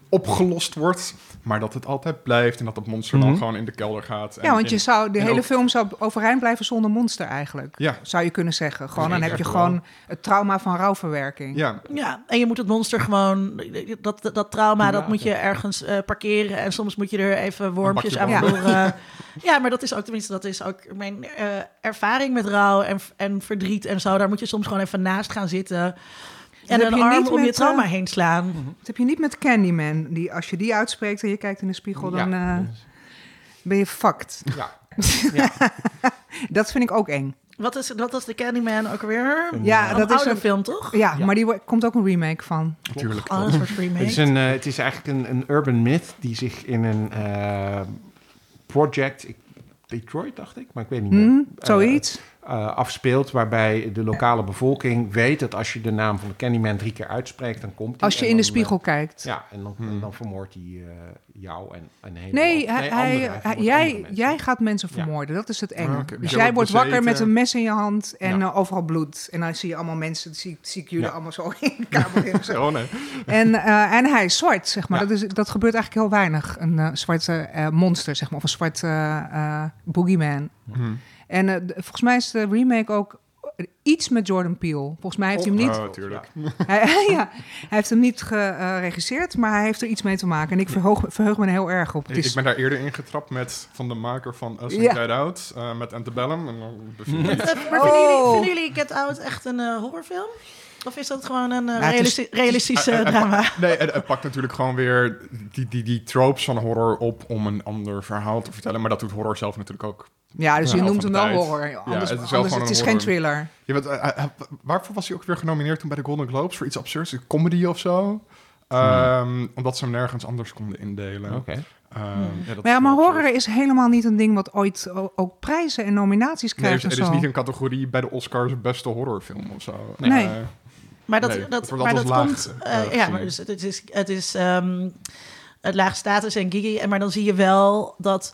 opgelost wordt, maar dat het altijd blijft en dat het monster dan gewoon in de kelder gaat. Ja, want de hele film zou overeind blijven zonder monster eigenlijk. Ja. Zou je kunnen zeggen. Gewoon, dan heb je gewoon het trauma van rouwverwerking. Ja, en je moet het monster gewoon... Dat trauma, dat moet je ergens parkeren. En soms moet je er even wormpjes aan voeren. Ja, maar dat is ook, tenminste, dat is ook mijn ervaring met rouw en verdriet en zo. Daar moet je soms gewoon even naast gaan zitten... En een arm om je trauma heen slaan. Dat heb je niet met Candyman. Als je die uitspreekt en je kijkt in de spiegel, dan ben je fucked. Ja. Dat vind ik ook eng. Wat is de Candyman ook weer? Dat is een film, toch? Ja, maar die komt ook een remake van. Natuurlijk. Alles wordt remake. Het is eigenlijk een urban myth die zich in een project... Detroit, dacht ik, maar ik weet niet meer. Zoiets. Afspeelt, waarbij de lokale bevolking weet dat als je de naam van de Candyman 3 keer uitspreekt, dan komt hij. Als je in de spiegel kijkt. Ja, en dan vermoordt hij jou en een hele... Nee, jij gaat mensen vermoorden. Dat is het enge. Okay. Dus jij wordt wakker met een mes in je hand en overal bloed. En dan zie je allemaal mensen, zie ik jullie allemaal zo in de kamer in. Zo. Nee. En hij is zwart, zeg maar. Dat gebeurt eigenlijk heel weinig. Een zwarte monster, zeg maar. Of een zwarte boogeyman. En volgens mij is de remake ook iets met Jordan Peele. Volgens mij heeft hij hem niet... Tuurlijk. Hij heeft hem niet geregisseerd, maar hij heeft er iets mee te maken. En ik verheug me er heel erg op. Ik ben daar eerder in getrapt van de maker van Us and Get Out, met Antebellum. En dan vinden jullie Get Out echt een horrorfilm? Of is dat gewoon een realistische drama? Nee, het pakt natuurlijk gewoon weer die tropes van horror op om een ander verhaal te vertellen. Maar dat doet horror zelf natuurlijk ook. Ja, dus je noemt hem wel horror. Anders, het is geen thriller. Waarvoor was hij ook weer genomineerd toen bij de Golden Globes? Voor iets absurds? Comedy of zo? Omdat ze hem nergens anders konden indelen. Oké. Maar horror is helemaal niet een ding wat ooit ook prijzen en nominaties krijgt. Nee, er is niet een categorie bij de Oscars beste horrorfilm of zo. Nee. Maar dat komt... maar dus het is laag status en geeky. Maar dan zie je wel dat...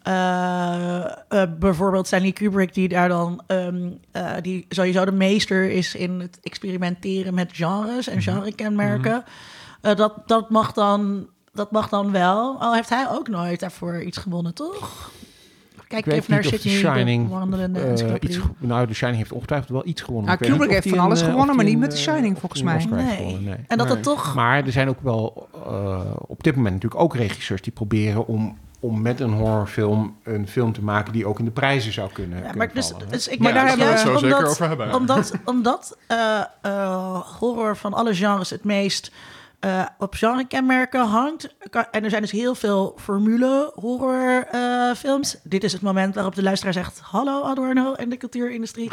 bijvoorbeeld Stanley Kubrick, die daar dan die sowieso de meester is in het experimenteren met genres en genrekenmerken. Dat mag dan wel. Al heeft hij ook nooit daarvoor iets gewonnen, toch? Kijk even naar Sydney, wandelende encyclopedie. The Shining heeft ongetwijfeld wel iets gewonnen. Kubrick heeft van alles gewonnen, maar niet met The Shining volgens mij. Nee. En dat het toch... Maar er zijn ook wel op dit moment natuurlijk ook regisseurs die proberen om met een horrorfilm een film te maken die ook in de prijzen zou kunnen maar vallen. Maar daar hebben we het zo zeker over hebben. Omdat horror van alle genres het meest op genrekenmerken hangt. En er zijn dus heel veel formule horrorfilms. Dit is het moment waarop de luisteraar zegt... Hallo Adorno en de cultuurindustrie.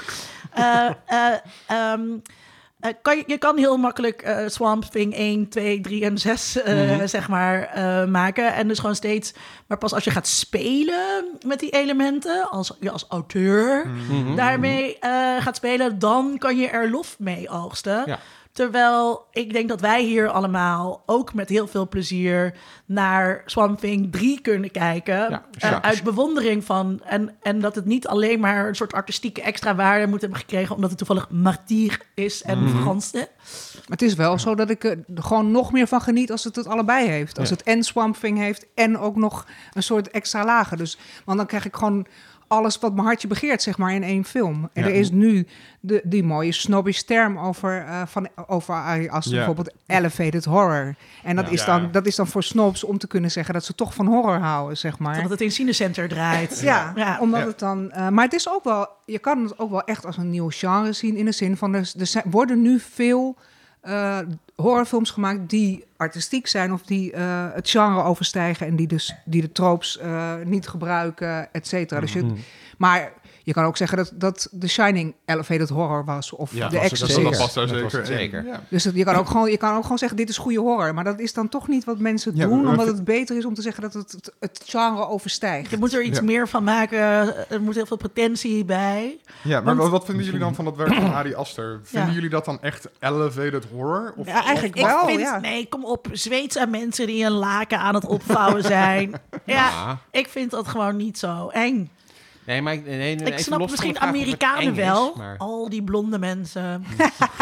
Je kan heel makkelijk Swamp Thing 1, 2, 3 en 6 zeg maar maken. En dus gewoon steeds... Maar pas als je gaat spelen met die elementen... als auteur daarmee gaat spelen... dan kan je er lof mee oogsten. Ja. Terwijl ik denk dat wij hier allemaal ook met heel veel plezier naar Swamp Thing 3 kunnen kijken. Uit bewondering van. En dat het niet alleen maar een soort artistieke extra waarde moet hebben gekregen. Omdat het toevallig martier is en verganst. Maar het is wel zo dat ik er gewoon nog meer van geniet als het allebei heeft. Als het en Swamp Thing heeft en ook nog een soort extra lagen. Dus, want dan krijg ik gewoon... alles wat mijn hartje begeert, zeg maar, in één film. En er is nu die mooie snobbish term over Ari Aster, bijvoorbeeld elevated horror. En dat is dan voor snobs om te kunnen zeggen dat ze toch van horror houden, zeg maar. Dat het in Cinecenter draait. Omdat het dan... maar het is ook wel... Je kan het ook wel echt als een nieuw genre zien, in de zin van... Er worden nu veel... horrorfilms gemaakt die artistiek zijn of die het genre overstijgen en die de tropes niet gebruiken, et cetera. Dus maar je kan ook zeggen dat The Shining elevated horror was of The Exorcist. Dat past daar zeker. Ja. Dus je kan ook gewoon zeggen dit is goede horror, maar dat is dan toch niet wat mensen doen, omdat het beter is om te zeggen dat het genre overstijgt. Je moet er iets meer van maken. Er moet heel veel pretentie bij. Ja, maar wat vinden jullie dan van dat werk van Ari Aster? Vinden jullie dat dan echt elevated horror? Of, eigenlijk wel. Nee, kom op. Zweedse mensen die een laken aan het opvouwen zijn. Ik vind dat gewoon niet zo eng. Nee, maar ik snap misschien Amerikanen wel. Maar... Al die blonde mensen.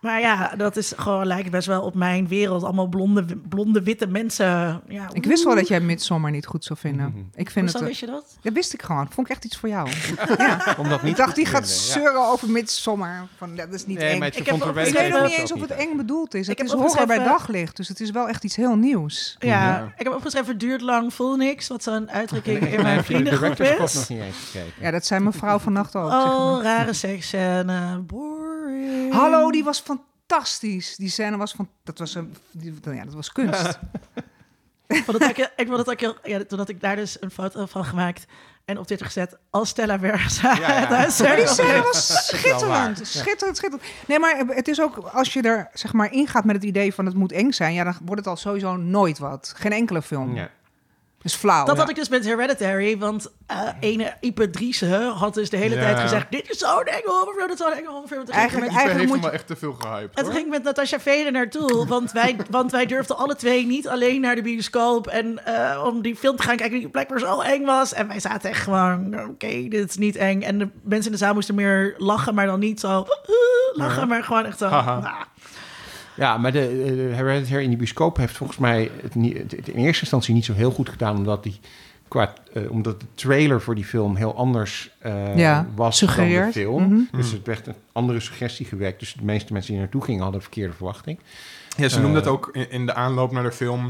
Maar ja, dat is gewoon lijkt best wel op mijn wereld. Allemaal blonde witte mensen. Ja, Ik wist wel dat jij Midsommar niet goed zou vinden. Ik vind Hoezo het. wist je dat? Dat wist ik gewoon. Vond ik echt iets voor jou. Ja. Omdat niet Ik dacht, die goed gaat vinden, ja. zeuren over Midsommar. Van, dat is niet eng. Maar het Ik heb vond er ook- wel Ik weet weet zelf nog niet ook eens of het niet. eng bedoeld is. Het heb is horror bij opgeschreven- daglicht, dus het is wel echt iets heel nieuws. Ja, Ja. ik heb opgeschreven, het duurt lang, voel niks. Wat zo'n uitdrukking in Nee, mijn de vriendengroep directors heb ik is. nog niet eens gekeken. Ja, dat zei mevrouw vannacht ook. Oh, rare seksscène. Boring. Hallo, die was fantastisch. Die scène was van, dat was kunst. Ik vond het ook heel... Ja, toen had ik daar dus een foto van gemaakt en op Twitter gezet. Als Stella Versa Ja. het huis Maar die zegt. scène was wel waar. schitterend. Schitterend. Nee, maar het is ook, als je er zeg maar ingaat met het idee van het moet eng zijn, ja, dan wordt het al sowieso nooit wat. Geen enkele film. Ja. Dus flauw. Dat had ik dus met Hereditary, want ene Ipe Driessen had dus de hele Ja. tijd gezegd... Dit is zo'n enge horrorfilm, dit is zo'n enge horrorfilm. Toen ging ik Eigenlijk- met- Ipe heeft moet hem wel je- echt te veel gehyped, En toen hoor. ging ik met Natasha Veen naartoe, want wij durfden alle twee niet alleen naar de bioscoop en om die film te gaan kijken die blijkbaar zo eng was. En wij zaten echt gewoon, oké, dit is niet eng. En de mensen in de zaal moesten meer lachen, maar dan niet zo lachen, maar gewoon echt zo... Haha. nou. Ja, maar de Hereditary in die bioscoop heeft volgens mij het in eerste instantie niet zo heel goed gedaan, omdat de trailer voor die film heel anders was dan de suggereert. film. Mhm. Dus het werd een andere suggestie gewekt. Dus de meeste mensen die naartoe gingen hadden een verkeerde verwachting. Ja, ze noemde het ook in de aanloop naar de film...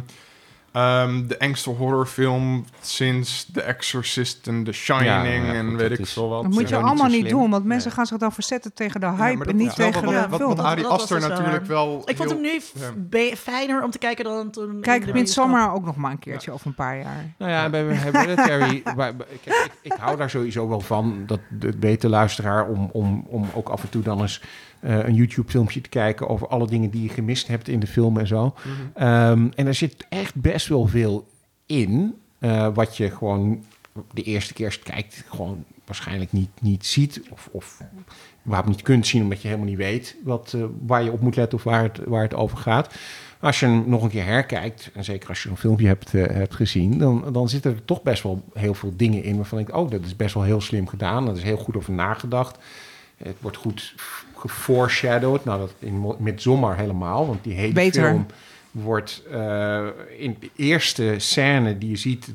de engste horrorfilm sinds The Exorcist en The Shining Ja, en goed, weet dat ik is- veel wat. Dat moet je Zo niet allemaal zo niet slim. doen, want mensen Nee. gaan zich dan verzetten tegen de Ja, hype maar dat en niet is wel tegen wat de film. Ari Dat was Aster dus wel natuurlijk wel... Ik vond hem nu ja. fijner om te kijken dan toen... Kijk, in de Midsommar ook nog maar een keertje over een paar jaar. Nou ja, bij Hereditary, ik hou daar sowieso wel van, dat het beter luisteraar om ook af en toe dan eens een YouTube-filmpje te kijken over alle dingen die je gemist hebt in de film en zo. En er zit echt best wel veel in, wat je gewoon de eerste keer als je het kijkt gewoon waarschijnlijk niet ziet of überhaupt niet kunt zien, omdat je helemaal niet weet waar je op moet letten of waar het over gaat. Als je hem nog een keer herkijkt, en zeker als je een filmpje hebt gezien, dan zitten er toch best wel heel veel dingen in waarvan ik, dat is best wel heel slim gedaan. Dat is heel goed over nagedacht. Het wordt goed geforeshadowed. Nou, dat in Midsommar helemaal, want die hele Beter. film wordt in de eerste scène die je ziet,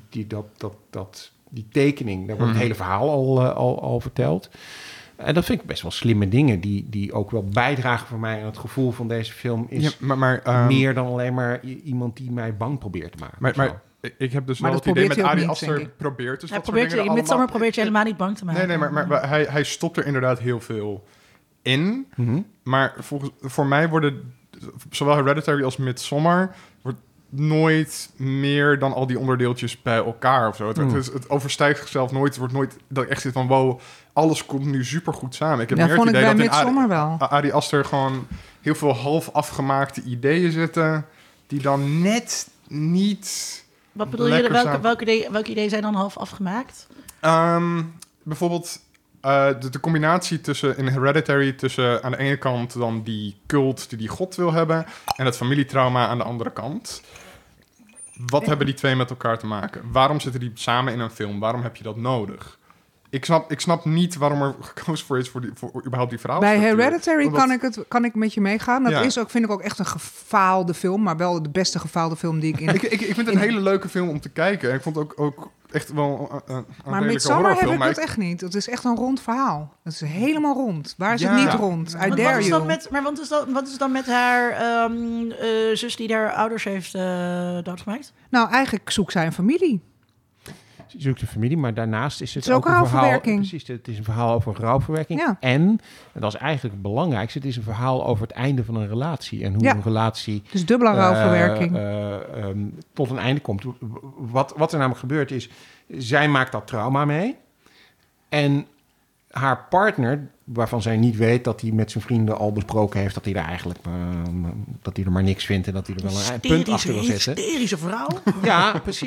die tekening, daar wordt het hele verhaal al verteld. En dat vind ik best wel slimme dingen die ook wel bijdragen voor mij aan het gevoel van deze film. Is Ja, maar meer dan alleen maar iemand die mij bang probeert te maken. Maar ik heb dus Maar wel dat het idee probeert met hij ook Ari niet, Aster denk ik. probeert dus Hij dat soort probeert dingen in Midsommar allemaal- probeert je helemaal niet bang te maken. Nee, maar hij stopt er inderdaad heel veel in. Mhm. Maar voor mij worden zowel Hereditary als Midsommar wordt nooit meer dan al die onderdeeltjes bij elkaar of zo. Het overstijgt zichzelf nooit. Het wordt nooit dat ik echt zit van wow, alles komt nu supergoed samen. Ik heb Ja, meer vond het ik idee bij dat in Midsommar wel. Ari Aster gewoon heel veel half afgemaakte ideeën zitten die dan net niet... Wat bedoel je? lekker samen. Welke ideeën zijn dan half afgemaakt? Bijvoorbeeld de combinatie in Hereditary tussen aan de ene kant dan die cult die god wil hebben en het familietrauma aan de andere kant. Wat hebben die twee met elkaar te maken? Waarom zitten die samen in een film? Waarom heb je dat nodig? Ik snap niet waarom er gekozen voor is voor überhaupt die verhaalstructuur. Bij Hereditary Omdat- kan ik met je meegaan. Dat Ja. is ook, vind ik ook echt een gefaalde film, maar wel de beste gefaalde film die ik in... Ik vind het een hele leuke film om te kijken. En ik vond het ook echt wel een Maar redelijke Midsommar heb horrorfilm. ik Maar dat echt niet. Het is echt een rond verhaal. Het is helemaal rond. Waar is Ja. het niet Ja. rond? I Want dare wat is you. wat is dan met haar zus die haar ouders heeft doodgemaakt? Nou, eigenlijk zoekt zij een familie. Je zoekt een familie, maar daarnaast is het Het is ook een verhaal. rouwverwerking. Precies, het is een verhaal over rouwverwerking. Ja. En dat is eigenlijk het belangrijkste, het is een verhaal over het einde van een relatie. En hoe Ja. een relatie Dus dubbele rouwverwerking. tot een einde komt. Wat er namelijk gebeurt is, zij maakt dat trauma mee. En haar partner, waarvan zij niet weet dat hij met zijn vrienden al besproken heeft dat hij er eigenlijk dat hij er maar niks vindt en dat hij er wel een punt achter wil zetten. Hysterische vrouw. Ja, precies.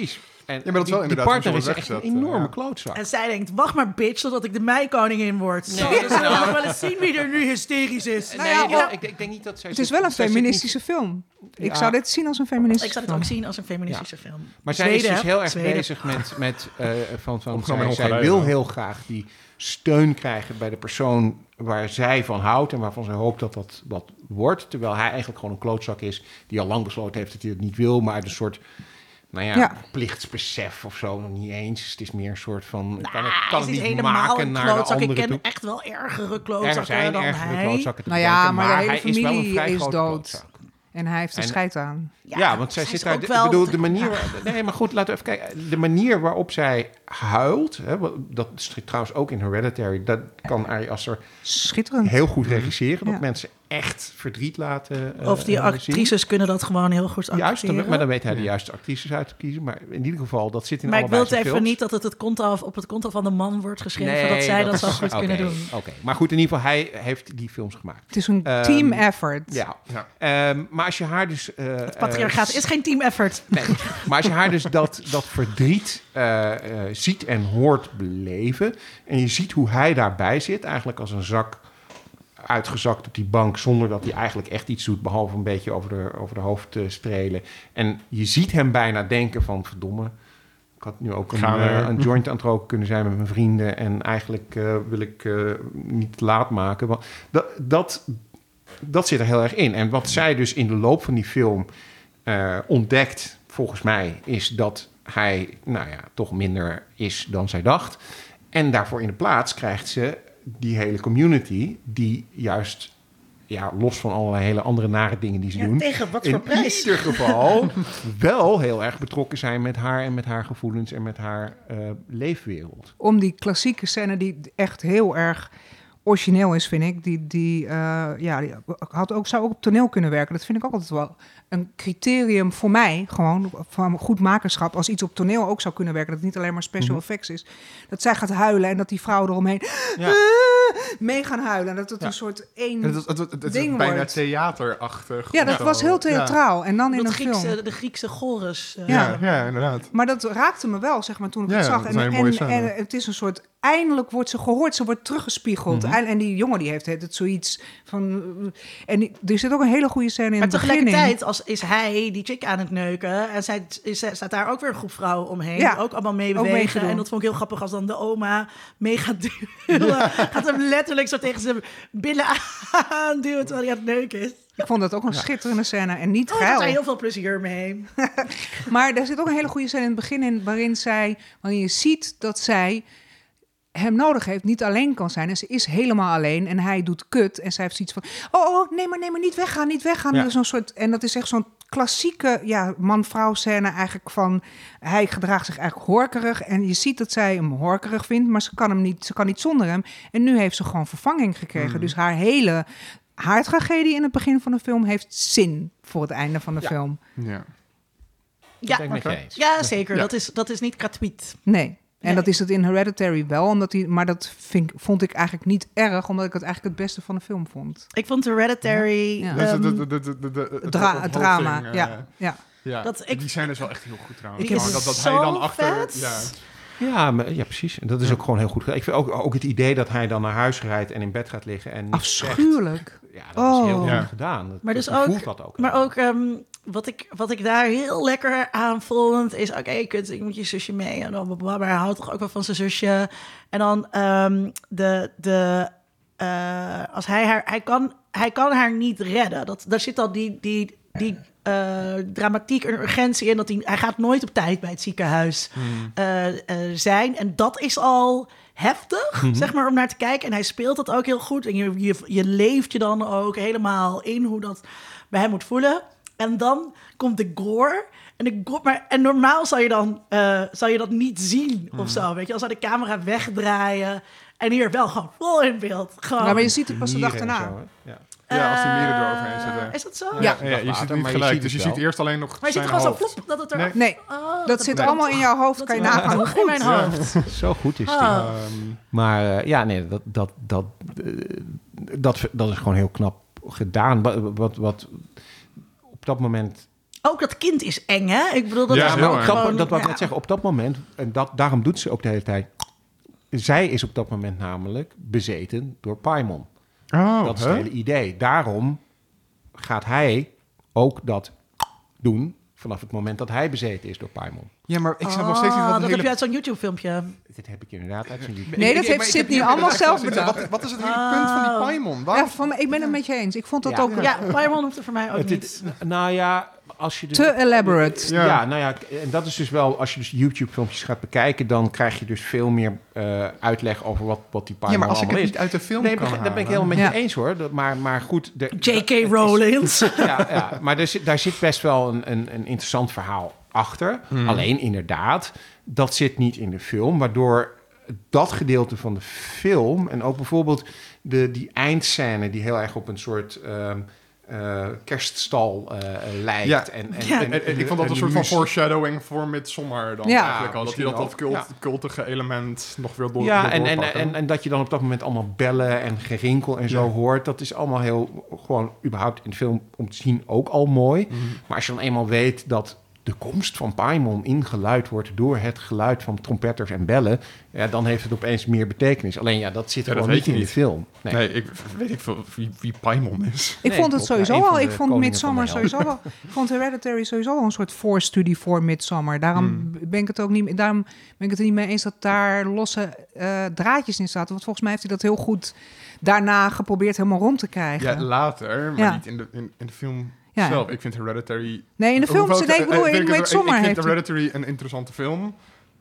En maar dat is wel die inderdaad partner hoe is ze echt wordt een weggezet, enorme ja. klootzak. En zij denkt, wacht maar bitch, totdat ik de meikoningin word. Nee. Zo, dus we gaan wel eens zien wie er nu hysterisch is. Nou ja, ik denk niet dat zij... Het is wel een zij zit feministische film. Ik Ja. zou dit zien als een feministische Ik zou het film. ook zien als een feministische film. Maar zij is Zweden, dus hè? heel erg Zweden. bezig met Opgenomen in zij Hongarije wil wel. heel graag die steun krijgen bij de persoon waar zij van houdt en waarvan zij hoopt dat dat wat wordt. Terwijl hij eigenlijk gewoon een klootzak is die al lang besloten heeft dat hij het niet wil, maar uit een soort plichtsbesef of zo nog niet eens. Het is meer een soort van, kan Hij het is niet helemaal maken een naar de klootzak. Ik andere ken toe. echt wel ergere Er klootzakken zijn dan ergere hij. klootzakken te Nou ja, bedenken, maar de hele hij is wel een familie vrij is grote dood. klootzak. En hij heeft er En- scheid aan. Ja, want zij zij zit is daar. ook Ik wel- bedoel, de manier. Nee, maar goed, laten we even kijken. De manier waarop zij huilt. Hè, dat is trouwens ook in Hereditary. Dat kan Ari Aster Schitterend. heel goed regisseren. Dat Ja. mensen echt verdriet laten. Of die zien. actrices kunnen dat gewoon heel goed Juist, acteren. maar dan weet hij de juiste actrices uit te kiezen. Maar in ieder geval, dat zit in Maar ik wil allebei het zijn even films. niet dat het op het konto van de man wordt geschreven... dat zij dat zo is- goed oké, kunnen doen. Oké, maar goed, in ieder geval, hij heeft die films gemaakt. Het is een team effort. Ja. Ja. Maar als je haar dus... Patriarchaat is geen team effort. Nee, maar als je haar dus dat verdriet ziet en hoort beleven... en je ziet hoe hij daarbij zit, eigenlijk als een zak uitgezakt op die bank... zonder dat hij eigenlijk echt iets doet, behalve een beetje over de hoofd te strelen. En je ziet hem bijna denken van, verdomme... ik had nu ook een joint aan het roken kunnen zijn met mijn vrienden... en eigenlijk wil ik niet te laat maken. Want dat zit er heel erg in. En wat zij dus in de loop van die film ontdekt, volgens mij, is dat hij toch minder is dan zij dacht. En daarvoor in de plaats krijgt ze die hele community die juist, los van allerlei hele andere nare dingen die ze doen, Tegen wat voor in prijs? ieder geval wel heel erg betrokken zijn met haar en met haar gevoelens en met haar leefwereld. Om die klassieke scène die echt heel erg origineel is, vind ik. Die zou ook op toneel kunnen werken. Dat vind ik ook altijd wel een criterium voor mij, gewoon van goed makerschap. Als iets op toneel ook zou kunnen werken, dat het niet alleen maar special effects is. Dat zij gaat huilen en dat die vrouw eromheen mee gaan huilen. En dat het een soort één Het is ding bijna wordt. theaterachtig. Ja, of dat zo. was heel theatraal. En dan in Dat een film. de Griekse chorus. Ja, inderdaad. Maar dat raakte me wel, zeg maar, toen ik Ja, het zag. dat is een hele mooie scène. En het is een soort... Eindelijk wordt ze gehoord, ze wordt teruggespiegeld. En die jongen die heeft het zoiets van... En er zit ook een hele goede scène in Maar het begin in. tegelijkertijd is hij die chick aan het neuken. En staat daar ook weer een groep vrouwen omheen. Ja, Die ook allemaal ook meebewegen. meegedoen. En dat vond ik heel grappig als dan de oma mee gaat duwen. Gaat hem letterlijk zo tegen zijn billen aanduwen terwijl hij aan het neuken is. Ik vond dat ook een schitterende scène en niet Oh, ik had daar geil. heel veel plezier mee. Maar er zit ook een hele goede scène in het begin in... waarin je ziet dat zij hem nodig heeft, niet alleen kan zijn. En ze is helemaal alleen en hij doet kut. En zij heeft zoiets van, nee maar niet weggaan. Ja. Dus zo'n soort, en dat is echt zo'n klassieke man-vrouw scène eigenlijk van... hij gedraagt zich eigenlijk horkerig en je ziet dat zij hem horkerig vindt... maar ze kan niet zonder hem. En nu heeft ze gewoon vervanging gekregen. Dus haar hele tragedie in het begin van de film heeft zin voor het einde van de film. Ja. Ja, Ben ik met je eens. ja zeker. Ja. Dat is niet gratuit. Nee. En Nee. dat is het in Hereditary wel, maar dat vond ik eigenlijk niet erg... omdat ik het eigenlijk het beste van de film vond. Ik vond Hereditary... Ja. Dus ehm, Het drama, ja. Die zijn dus wel echt heel goed trouwens. Die is Gewoon dat zo hij dan achter... vet. Ja. Ja, precies. En dat is ook gewoon heel goed. Ik vind ook het idee dat hij dan naar huis rijdt en in bed gaat liggen en niks zegt. Afschuwelijk. Ja, dat is heel goed Ja. gedaan. Maar dus je ook, voelt dat ook. maar ook wat ik daar heel lekker aan vond, is oké, kut, ik moet je zusje mee. En dan maar hij houdt toch ook wel van zijn zusje. En dan als hij kan haar niet redden. Daar zit al die dramatiek en urgentie in. Dat hij gaat nooit op tijd bij het ziekenhuis zijn. En dat is al heftig, zeg maar, om naar te kijken. En hij speelt dat ook heel goed. En je leeft je dan ook helemaal in hoe dat bij hem moet voelen. En dan komt de gore. En normaal zou je dat niet zien of zo. Weet je, als zou de camera wegdraaien. En hier wel gewoon vol in beeld. Gewoon. Ja, maar je ziet het pas de dag Nieren en daarna. zo, hè? Ja. Ja, als die mieren eroverheen zitten. Is dat zo? Ja. Ja, je ziet het niet maar je gelijk. ziet Dus je het ziet wel. eerst alleen nog Maar je ziet zijn gewoon zo hoofd. flop dat het er... Nee. Nee, Oh, dat zit nee. allemaal in jouw hoofd. dat Kan je is wel nagaan hoe toch in mijn goed. hoofd. Zo goed is die. Ah. Maar dat is gewoon heel knap gedaan. Wat op dat moment Ook dat kind is eng, hè? Ik bedoel, dat Ja, is heel ook erg. gewoon... Grappig, dat wou ik ja. net zeggen. Op dat moment, en daarom doet ze ook de hele tijd... Zij is op dat moment namelijk bezeten door Paimon. Dat is het hele idee. Daarom gaat hij ook dat doen vanaf het moment dat hij bezeten is door Paimon. Ja, maar ik snap nog steeds niet wat dat het heb je hele... uit zo'n YouTube-filmpje. Dit heb ik inderdaad uit zijn Nee, dat heeft maar ik Sydney heb allemaal niet- zelf bedacht. Wat is het hele punt van die Paimon? Waarom- Ik ben het met je eens. Ik vond dat Ja. ook Ja, Paimon hoeft er voor mij ook niet. Nou ja, als je... te elaborate. Ja, nou ja, en dat is dus wel... Als je dus YouTube-filmpjes gaat bekijken... dan krijg je dus veel meer uitleg over wat die Paimon Ja, maar als ik het allemaal is. niet uit de film Nee, kan dat ben ik halen. helemaal met Ja. je eens hoor. Maar goed... J.K. Rowling. Ja, maar daar zit best wel een interessant verhaal achter. Alleen inderdaad, dat zit niet in de film. Waardoor dat gedeelte van de film... en ook bijvoorbeeld die eindscène... die heel erg op een soort... kerststal lijkt. Ja. Ja. En ik vond dat een soort van foreshadowing voor Midsommar dan Ja. eigenlijk al. Dat hij dat Misschien ook, cultige element nog weer door Ja, doorpakken. en dat je dan op dat moment allemaal bellen en gerinkel en zo Ja. hoort... dat is allemaal heel, gewoon überhaupt in de film om te zien ook al mooi. Maar als je dan eenmaal weet dat de komst van Paimon ingeluid wordt... door het geluid van trompetters en bellen... ja, dan heeft het opeens meer betekenis. Alleen ja, dat zit Ja, gewoon dat niet weet in je de film. Nee, ik weet niet veel wie Paimon is. Ik Nee, vond het klopt. sowieso Ja, een al. van Ik de vond koningen Midsommar van de sowieso wel. Ik vond Hereditary sowieso wel een soort voorstudie voor Midsommar. Daarom ben ik het ook niet. Daarom ben ik het er niet mee eens dat daar losse draadjes in zaten. Want volgens mij heeft hij dat heel goed daarna geprobeerd helemaal rond te krijgen. Ja, later, maar Ja. niet in de film Ja. zelf. Ik vind Hereditary... Nee, in de film. Hoewel Nee, ik bedoel, in Midsommar Ik heeft vind hij. Hereditary een interessante film.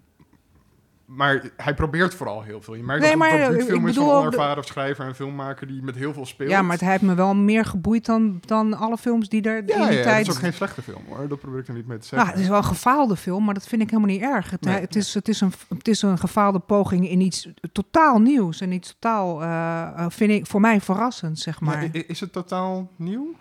Maar hij probeert vooral heel veel. Je merkt Nee, dat maar, het een ik debuutfilm is van bedoel een ook de- onervaren schrijver en filmmaker die met heel veel speelt. Ja, maar hij heeft me wel meer geboeid dan alle films die er in die ja, tijd... het is ook geen slechte film hoor. Dat probeer ik er niet mee te zeggen. Nou, het is wel een gefaalde film, maar dat vind ik helemaal niet erg. Het is een gefaalde poging in iets totaal nieuws en iets totaal, vind ik, voor mij verrassend, zeg maar. Ja, is het totaal nieuw?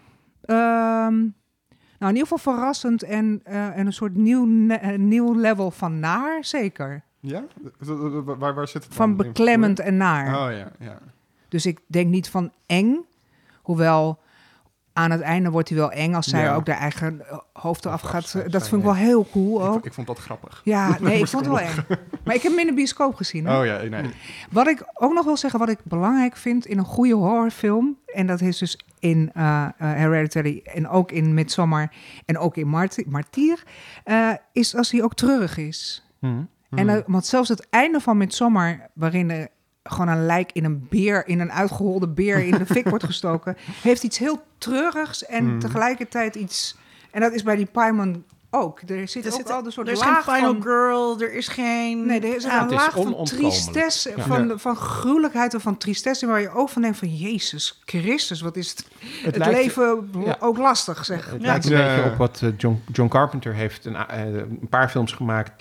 Nou, in ieder geval verrassend en een soort nieuw level van naar, zeker. Ja? Waar zit het Van dan? beklemmend en naar. Oh ja. Dus ik denk niet van eng, hoewel aan het einde wordt hij wel eng als zij Ja. ook de eigen hoofd eraf gaat. afsnijdt, Dat vind ik wel heel cool ook. Ik vond dat grappig. Ja, nee, ik moest vond het wel eng. Maar ik heb hem in de bioscoop gezien. Hè? Oh ja, nee. Wat ik ook nog wil zeggen, wat ik belangrijk vind in een goede horrorfilm... en dat is dus in Hereditary en ook in Midsommar en ook in Martyr... is als hij ook treurig is. En, want zelfs het einde van Midsommar, waarin er gewoon een lijk in een uitgeholde beer in de fik wordt gestoken... heeft iets heel treurigs en tegelijkertijd iets... En dat is bij die Paimon ook. Er zit ook al een soort Er is laag geen final van... girl, er is geen... Nee, er is Ja, een het is laag van onontkomelijk. tristesse, Ja. van gruwelijkheid en van tristesse... waar je ook van denkt van... Jezus Christus, wat is het lijkt- leven ja. ook lastig, zeg. Het Ja. lijkt een Ja. beetje op wat John Carpenter heeft een paar films gemaakt...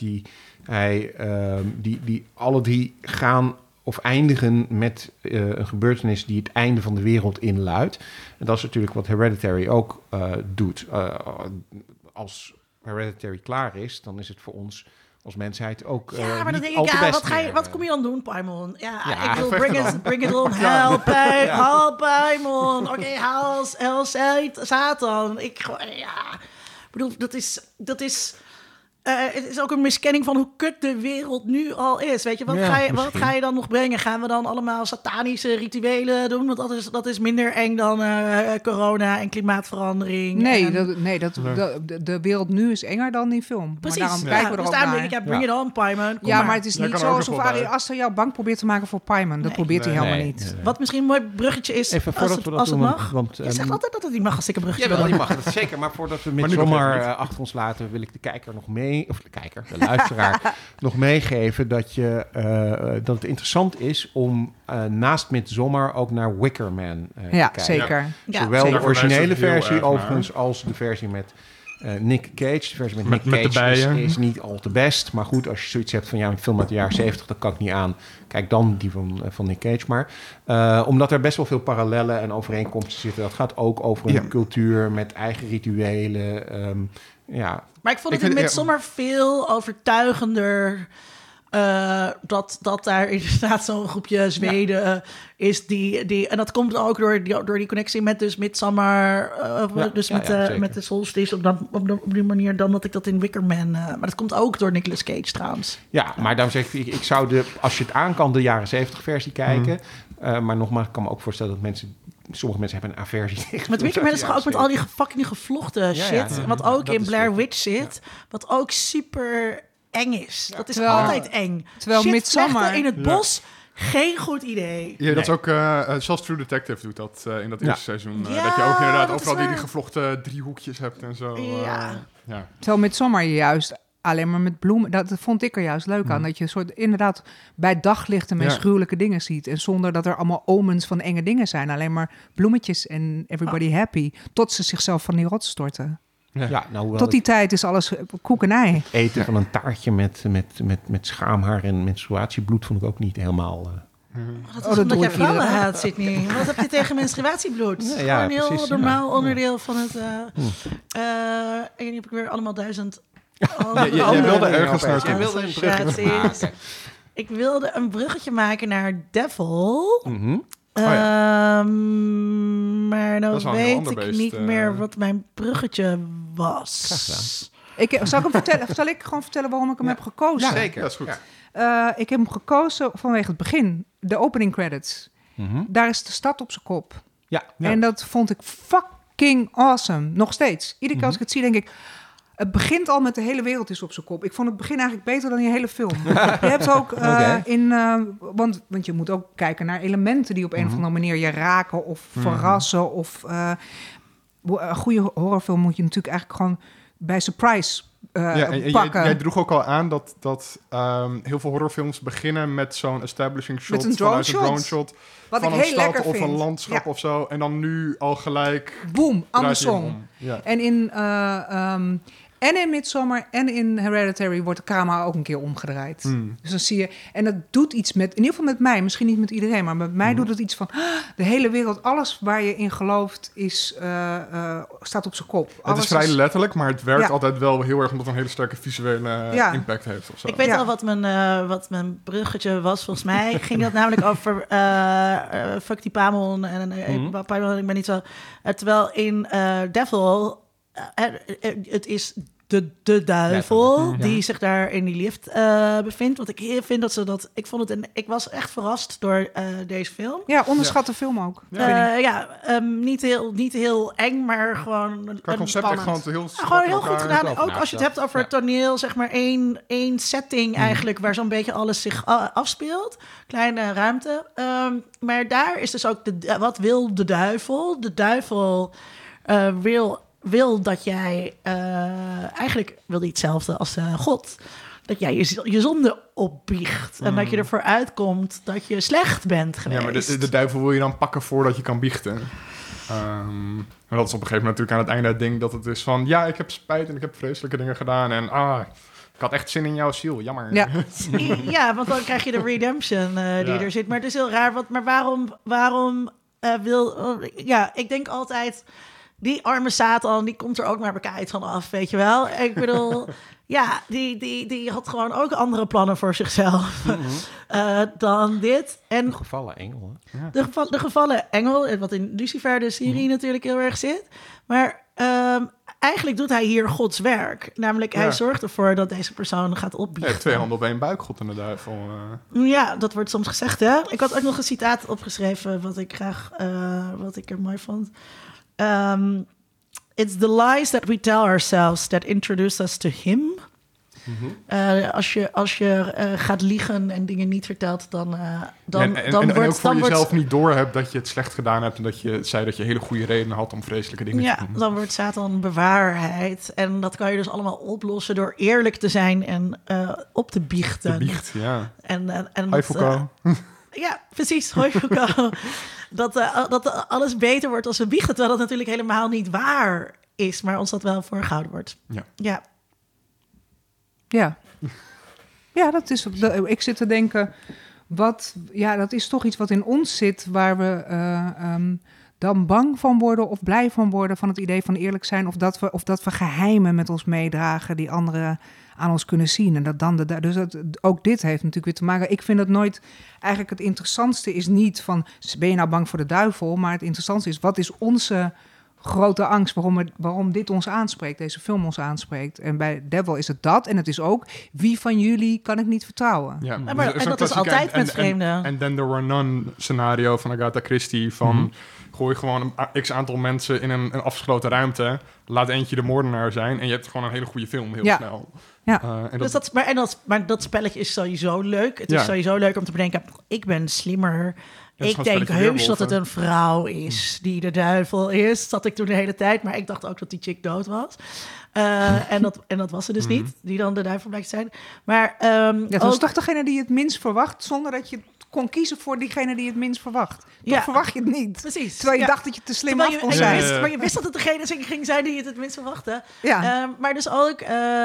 die alle drie gaan of eindigen met een gebeurtenis... die het einde van de wereld inluidt. En dat is natuurlijk wat Hereditary ook doet. Als Hereditary klaar is, dan is het voor ons als mensheid ook Ja, maar dan niet denk al ik, te ja, best meer. wat kom je dan doen, Paimon? Ja, Ja, ik wil vechten bring it on, help, help, Paimon. Oké, haal Satan. Ik bedoel, dat is het is ook een miskenning van hoe kut de wereld nu al is. Weet je, wat ga je dan nog brengen? Gaan we dan allemaal satanische rituelen doen? Want dat is minder eng dan corona en klimaatverandering. De wereld nu is enger dan die film. Precies. Maar daarom Ja, kijken we dus er ook daarom naar. denk ik, bring it on, Paimon. Kom Ja, maar het is Jij niet kan er ook zo nog alsof wel bij. Ari Aster jou bang probeert te maken voor Paimon. Dat Nee. probeert hij helemaal niet. Wat misschien een mooi bruggetje is, Even voordat we dat als het doen, mag. want, Je zegt altijd dat het niet mag als ik een bruggetje Jawel, wil. die mag dat zeker. Maar voordat we nu nog Midsommar even niet. achter ons laten... wil ik de kijker nog de luisteraar... nog meegeven dat dat het interessant is... om naast Midsommar ook naar Wicker Man te Ja, kijken. zeker. Ja, Zowel zeker. de originele Daar verwijst het versie heel erg overigens... als de versie met Nick Cage. De versie met Met Nick de Cage bijen. is niet al te best. Maar goed, als je zoiets hebt van... ja, een film uit de jaren 70, dat kan ik niet aan. Kijk dan die van Nick Cage maar. Omdat er best wel veel parallellen en overeenkomsten zitten. Dat gaat ook over een cultuur met eigen rituelen. Ja, Maar ik vond het Ik in vind- Midsommar veel overtuigender dat daar inderdaad zo'n groepje Zweden is die... En dat komt ook door die connectie met dus Midsommar. Met de Solstice op die manier dan dat ik dat in Wicker Man... maar dat komt ook door Nicolas Cage trouwens. Ja, maar dan zeg ik zou als je het aan kan, de jaren 70 versie kijken. Maar nogmaals, ik kan me ook voorstellen dat sommige mensen hebben een aversie tegen. Met Wicker Man is toch ook met al die fucking gevlochten shit. Ja. Wat ook in Blair Witch zit. Ja. Wat ook super eng is. Ja. Dat is altijd eng. Terwijl Midsommar in het bos... Geen goed idee. Ja, dat is ook... zelfs True Detective doet dat in dat eerste seizoen. Dat je ook inderdaad overal die gevlochten driehoekjes hebt en zo. Terwijl Midsommar juist alleen maar met bloemen... Dat vond ik er juist leuk aan. Dat je soort inderdaad bij daglicht de meest gruwelijke dingen ziet. En zonder dat er allemaal omens van enge dingen zijn. Alleen maar bloemetjes en everybody happy. Tot ze zichzelf van die rots storten. Ja, tot die tijd is alles koek en ei. Eten van een taartje met schaamhaar en menstruatiebloed vond ik ook niet helemaal... Dat is omdat jij vrouwen haat, Sydney. Wat heb je tegen menstruatiebloed? Ja, gewoon een heel normaal onderdeel van het... en nu heb ik weer allemaal 1000... Jij wilde ergens naartoe. Jij wilde een bruggetje maken. Ik wilde een bruggetje maken naar Devil. Maar dan weet ik niet meer wat mijn bruggetje was. Zal ik gewoon vertellen waarom ik hem heb gekozen? Ja, zeker. Dat is goed. Ik heb hem gekozen vanwege het begin. De opening credits. Daar is de stad op zijn kop. Ja. En dat vond ik fucking awesome. Nog steeds. Iedere keer als ik het zie, denk ik... Het begint al met de hele wereld is op zijn kop. Ik vond het begin eigenlijk beter dan die hele film. Je hebt ook want je moet ook kijken naar elementen die op een of andere manier je raken of verrassen. Of een goede horrorfilm moet je natuurlijk eigenlijk gewoon bij surprise pakken. Jij droeg ook al aan dat heel veel horrorfilms beginnen met zo'n establishing shot. Met een drone shot. Wat van ik een heel stad lekker of vind. een landschap of zo. En dan nu al gelijk... Boom, andersom. Ja. En in Midsommar en in Hereditary wordt de camera ook een keer omgedraaid. Dus dan zie je... En dat doet iets met... In ieder geval met mij, misschien niet met iedereen... maar met mij doet het iets van... de hele wereld, alles waar je in gelooft... staat op zijn kop. Het is vrij letterlijk, maar het werkt altijd wel heel erg... omdat het een hele sterke visuele impact heeft. Of zo. Ik weet al wat mijn bruggetje was. Volgens mij ging dat namelijk over... fuck die Pamon. Pamon, ik ben niet zo... terwijl in Devil... het is de duivel die zich daar in die lift bevindt. Want ik vind dat ze dat... Ik was echt verrast door deze film. Ja, onderschatte film ook. Niet heel eng, maar gewoon... Qua concept echt gewoon heel goed gedaan. Ook als je het hebt over het toneel, zeg maar één setting eigenlijk... waar zo'n beetje alles zich afspeelt. Kleine ruimte. Maar daar is dus ook... wat wil de duivel? De duivel wil dat jij... eigenlijk wil hij hetzelfde als God. Dat jij je zonde opbiecht. En dat je ervoor uitkomt dat je slecht bent geweest. Ja, maar de duivel wil je dan pakken voordat je kan biechten. Maar dat is op een gegeven moment natuurlijk aan het einde het ding... dat het is van... Ja, ik heb spijt en ik heb vreselijke dingen gedaan. En ik had echt zin in jouw ziel. Jammer. Ja, want dan krijg je de redemption die er zit. Maar het is heel raar. Maar waarom wil... ik denk altijd... Die arme Satan, die komt er ook maar bekijkt van af, weet je wel. Ik bedoel, die had gewoon ook andere plannen voor zichzelf dan dit. En de gevallen engel, hè? Ja. De gevallen engel, wat in Lucifer de serie natuurlijk heel erg zit. Maar eigenlijk doet hij hier Gods werk. Namelijk, hij zorgt ervoor dat deze persoon gaat opbiechten. 2 handen op 1 buik, God en de duivel. Ja, dat wordt soms gezegd, hè. Ik had ook nog een citaat opgeschreven wat ik er mooi vond. It's the lies that we tell ourselves that introduce us to him. Als je gaat liegen en dingen niet vertelt, dan ook voor jezelf niet doorhebt dat je het slecht gedaan hebt... en dat je zei dat je hele goede redenen had om vreselijke dingen te doen. Ja, dan wordt Satan bewaarheid. En dat kan je dus allemaal oplossen door eerlijk te zijn en op te biechten. De biecht, ja. Hoi Foucault. Ja, precies. Hoi Foucault. Dat alles beter wordt als we biechten, terwijl dat natuurlijk helemaal niet waar is, maar ons dat wel voorgehouden wordt. Ja, dat is... Ik zit te denken, dat is toch iets wat in ons zit, waar we dan bang van worden of blij van worden van het idee van eerlijk zijn, of dat we geheimen met ons meedragen die anderen aan ons kunnen zien. En dat dan ook dit heeft natuurlijk weer te maken. Ik vind het nooit, eigenlijk het interessantste is niet van, ben je nou bang voor de duivel? Maar het interessantste is, wat is onze grote angst, waarom dit ons aanspreekt, deze film ons aanspreekt. En bij Devil is het dat. En het is ook, wie van jullie kan ik niet vertrouwen? Ja, en dat is altijd met vreemden. En then there were none scenario van Agatha Christie van gooi gewoon een x-aantal mensen in een afgesloten ruimte, laat eentje de moordenaar zijn en je hebt gewoon een hele goede film heel snel. Ja. Maar dat spelletje is sowieso leuk. Het is sowieso leuk om te bedenken, ik ben slimmer. Ik denk heus dat het een vrouw is die de duivel is. Zat ik toen de hele tijd. Maar ik dacht ook dat die chick dood was. En dat was ze dus niet. Die dan de duivel blijkt te zijn. Maar dat was toch degene die je het minst verwacht, zonder dat je kon kiezen voor diegene die het minst verwacht. Toch verwacht je het niet. Precies. Terwijl je dacht dat je te slim af kon zijn. Maar je wist dat het degene ging zijn die het minst verwachtte. Ja. Maar dus ook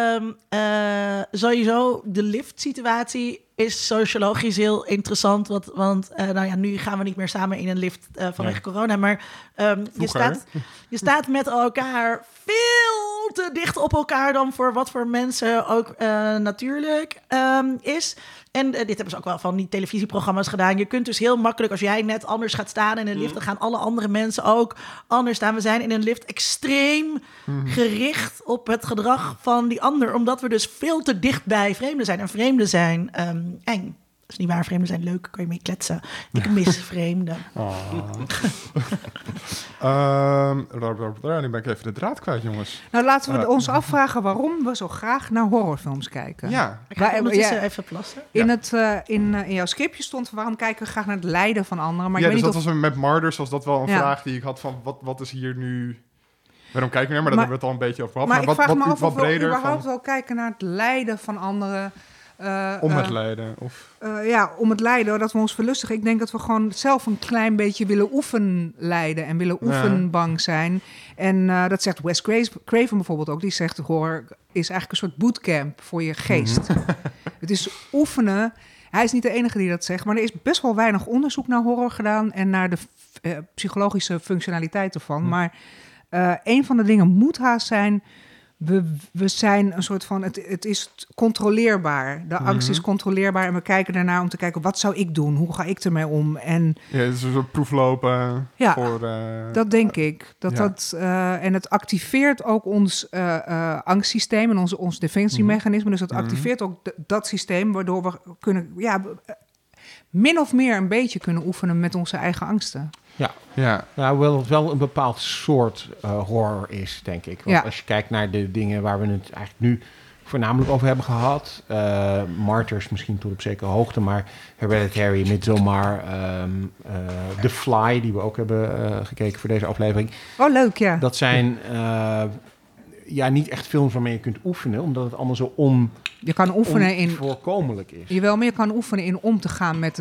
sowieso de lift-situatie is sociologisch heel interessant. Want nu gaan we niet meer samen in een lift vanwege corona. Maar je staat met elkaar veel te dicht op elkaar dan voor wat voor mensen ook natuurlijk is. En dit hebben ze ook wel van die televisieprogramma's gedaan. Je kunt dus heel makkelijk, als jij net anders gaat staan in een lift, dan gaan alle andere mensen ook anders staan. We zijn in een lift extreem gericht op het gedrag van die ander, omdat we dus veel te dicht bij vreemden zijn. En vreemden zijn eng. Dat is niet waar, vreemden zijn leuk, kan je mee kletsen. Ik mis vreemden. Nu ben ik even de draad kwijt, jongens. Nou, laten we ons afvragen waarom we zo graag naar horrorfilms kijken. Ja. Ik ga ondertussen even plassen. In jouw scriptje stond, waarom kijken we graag naar het lijden van anderen? Maar ja, ik weet dus niet dat was met Martyrs, was dat wel een vraag die ik had van, wat is hier nu... Waarom kijken we naar? Maar dat hebben we het al een beetje over gehad. Maar ik vraag me af wat of we breder überhaupt wel kijken naar het lijden van anderen. Om het lijden? Of... om het lijden, dat we ons verlustigen. Ik denk dat we gewoon zelf een klein beetje willen oefenlijden en willen oefenbang zijn. En dat zegt Wes Craven bijvoorbeeld ook. Die zegt, horror is eigenlijk een soort bootcamp voor je geest. Het is oefenen. Hij is niet de enige die dat zegt, maar er is best wel weinig onderzoek naar horror gedaan en naar de psychologische functionaliteit ervan. Maar een van de dingen moet haast zijn, we zijn een soort van, het is controleerbaar. De angst is controleerbaar en we kijken daarnaar om te kijken, wat zou ik doen? Hoe ga ik ermee om? En ja, het is een soort proeflopen. Ja, voor, dat denk ik. En het activeert ook ons angstsysteem en ons defensiemechanisme. Dus het activeert ook dat systeem, waardoor we kunnen, min of meer een beetje kunnen oefenen met onze eigen angsten. Ja, hoewel het wel een bepaald soort horror is, denk ik. Want als je kijkt naar de dingen waar we het eigenlijk nu voornamelijk over hebben gehad. Martyrs misschien tot op zekere hoogte, maar Hereditary, Midsommar, The Fly, die we ook hebben gekeken voor deze aflevering. Oh, leuk, ja. Dat zijn niet echt films waarmee je kunt oefenen, omdat het allemaal zo je kan oefenen onvoorkomelijk is. Jawel, maar je kan oefenen in om te gaan met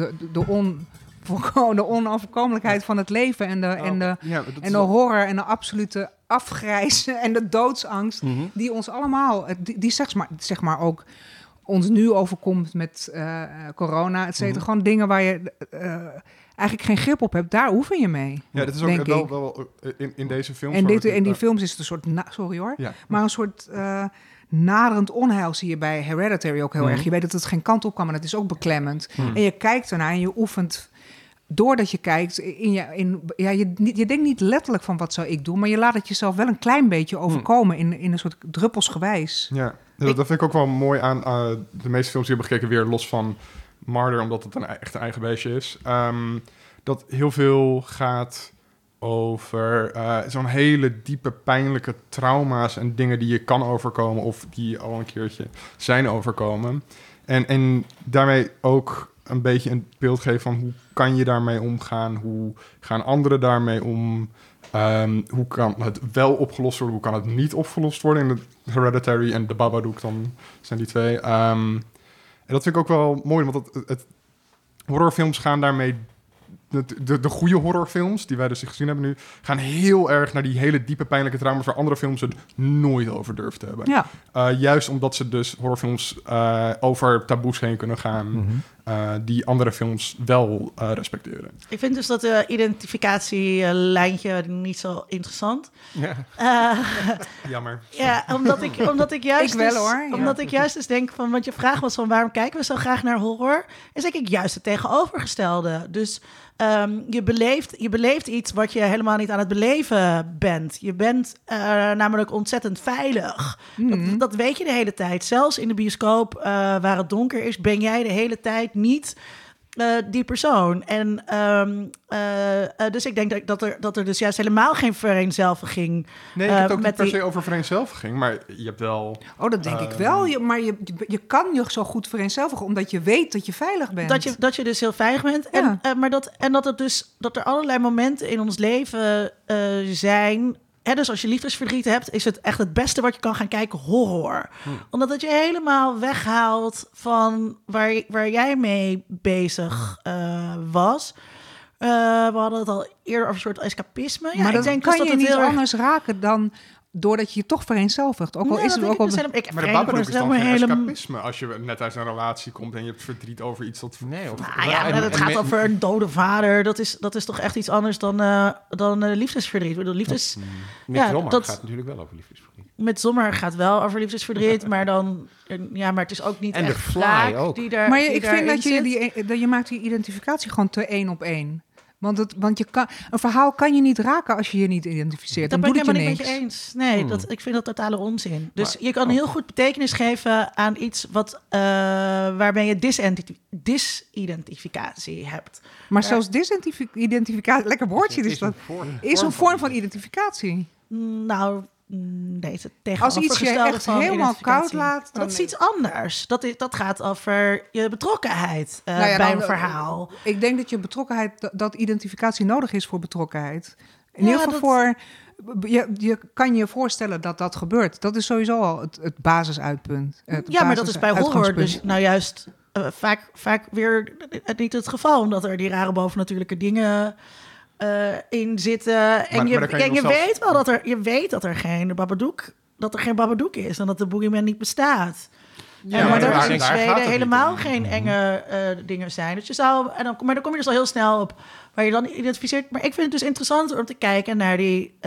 de onoverkomelijkheid van het leven en de horror en de absolute afgrijs en de doodsangst die ons allemaal, die zeg maar ook ons nu overkomt met corona, et cetera. Gewoon dingen waar je eigenlijk geen grip op hebt, daar oefen je mee. Ja, dat is ook wel in deze films. En in die films is het een soort, sorry hoor, maar een soort naderend onheil zie je bij Hereditary ook heel erg. Je weet dat het geen kant op kan, maar het is ook beklemmend. En je kijkt ernaar en je oefent, doordat je kijkt, je denkt niet letterlijk van wat zou ik doen, maar je laat het jezelf wel een klein beetje overkomen in een soort druppelsgewijs. Ja, dat vind ik ook wel mooi aan de meeste films die we hebben gekeken, weer los van Martyr, omdat het echt een eigen beestje is. Dat heel veel gaat over zo'n hele diepe, pijnlijke trauma's en dingen die je kan overkomen of die al een keertje zijn overkomen. En daarmee ook een beetje een beeld geven van hoe kan je daarmee omgaan, hoe gaan anderen daarmee om, hoe kan het wel opgelost worden, hoe kan het niet opgelost worden. In de Hereditary en The Babadook dan zijn die twee. En dat vind ik ook wel mooi, want het horrorfilms gaan daarmee, de goede horrorfilms die wij dus gezien hebben nu, gaan heel erg naar die hele diepe pijnlijke trauma's waar andere films het nooit over durven te hebben. Ja. Juist omdat ze dus horrorfilms over taboes heen kunnen gaan. die andere films wel respecteren. Ik vind dus dat de identificatielijntje niet zo interessant. Ja. Jammer. Ja, omdat ik juist Ik wel, dus, hoor, ja. omdat ik juist dus denk van, want je vraag was van waarom kijken we zo graag naar horror, is denk ik juist het tegenovergestelde. Dus je beleeft iets wat je helemaal niet aan het beleven bent. Je bent namelijk ontzettend veilig. Dat weet je de hele tijd. Zelfs in de bioscoop waar het donker is, ben jij de hele tijd niet die persoon. En dus ik denk dat er dus juist helemaal geen vereenzelviging... Nee, ik heb het ook met niet per die- se over vereenzelviging, maar je hebt wel... Oh, dat denk ik wel. Maar je kan je zo goed vereenzelvigen, omdat je weet dat je veilig bent. Dat je dus heel veilig bent. Ja. Dat er allerlei momenten in ons leven zijn. Hè, dus als je liefdesverdriet hebt, is het echt het beste wat je kan gaan kijken horror. Omdat het je helemaal weghaalt van waar jij mee bezig was. We hadden het al eerder over een soort escapisme. Ja, maar ik dat denk kan dus dat je het niet heel erg... anders raken dan doordat je je toch vereenzelvigt. Ook al Nee, is dat het denk ook ik al... dus helemaal- ik Maar de vreemd Babadook is dan word geen helemaal- escapisme als je net uit een relatie komt en je hebt verdriet over iets dat... Nee, of, Nou ja, maar het gaat over een dode vader. Dat is toch echt iets anders dan liefdesverdriet. Ik bedoel, Midsommar dat- gaat natuurlijk wel over liefdesverdriet. Midsommar gaat wel over liefdesverdriet, maar dan... Ja, maar het is ook niet En de echt Fly wraak ook. die daar Maar die ik daarin vind zit. je maakt die identificatie gewoon te 1 op 1. Want een verhaal kan je niet raken als je je niet identificeert. Dat Dan ben ik doet het helemaal je niet niks. met je eens. Nee, ik vind dat totale onzin. Dus Maar- je kan heel goed betekenis geven aan iets waarbij je disidentificatie hebt. Maar zelfs disidentificatie, lekker woordje, dus dat is een vorm van identificatie. Nou, nee, het Als tegenovergestelde iets je echt van helemaal koud identificatie. laat, dan Dat is iets anders. Dat gaat over je betrokkenheid bij dan, een verhaal. Ik denk dat je betrokkenheid, dat identificatie nodig is voor betrokkenheid. In Ja, ieder geval dat- voor... Je kan je voorstellen dat dat gebeurt. Dat is sowieso al het basisuitpunt. Ja, maar dat is bij horror dus nou juist vaak weer niet het geval. Omdat er die rare bovennatuurlijke dingen in zitten. En Maar dan kan je nog zelfs- weet wel dat er geen Babadook is. En dat de Boogeyman niet bestaat. Ja, maar maar dat daar- er in daar gaat Zweden het niet helemaal om. geen enge dingen zijn. Dus maar dan kom je dus al heel snel op waar je dan identificeert. Maar ik vind het dus interessanter om te kijken naar die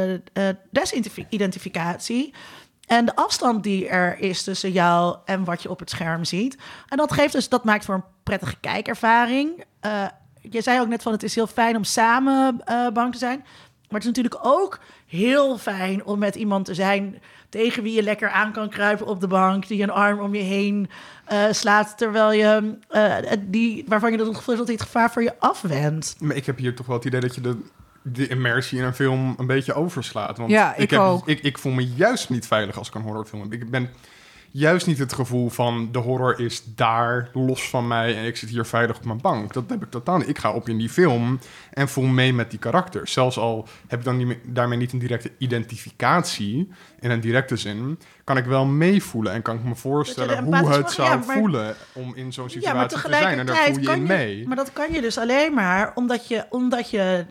desidentificatie. En de afstand die er is tussen jou en wat je op het scherm ziet. En dat maakt voor een prettige kijkervaring. Je zei ook net van het is heel fijn om samen bang te zijn. Maar het is natuurlijk ook heel fijn om met iemand te zijn tegen wie je lekker aan kan kruipen op de bank, die een arm om je heen slaat, terwijl je waarvan je het gevoel dat hij het gevaar voor je afwendt. Maar ik heb hier toch wel het idee dat je de immersie in een film een beetje overslaat. Want Ja, ik ook. Ik voel me juist niet veilig als ik een horrorfilm heb. Ik ben juist niet het gevoel van de horror is daar los van mij en ik zit hier veilig op mijn bank. Dat heb ik totaal niet. Ik ga op in die film en voel mee met die karakters. Zelfs al heb ik dan daarmee niet een directe identificatie in een directe zin, kan ik wel meevoelen en kan ik me voorstellen hoe het zou voelen om in zo'n situatie te zijn. En daar voel je in mee. Maar dat kan je dus alleen maar omdat je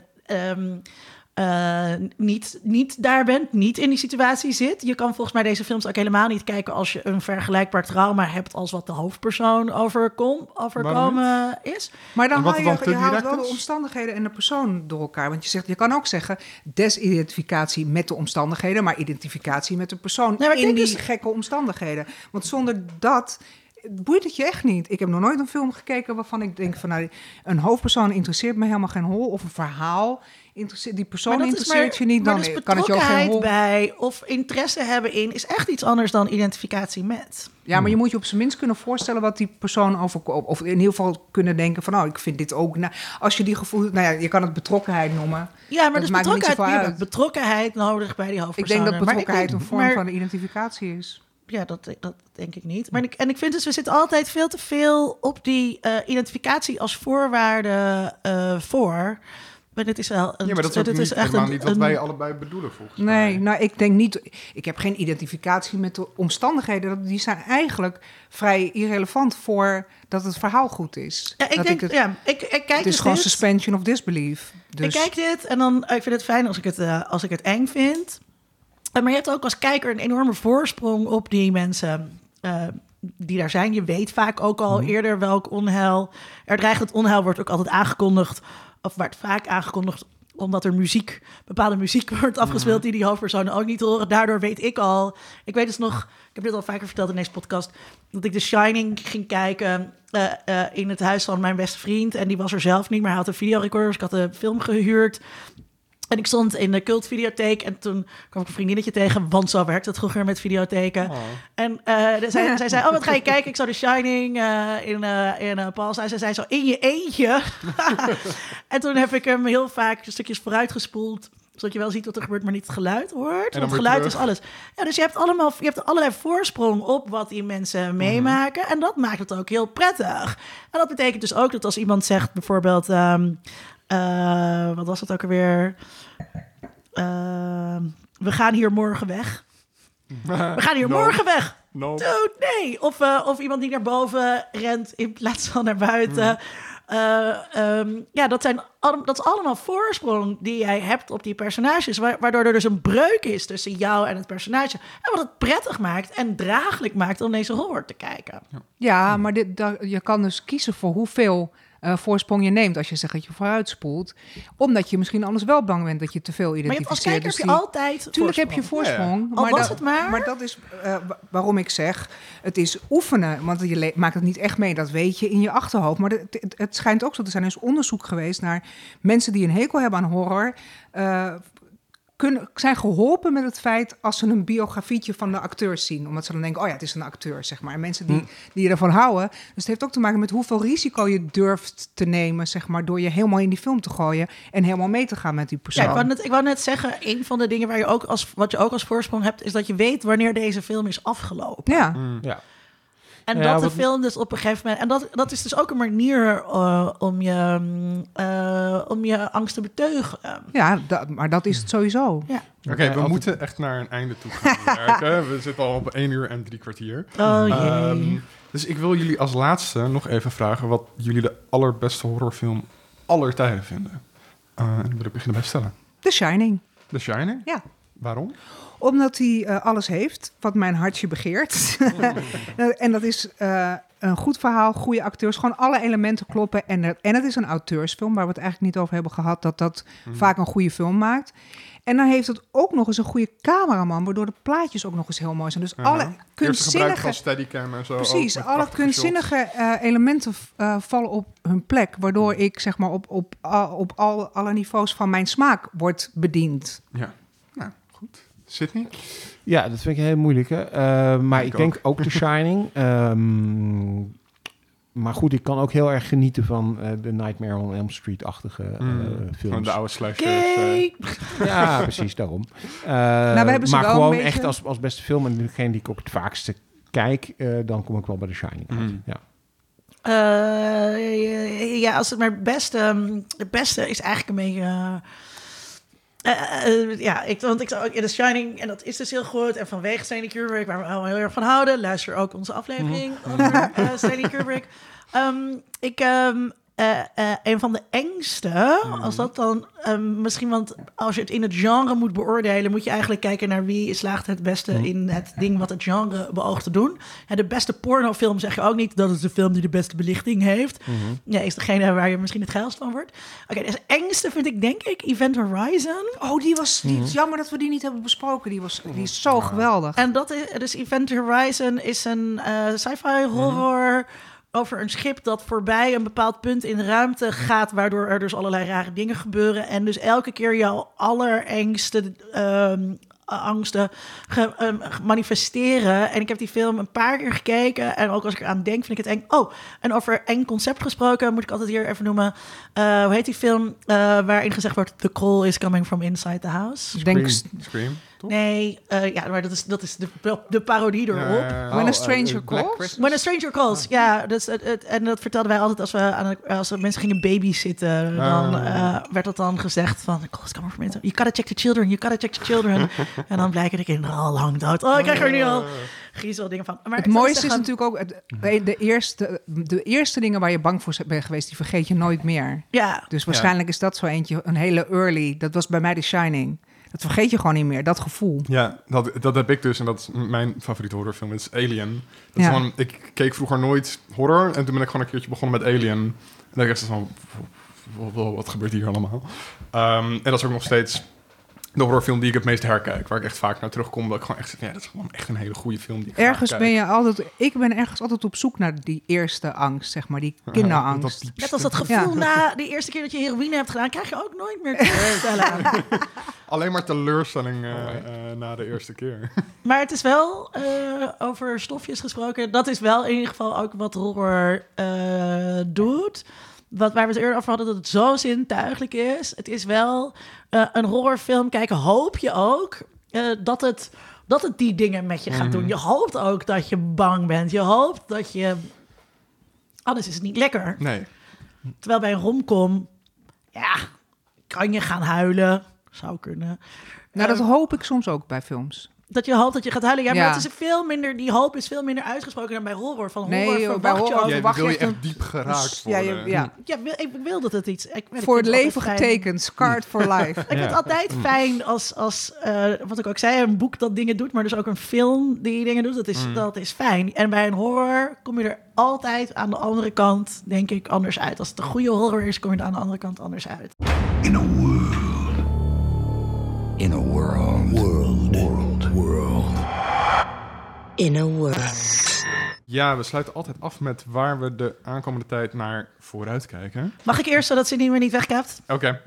niet daar bent, niet in die situatie zit. Je kan volgens mij deze films ook helemaal niet kijken als je een vergelijkbaar trauma hebt als wat de hoofdpersoon overkomen is. Maar dan En wat haal dan te je haalt direct wel de is? omstandigheden en de persoon door elkaar. Want je kan ook zeggen desidentificatie met de omstandigheden, maar identificatie met de persoon Nee, maar ik in denk die dus- gekke omstandigheden. Want zonder dat boeit het je echt niet. Ik heb nog nooit een film gekeken waarvan ik denk van nou, een hoofdpersoon interesseert me helemaal geen hol of een verhaal. Die persoon interesseert je niet, dan dus kan het je ook geen betrokkenheid hol. bij of interesse hebben in is echt iets anders dan identificatie met. Ja, maar je moet je op zijn minst kunnen voorstellen wat die persoon overkomt. Of in ieder geval kunnen denken van, nou, ik vind dit ook... Nou, als je die gevoel... Nou ja, je kan het betrokkenheid noemen. Ja, maar Dat dus maakt niet zoveel je hebt uit. betrokkenheid nodig bij die Ik hoofdpersoon. denk dat betrokkenheid een vorm van identificatie is. Ja, dat denk ik niet. Maar ik vind dus, we zitten altijd veel te veel op die identificatie als voorwaarde voor. Maar dit is wel Ja, maar dat is ook dit niet, echt helemaal niet wat wij allebei bedoelen volgens mij. Nee, nou, ik denk niet... Ik heb geen identificatie met de omstandigheden. Die zijn eigenlijk vrij irrelevant voor dat het verhaal goed is. Ja, ik Dat denk, het, ik kijk het is dus gewoon dit. suspension of disbelief. Dus, Ik kijk dit en dan ik vind het fijn als ik het eng vind. Maar je hebt ook als kijker een enorme voorsprong op die mensen die daar zijn. Je weet vaak ook al eerder welk onheil er dreigt. Het onheil wordt ook altijd aangekondigd, of werd vaak aangekondigd, omdat er bepaalde muziek wordt afgespeeld die hoofdpersonen ook niet horen. Daardoor weet ik al... Ik weet dus nog, ik heb dit al vaker verteld in deze podcast, dat ik The Shining ging kijken in het huis van mijn beste vriend. En die was er zelf niet, maar hij had een videorecorder. Dus ik had de film gehuurd. En ik stond in de cultvideotheek en toen kwam ik een vriendinnetje tegen, want zo werkt het vroeger met videotheken. Oh. En zij zei, wat ga je kijken? Ik zou The Shining in Paul's huis. Zij zei zo, in je eentje. En toen heb ik hem heel vaak stukjes vooruit gespoeld, zodat je wel ziet wat er gebeurt, maar niet het geluid hoort. Want geluid is alles. Ja, dus je hebt allerlei voorsprong op wat die mensen meemaken. En dat maakt het ook heel prettig. En dat betekent dus ook dat als iemand zegt bijvoorbeeld... wat was het ook alweer? We gaan hier morgen weg. We gaan hier morgen weg. No. Dude, nee. Of iemand die naar boven rent in plaats van naar buiten. Dat is allemaal voorsprong die jij hebt op die personages. Waardoor er dus een breuk is tussen jou en het personage. En wat het prettig maakt en draaglijk maakt om deze horror te kijken. Ja, maar je kan dus kiezen voor hoeveel voorsprong je neemt als je zegt dat je vooruit spoelt. Omdat je misschien anders wel bang bent dat je te veel identificeert. Maar als kijker heb je altijd tuurlijk heb je voorsprong. Ja. Maar dat is waarom ik zeg, het is oefenen. Want je maakt het niet echt mee, dat weet je in je achterhoofd. Maar het schijnt ook zo te zijn. Er is onderzoek geweest naar mensen die een hekel hebben aan horror... zijn geholpen met het feit als ze een biografietje van de acteurs zien. Omdat ze dan denken, het is een acteur, zeg maar. En mensen die ervan houden. Dus het heeft ook te maken met hoeveel risico je durft te nemen, zeg maar, door je helemaal in die film te gooien en helemaal mee te gaan met die persoon. Ja, ik wou net zeggen, een van de dingen wat je ook als voorsprong hebt, is dat je weet wanneer deze film is afgelopen. Ja. Ja. En dat de film dus op een gegeven moment... En dat is dus ook een manier om je angst te beteugelen. Ja, maar dat is het sowieso. Ja. Oké, we moeten echt naar een einde toe gaan werken. We zitten al op 1 uur en 3 kwartier. Oh jee. Dus ik wil jullie als laatste nog even vragen wat jullie de allerbeste horrorfilm aller tijden vinden. En dan wil ik beginnen bij Stella. The Shining. The Shining? Ja. Waarom? Omdat hij alles heeft wat mijn hartje begeert. En dat is een goed verhaal, goede acteurs. Gewoon alle elementen kloppen. En het is een auteursfilm, waar we het eigenlijk niet over hebben gehad, dat vaak een goede film maakt. En dan heeft het ook nog eens een goede cameraman, waardoor de plaatjes ook nog eens heel mooi zijn. Dus alle kunstzinnige... Steadicam en zo. Precies, alle kunstzinnige elementen vallen op hun plek, waardoor ik zeg maar op alle niveaus van mijn smaak word bediend. Ja, nou goed. Sydney? Ja, dat vind ik heel moeilijk. Maar ik denk ook The Shining. Maar goed, ik kan ook heel erg genieten van de Nightmare on Elm Street-achtige films. Van de oude slashers. Ja, precies, daarom. We hebben ze maar wel gewoon een beetje... echt als beste film en degene die ik ook het vaakste kijk, dan kom ik wel bij The Shining uit. Ja. Als het maar het beste is eigenlijk een beetje... want ik zou ook in The Shining, en dat is dus heel goed. En vanwege Stanley Kubrick, waar we allemaal heel erg van houden, luister ook onze aflevering over Stanley Kubrick. Een van de engste, als dat dan misschien, want als je het in het genre moet beoordelen, moet je eigenlijk kijken naar wie slaagt het beste in het ding wat het genre beoogt te doen. Ja, de beste pornofilm zeg je ook niet, dat is de film die de beste belichting heeft. Ja, is degene waar je misschien het geilst van wordt. Oké, dus de engste vind ik denk ik Event Horizon. Oh, die is jammer dat we die niet hebben besproken. Die is zo geweldig. En dat is, dus Event Horizon is een sci-fi horror over een schip dat voorbij een bepaald punt in de ruimte gaat, waardoor er dus allerlei rare dingen gebeuren. En dus elke keer jouw allerengste angsten manifesteren. En ik heb die film een paar keer gekeken. En ook als ik eraan denk, vind ik het eng. Oh, en over eng concept gesproken, moet ik altijd hier even noemen. Hoe heet die film waarin gezegd wordt, The call is coming from inside the house? Scream. Nee, maar dat is de parodie erop. When a Stranger Calls? When a Stranger Calls, ja. Dus en dat vertelden wij altijd als we mensen gingen babysitten. Dan werd dat dan gezegd van, call is coming from inside. You gotta check the children, you gotta check the children. En dan blijken de kinderen al lang dood. Oh, ik krijg er nu al griezel dingen van. Maar het mooiste is natuurlijk ook, de eerste dingen waar je bang voor bent geweest, die vergeet je nooit meer. Ja. Dus waarschijnlijk is dat zo eentje, een hele early. Dat was bij mij The Shining. Dat vergeet je gewoon niet meer, dat gevoel. Ja, dat heb ik dus. En dat is mijn favoriete horrorfilm. Het is Alien. Dat is Ja. gewoon, ik keek vroeger nooit horror. En toen ben ik gewoon een keertje begonnen met Alien. En dan dacht ik van, wat gebeurt hier allemaal? En dat is ook nog steeds de horrorfilm die ik het meest herkijk. Waar ik echt vaak naar terugkom. Dat ik gewoon echt zeg, ja, dat is gewoon echt een hele goede film. Die ik Ergens graag ben kijk. je altijd... Ik ben ergens altijd op zoek naar die eerste angst, zeg maar. Die kinderangst. Dat Net als dat gevoel na de eerste keer dat je heroïne hebt gedaan, krijg je ook nooit meer teleurstelling. Alleen maar teleurstelling na de eerste keer. Maar het is wel, over stofjes gesproken, dat is wel in ieder geval ook wat horror doet. Waar we het eerder over hadden, dat het zo zintuigelijk is. Het is wel een horrorfilm kijken, hoop je ook dat het die dingen met je gaat doen. Je hoopt ook dat je bang bent. Je hoopt dat je... Anders is het niet lekker. Nee. Terwijl bij een romcom, ja, kan je gaan huilen. Zou kunnen. Nou, dat hoop ik soms ook bij films. Dat je hoopt dat je gaat huilen. Ja, maar Ja. het is veel minder, die hoop is veel minder uitgesproken dan bij horror. Van Nee, horror joh, verwacht bij je horror ook. verwacht Wil je je echt echt diep geraakt Ja, worden? ja. Ja, ik wil dat het iets... Ik Voor het vind leven altijd fijn. getekend, scarred for life. Ik vind het altijd fijn als wat ik ook zei, een boek dat dingen doet, maar dus ook een film die dingen doet. Dat is fijn. En bij een horror kom je er altijd aan de andere kant, denk ik, anders uit. Als het een goede horror is, kom je er aan de andere kant anders uit. In a world. In a world. In a world. Ja, we sluiten altijd af met waar we de aankomende tijd naar vooruit kijken. Mag ik eerst, zodat ze me niet wegkaapt? Oké.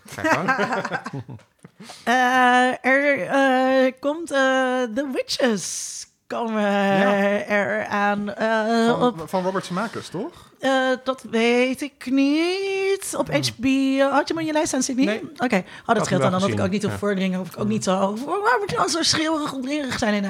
Er komt The Witches. Komen er aan. Van Robert Zemeckis, toch? Dat weet ik niet. Op HBO. Had je hem in je lijst staan, Sydney? Nee. Oké. Dat scheelt dan. Dat gezien. ik ook niet hoef voordringen. Hoef ik ook niet zo... Waar moet je dan zo schreeuwerig opdringerig zijn?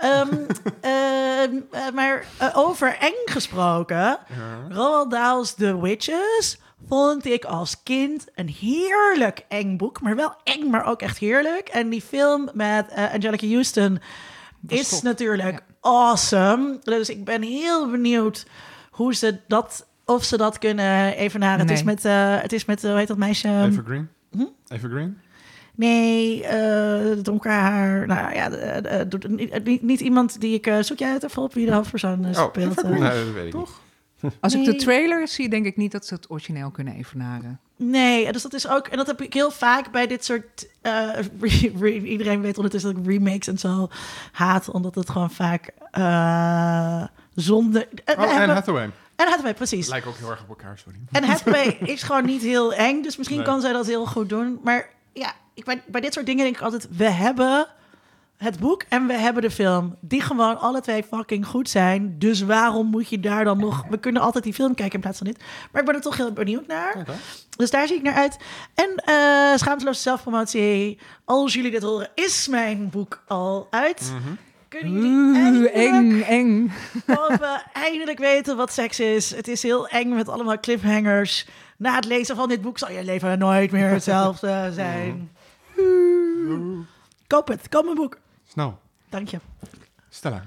Maar over eng gesproken. Roald Dahl's The Witches vond ik als kind een heerlijk eng boek. Maar wel eng, maar ook echt heerlijk. En die film met Angelica Houston is natuurlijk awesome. Dus ik ben heel benieuwd hoe ze dat... Of ze dat kunnen evenaren. Nee. Het is met hoe heet dat meisje? Evergreen? Evergreen? Nee, donker haar. Nou ja, niet iemand die ik... zoek jij het even op wie de hoofdpersoon speelt? Nee, dat weet ik Toch? Als ik Nee. de trailer zie, denk ik niet dat ze het origineel kunnen evenaren. Nee, dus dat is ook... En dat heb ik heel vaak bij dit soort... iedereen weet ondertussen dat ik remakes en zo haat. Omdat het gewoon vaak zonde... Anne Hathaway. En Hathaway, precies. Lijkt ook heel erg op elkaar, sorry. En Hathaway is gewoon niet heel eng. Dus misschien Nee. kan zij dat heel goed doen. Maar ja, bij dit soort dingen denk ik altijd... We hebben het boek en we hebben de film. Die gewoon alle twee fucking goed zijn. Dus waarom moet je daar dan nog... We kunnen altijd die film kijken in plaats van dit. Maar ik ben er toch heel benieuwd naar. Oké. Dus daar zie ik naar uit. En schaamteloze zelfpromotie. Als jullie dit horen, is mijn boek al uit. Kunnen jullie eindelijk Eng. mogen eindelijk weten wat seks is. Het is heel eng met allemaal cliffhangers. Na het lezen van dit boek zal je leven nooit meer hetzelfde zijn. Koop het. Koop mijn boek. Snel. Dank je. Stella.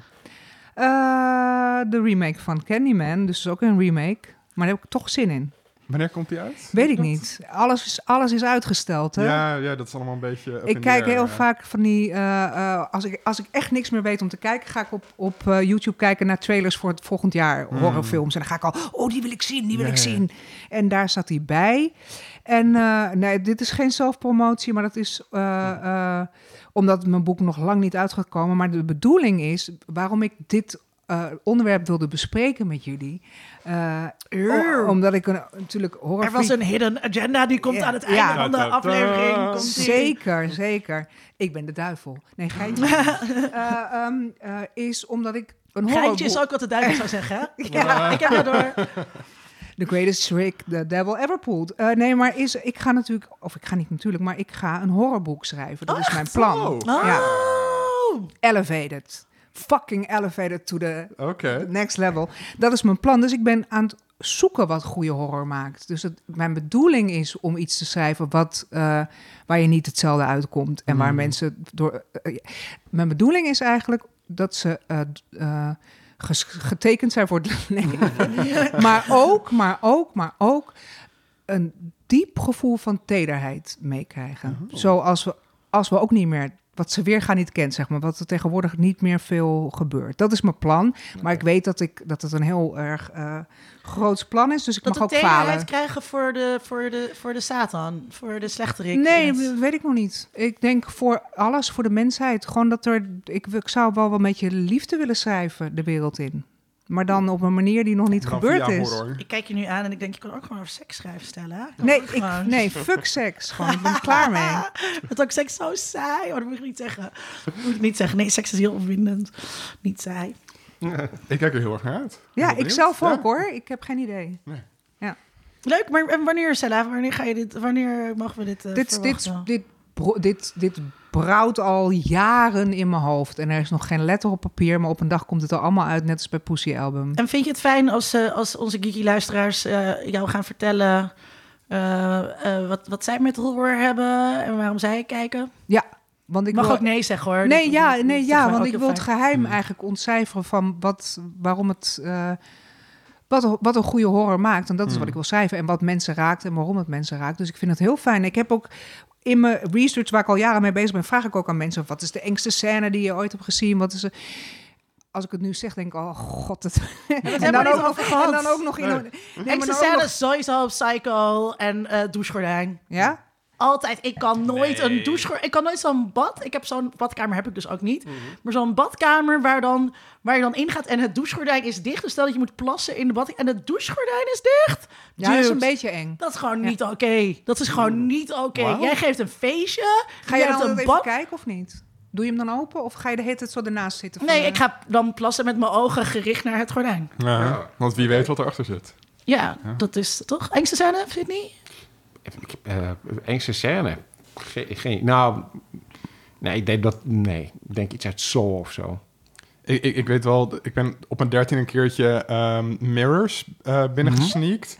De remake van Candyman, dus ook een remake. Maar daar heb ik toch zin in. Wanneer komt die uit? Weet ik niet. Alles is uitgesteld, hè? Ja, dat is allemaal een beetje... up in Ik the kijk air, heel ja. vaak van die... als ik echt niks meer weet om te kijken... ga ik op YouTube kijken naar trailers voor het volgend jaar. Horrorfilms. En dan ga ik al... die wil ik zien, die wil ik zien. En daar zat hij bij. En nee, dit is geen zelfpromotie... maar dat is omdat mijn boek nog lang niet uit gaat komen. Maar de bedoeling is... waarom ik dit onderwerp wilde bespreken met jullie... omdat ik natuurlijk horror... Er was een hidden agenda die komt Ja. aan het einde Ja. van de aflevering. Komt die. Zeker. Ik ben de duivel. Nee, geintje. Is omdat ik een Geintje is horrorboek... ook wat de duivel zou zeggen, hè? Ja. Ik heb het door. The greatest trick the devil ever pulled. Nee, maar ik ga natuurlijk... Of ik ga niet natuurlijk, maar ik ga een horrorboek schrijven. Dat is mijn plan. Oh. Ja. Oh. Elevated. Fucking elevated to the Oké. next level. Dat is mijn plan. Dus ik ben aan het zoeken wat goede horror maakt. Dus mijn bedoeling is om iets te schrijven waar je niet hetzelfde uitkomt. En waar mensen door... mijn bedoeling is eigenlijk dat ze getekend zijn voor het leven. maar ook een diep gevoel van tederheid meekrijgen. Zoals we als we ook niet meer... wat ze weer gaan niet kent, zeg maar. Wat er tegenwoordig niet meer veel gebeurt. Dat is mijn plan. Maar ik weet dat het een heel erg groot plan is. Dus ik mag ook falen. Dat we krijgen voor de Satan. Voor de slechterik. Nee, dat weet ik nog niet. Ik denk voor alles, voor de mensheid. Gewoon dat ik zou wel een beetje liefde willen schrijven de wereld in. Maar dan op een manier die nog niet gebeurd is. Horror. Ik kijk je nu aan en ik denk, je kan ook gewoon over seks schrijven stellen. Hè? Nee, fuck seks. Gewoon, ik ben er klaar mee. Dat is ook seks zo saai. Oh, dat moet ik niet zeggen. Nee, seks is heel opwindend. Niet saai. Ik kijk er heel erg naar uit. Ja, ik zelf ook hoor. Ik heb geen idee. Nee. Ja. Leuk, maar wanneer, Sella? Wanneer mogen we dit verwachten? Dit brouwt al jaren in mijn hoofd. En er is nog geen letter op papier, maar op een dag komt het er allemaal uit, net als bij Pussy Album. En vind je het fijn als onze geeky luisteraars jou gaan vertellen wat zij met horror hebben en waarom zij kijken? Ja, want ik mag ook nee zeggen hoor. Want ik wil het geheim eigenlijk ontcijferen van waarom het... Wat een goede horror maakt. En dat is wat ik wil schrijven. En wat mensen raakt en waarom het mensen raakt. Dus ik vind het heel fijn. Ik heb ook in mijn research, waar ik al jaren mee bezig ben, vraag ik ook aan mensen: wat is de engste scène die je ooit hebt gezien? Wat is als ik het nu zeg, denk ik, oh god, en dan ook nog in. Engste scène is sowieso Psycho en douchegordijn. Ja? Altijd. Ik kan nooit een douchegordijn. Ik kan nooit zo'n bad. Ik heb zo'n badkamer, heb ik dus ook niet. Maar zo'n badkamer waar je dan ingaat en het douchegordijn is dicht. Dus stel dat je moet plassen in de bad en het douchegordijn is dicht. Ja, dat is een beetje eng. Dat is gewoon niet oké. Dat is gewoon niet oké. Wow. Jij geeft een feestje. Ga je dan even kijken of niet? Doe je hem dan open of ga je de hele tijd zo ernaast zitten? Nee, ik ga dan plassen met mijn ogen gericht naar het gordijn. Ja, want wie weet wat erachter zit. Ja, dat is toch? Engste scène, Sydney? Engste scène? Ik denk iets uit Saw of zo. Ik weet wel, ik ben op mijn 13 een keertje Mirrors binnengesneakt.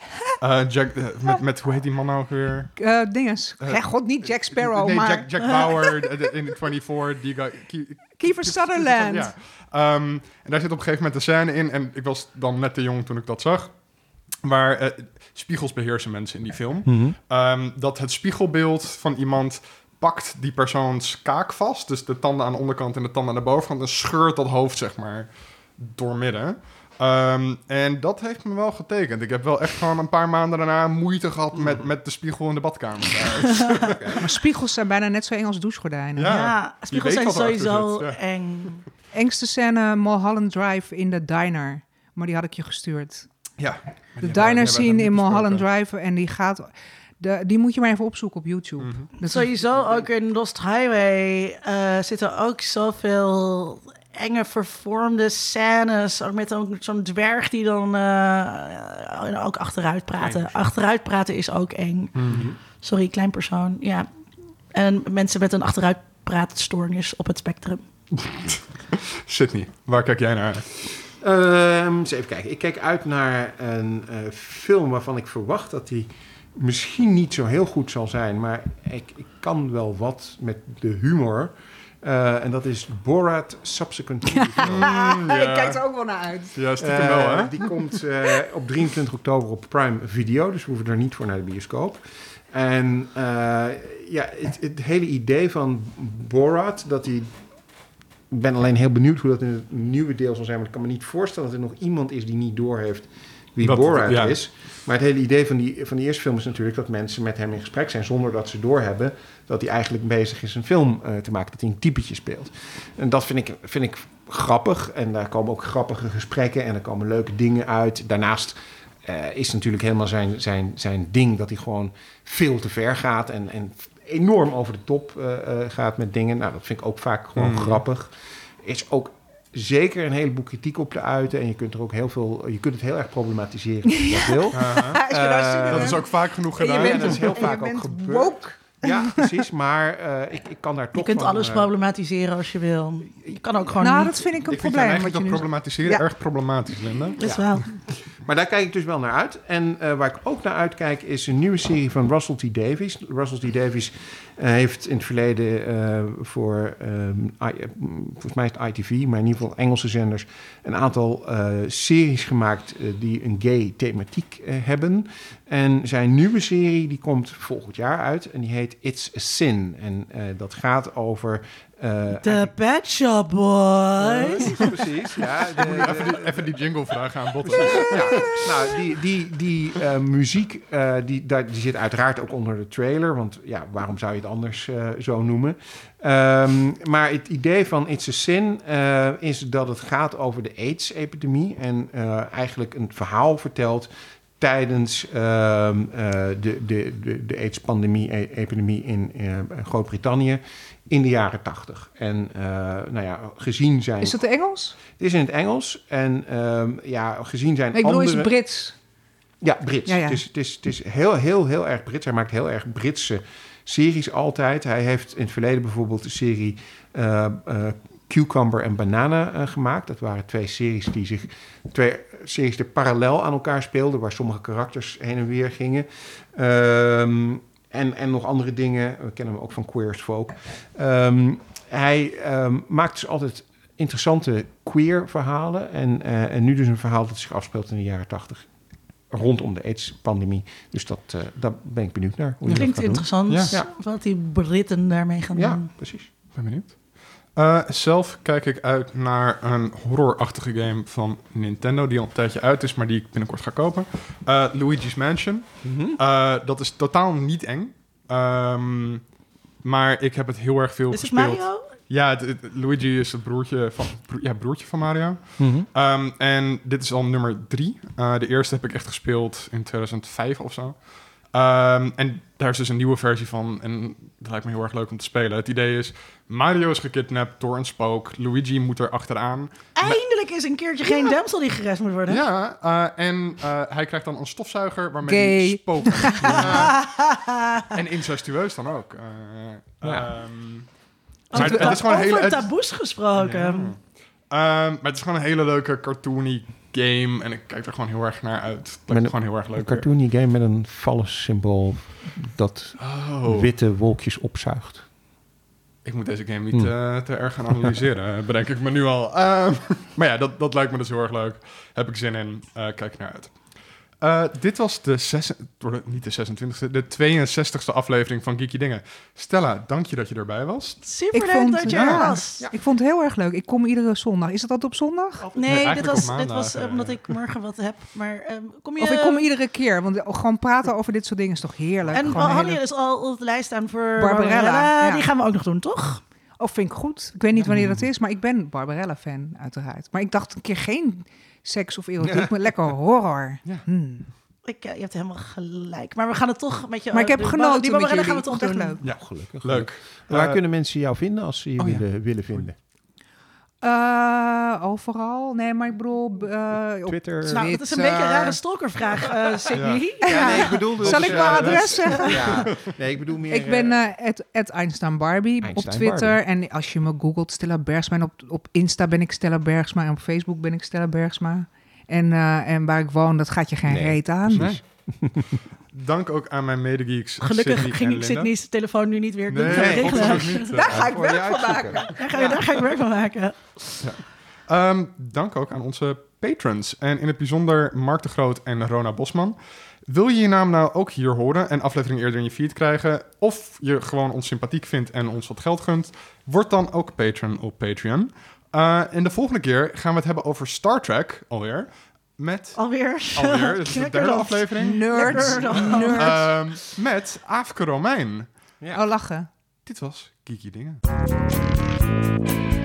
Met hoe heet die man nou weer? Dinges. God, niet Jack Sparrow, nee, maar... Jack Bauer in 24. Die Kiefer Sutherland. Ja. En daar zit op een gegeven moment een scène in. En ik was dan net te jong toen ik dat zag. Waar spiegels beheersen mensen in die film. Dat het spiegelbeeld van iemand pakt die persoons kaak vast. Dus de tanden aan de onderkant en de tanden aan de bovenkant. En scheurt dat hoofd, zeg maar, doormidden. En dat heeft me wel getekend. Ik heb wel echt gewoon een paar maanden daarna moeite gehad met de spiegel in de badkamer. Maar spiegels zijn bijna net zo eng als douchegordijnen. Ja, spiegels zijn sowieso eng. Engste scène, Mulholland Drive in de diner. Maar die had ik je gestuurd. Ja. De diner scene in Mulholland Drive. En die gaat... Die moet je maar even opzoeken op YouTube. Sowieso ook in Lost Highway zitten ook zoveel enge vervormde scènes. Ook met zo'n dwerg die dan ook achteruit praten. Achteruit praten is ook eng. Sorry, klein persoon. Ja. En mensen met een achteruit praatstoornis op het spectrum. Sydney, waar kijk jij naar uit? Eens even kijken. Ik kijk uit naar een film waarvan ik verwacht dat die misschien niet zo heel goed zal zijn, maar ik kan wel wat met de humor. En dat is Borat Subsequent to the Ik kijk er ook wel naar uit. Ja, stiekem wel, hè? Die komt op 23 oktober op Prime Video, dus we hoeven er niet voor naar de bioscoop. En het hele idee van Borat, ik ben alleen heel benieuwd hoe dat in het nieuwe deel zal zijn, maar ik kan me niet voorstellen dat er nog iemand is die niet doorheeft wie Borat is. Maar het hele idee van die eerste film is natuurlijk dat mensen met hem in gesprek zijn zonder dat ze doorhebben dat hij eigenlijk bezig is een film te maken, dat hij een typetje speelt. En dat vind ik grappig en daar komen ook grappige gesprekken en er komen leuke dingen uit. Daarnaast is natuurlijk helemaal zijn ding dat hij gewoon veel te ver gaat en enorm over de top gaat met dingen. Nou, dat vind ik ook vaak gewoon grappig. Is ook zeker een heleboel kritiek op te uiten. En je kunt er ook je kunt het heel erg problematiseren als je dat wil. Dat is ook vaak genoeg gedaan. En dat is heel vaak ook gebeurd. Woke. Ja, precies. Maar ik kan daar toch Je kunt van, alles problematiseren als je wil. Je kan ook gewoon niet. Dat vind ik een Ik vind probleem. eigenlijk dat problematiseren erg problematisch, Linda. Is wel. Maar daar kijk ik dus wel naar uit. En waar ik ook naar uitkijk is een nieuwe serie van Russell T. Davies. Russell T. Davies heeft in het verleden voor, volgens mij is het ITV, maar in ieder geval Engelse zenders, een aantal series gemaakt die een gay thematiek hebben. En zijn nieuwe serie, die komt volgend jaar uit en die heet It's a Sin. En dat gaat over... The Pet Shop Boys. Precies, ja. Even die jingle vragen aan Botten. Ja, nou, die muziek die zit uiteraard ook onder de trailer. Want ja, waarom zou je het anders zo noemen? Maar het idee van It's a Sin is dat het gaat over de AIDS-epidemie. En eigenlijk een verhaal vertelt tijdens de AIDS-epidemie in Groot-Brittannië in de jaren 80. En gezien zijn... Is dat Engels? Het is in het Engels. En gezien zijn Nee, ik bedoel, andere... is het Brits? Ja, Brits. Ja. Het is heel erg Brits. Hij maakt heel erg Britse series altijd. Hij heeft in het verleden bijvoorbeeld de serie Cucumber en Banana gemaakt. Dat waren twee series die parallel aan elkaar speelden, waar sommige karakters heen en weer gingen. En nog andere dingen. We kennen hem ook van Queer as Folk. Hij maakt dus altijd interessante queer verhalen. En nu dus een verhaal dat zich afspeelt in de jaren 80. Rondom de AIDS-pandemie. Dus daar ben ik benieuwd naar. Hoe Klinkt dat interessant. Ja. Wat die Britten daarmee gaan doen. Ja, precies. Ben benieuwd. Zelf kijk ik uit naar een horrorachtige game van Nintendo, die al een tijdje uit is, maar die ik binnenkort ga kopen. Luigi's Mansion. Dat is totaal niet eng. Maar ik heb het heel erg veel Is het gespeeld. Mario? Ja, Luigi is het broertje van Mario. En dit is al nummer 3. De eerste heb ik echt gespeeld in 2005 of zo. En daar is dus een nieuwe versie van. En dat lijkt me heel erg leuk om te spelen. Het idee is, Mario is gekidnapt door een spook. Luigi moet er achteraan. Eindelijk is een keertje geen damsel die gered moet worden. Ja, en hij krijgt dan een stofzuiger waarmee Gay. hij spook. En incestueus dan ook. Maar het is gewoon een hele... Over taboes gesproken. maar het is gewoon een hele leuke cartoony game. En ik kijk er gewoon heel erg naar uit. Het lijkt me gewoon heel erg leuk. Een cartoony game met een phallus-symbool dat witte wolkjes opzuigt. Ik moet deze game niet te erg gaan analyseren, bedenk ik me nu al. Maar ja, dat lijkt me dus heel erg leuk. Heb ik zin in. Kijk er naar uit. Dit was niet de 26e, de 62e aflevering van Geeky Dingen. Stella, dank je dat je erbij was. Super leuk dat je er was. Ja. Ik vond het heel erg leuk. Ik kom iedere zondag. Is dat altijd op zondag? Nee, dit was omdat ik morgen wat heb. Maar kom je... Of ik kom iedere keer. Want gewoon praten over dit soort dingen is toch heerlijk. En we gewoon hadden je dus al op de lijst staan voor Barbarella. Ja. Die gaan we ook nog doen, toch? Of vind ik goed. Ik weet niet wanneer dat is, maar ik ben Barbarella-fan, uiteraard. Maar ik dacht een keer geen seks of erotiek, maar lekker horror. Ja. Je hebt helemaal gelijk. Maar we gaan het toch met je... Maar ik heb genoten die met Barbarella jullie. gaan we toch Echt doen. leuk. Ja, Gelukkig. leuk. Waar kunnen mensen jou vinden als ze je willen vinden? Overal. Nee, maar ik bedoel... op Twitter? Nou, dat is een beetje een rare stalkervraag, Sydney. Ja, nee, ik bedoel dus... Zal ik mijn adres zeggen? Ja, nee, ik bedoel meer... Ik ben Einstein Barbie op Einstein Twitter. Barbie. En als je me googelt, Stella Bergsma. En op Insta ben ik Stella Bergsma. En op Facebook ben ik Stella Bergsma. En waar ik woon, dat gaat je geen reet aan. Nee. Dank ook aan mijn medegeeks. Gelukkig Sydney en ging ik Linda. Sydney's telefoon nu niet weer Nee, regelen. absoluut niet. Daar ga ik voor je werk van uitzoeken. maken. Daar ga ik werk van maken. Dank ook aan onze patrons. En in het bijzonder Mark de Groot en Rona Bosman. Wil je je naam nou ook hier horen en aflevering eerder in je feed krijgen? Of je gewoon ons sympathiek vindt en ons wat geld gunt? Word dan ook patron op Patreon. En de volgende keer gaan we het hebben over Star Trek alweer. Alweer, dit is de derde aflevering. Nerds. Met Aafke Romein. Oh, lachen. Dit was Geeky Dingen.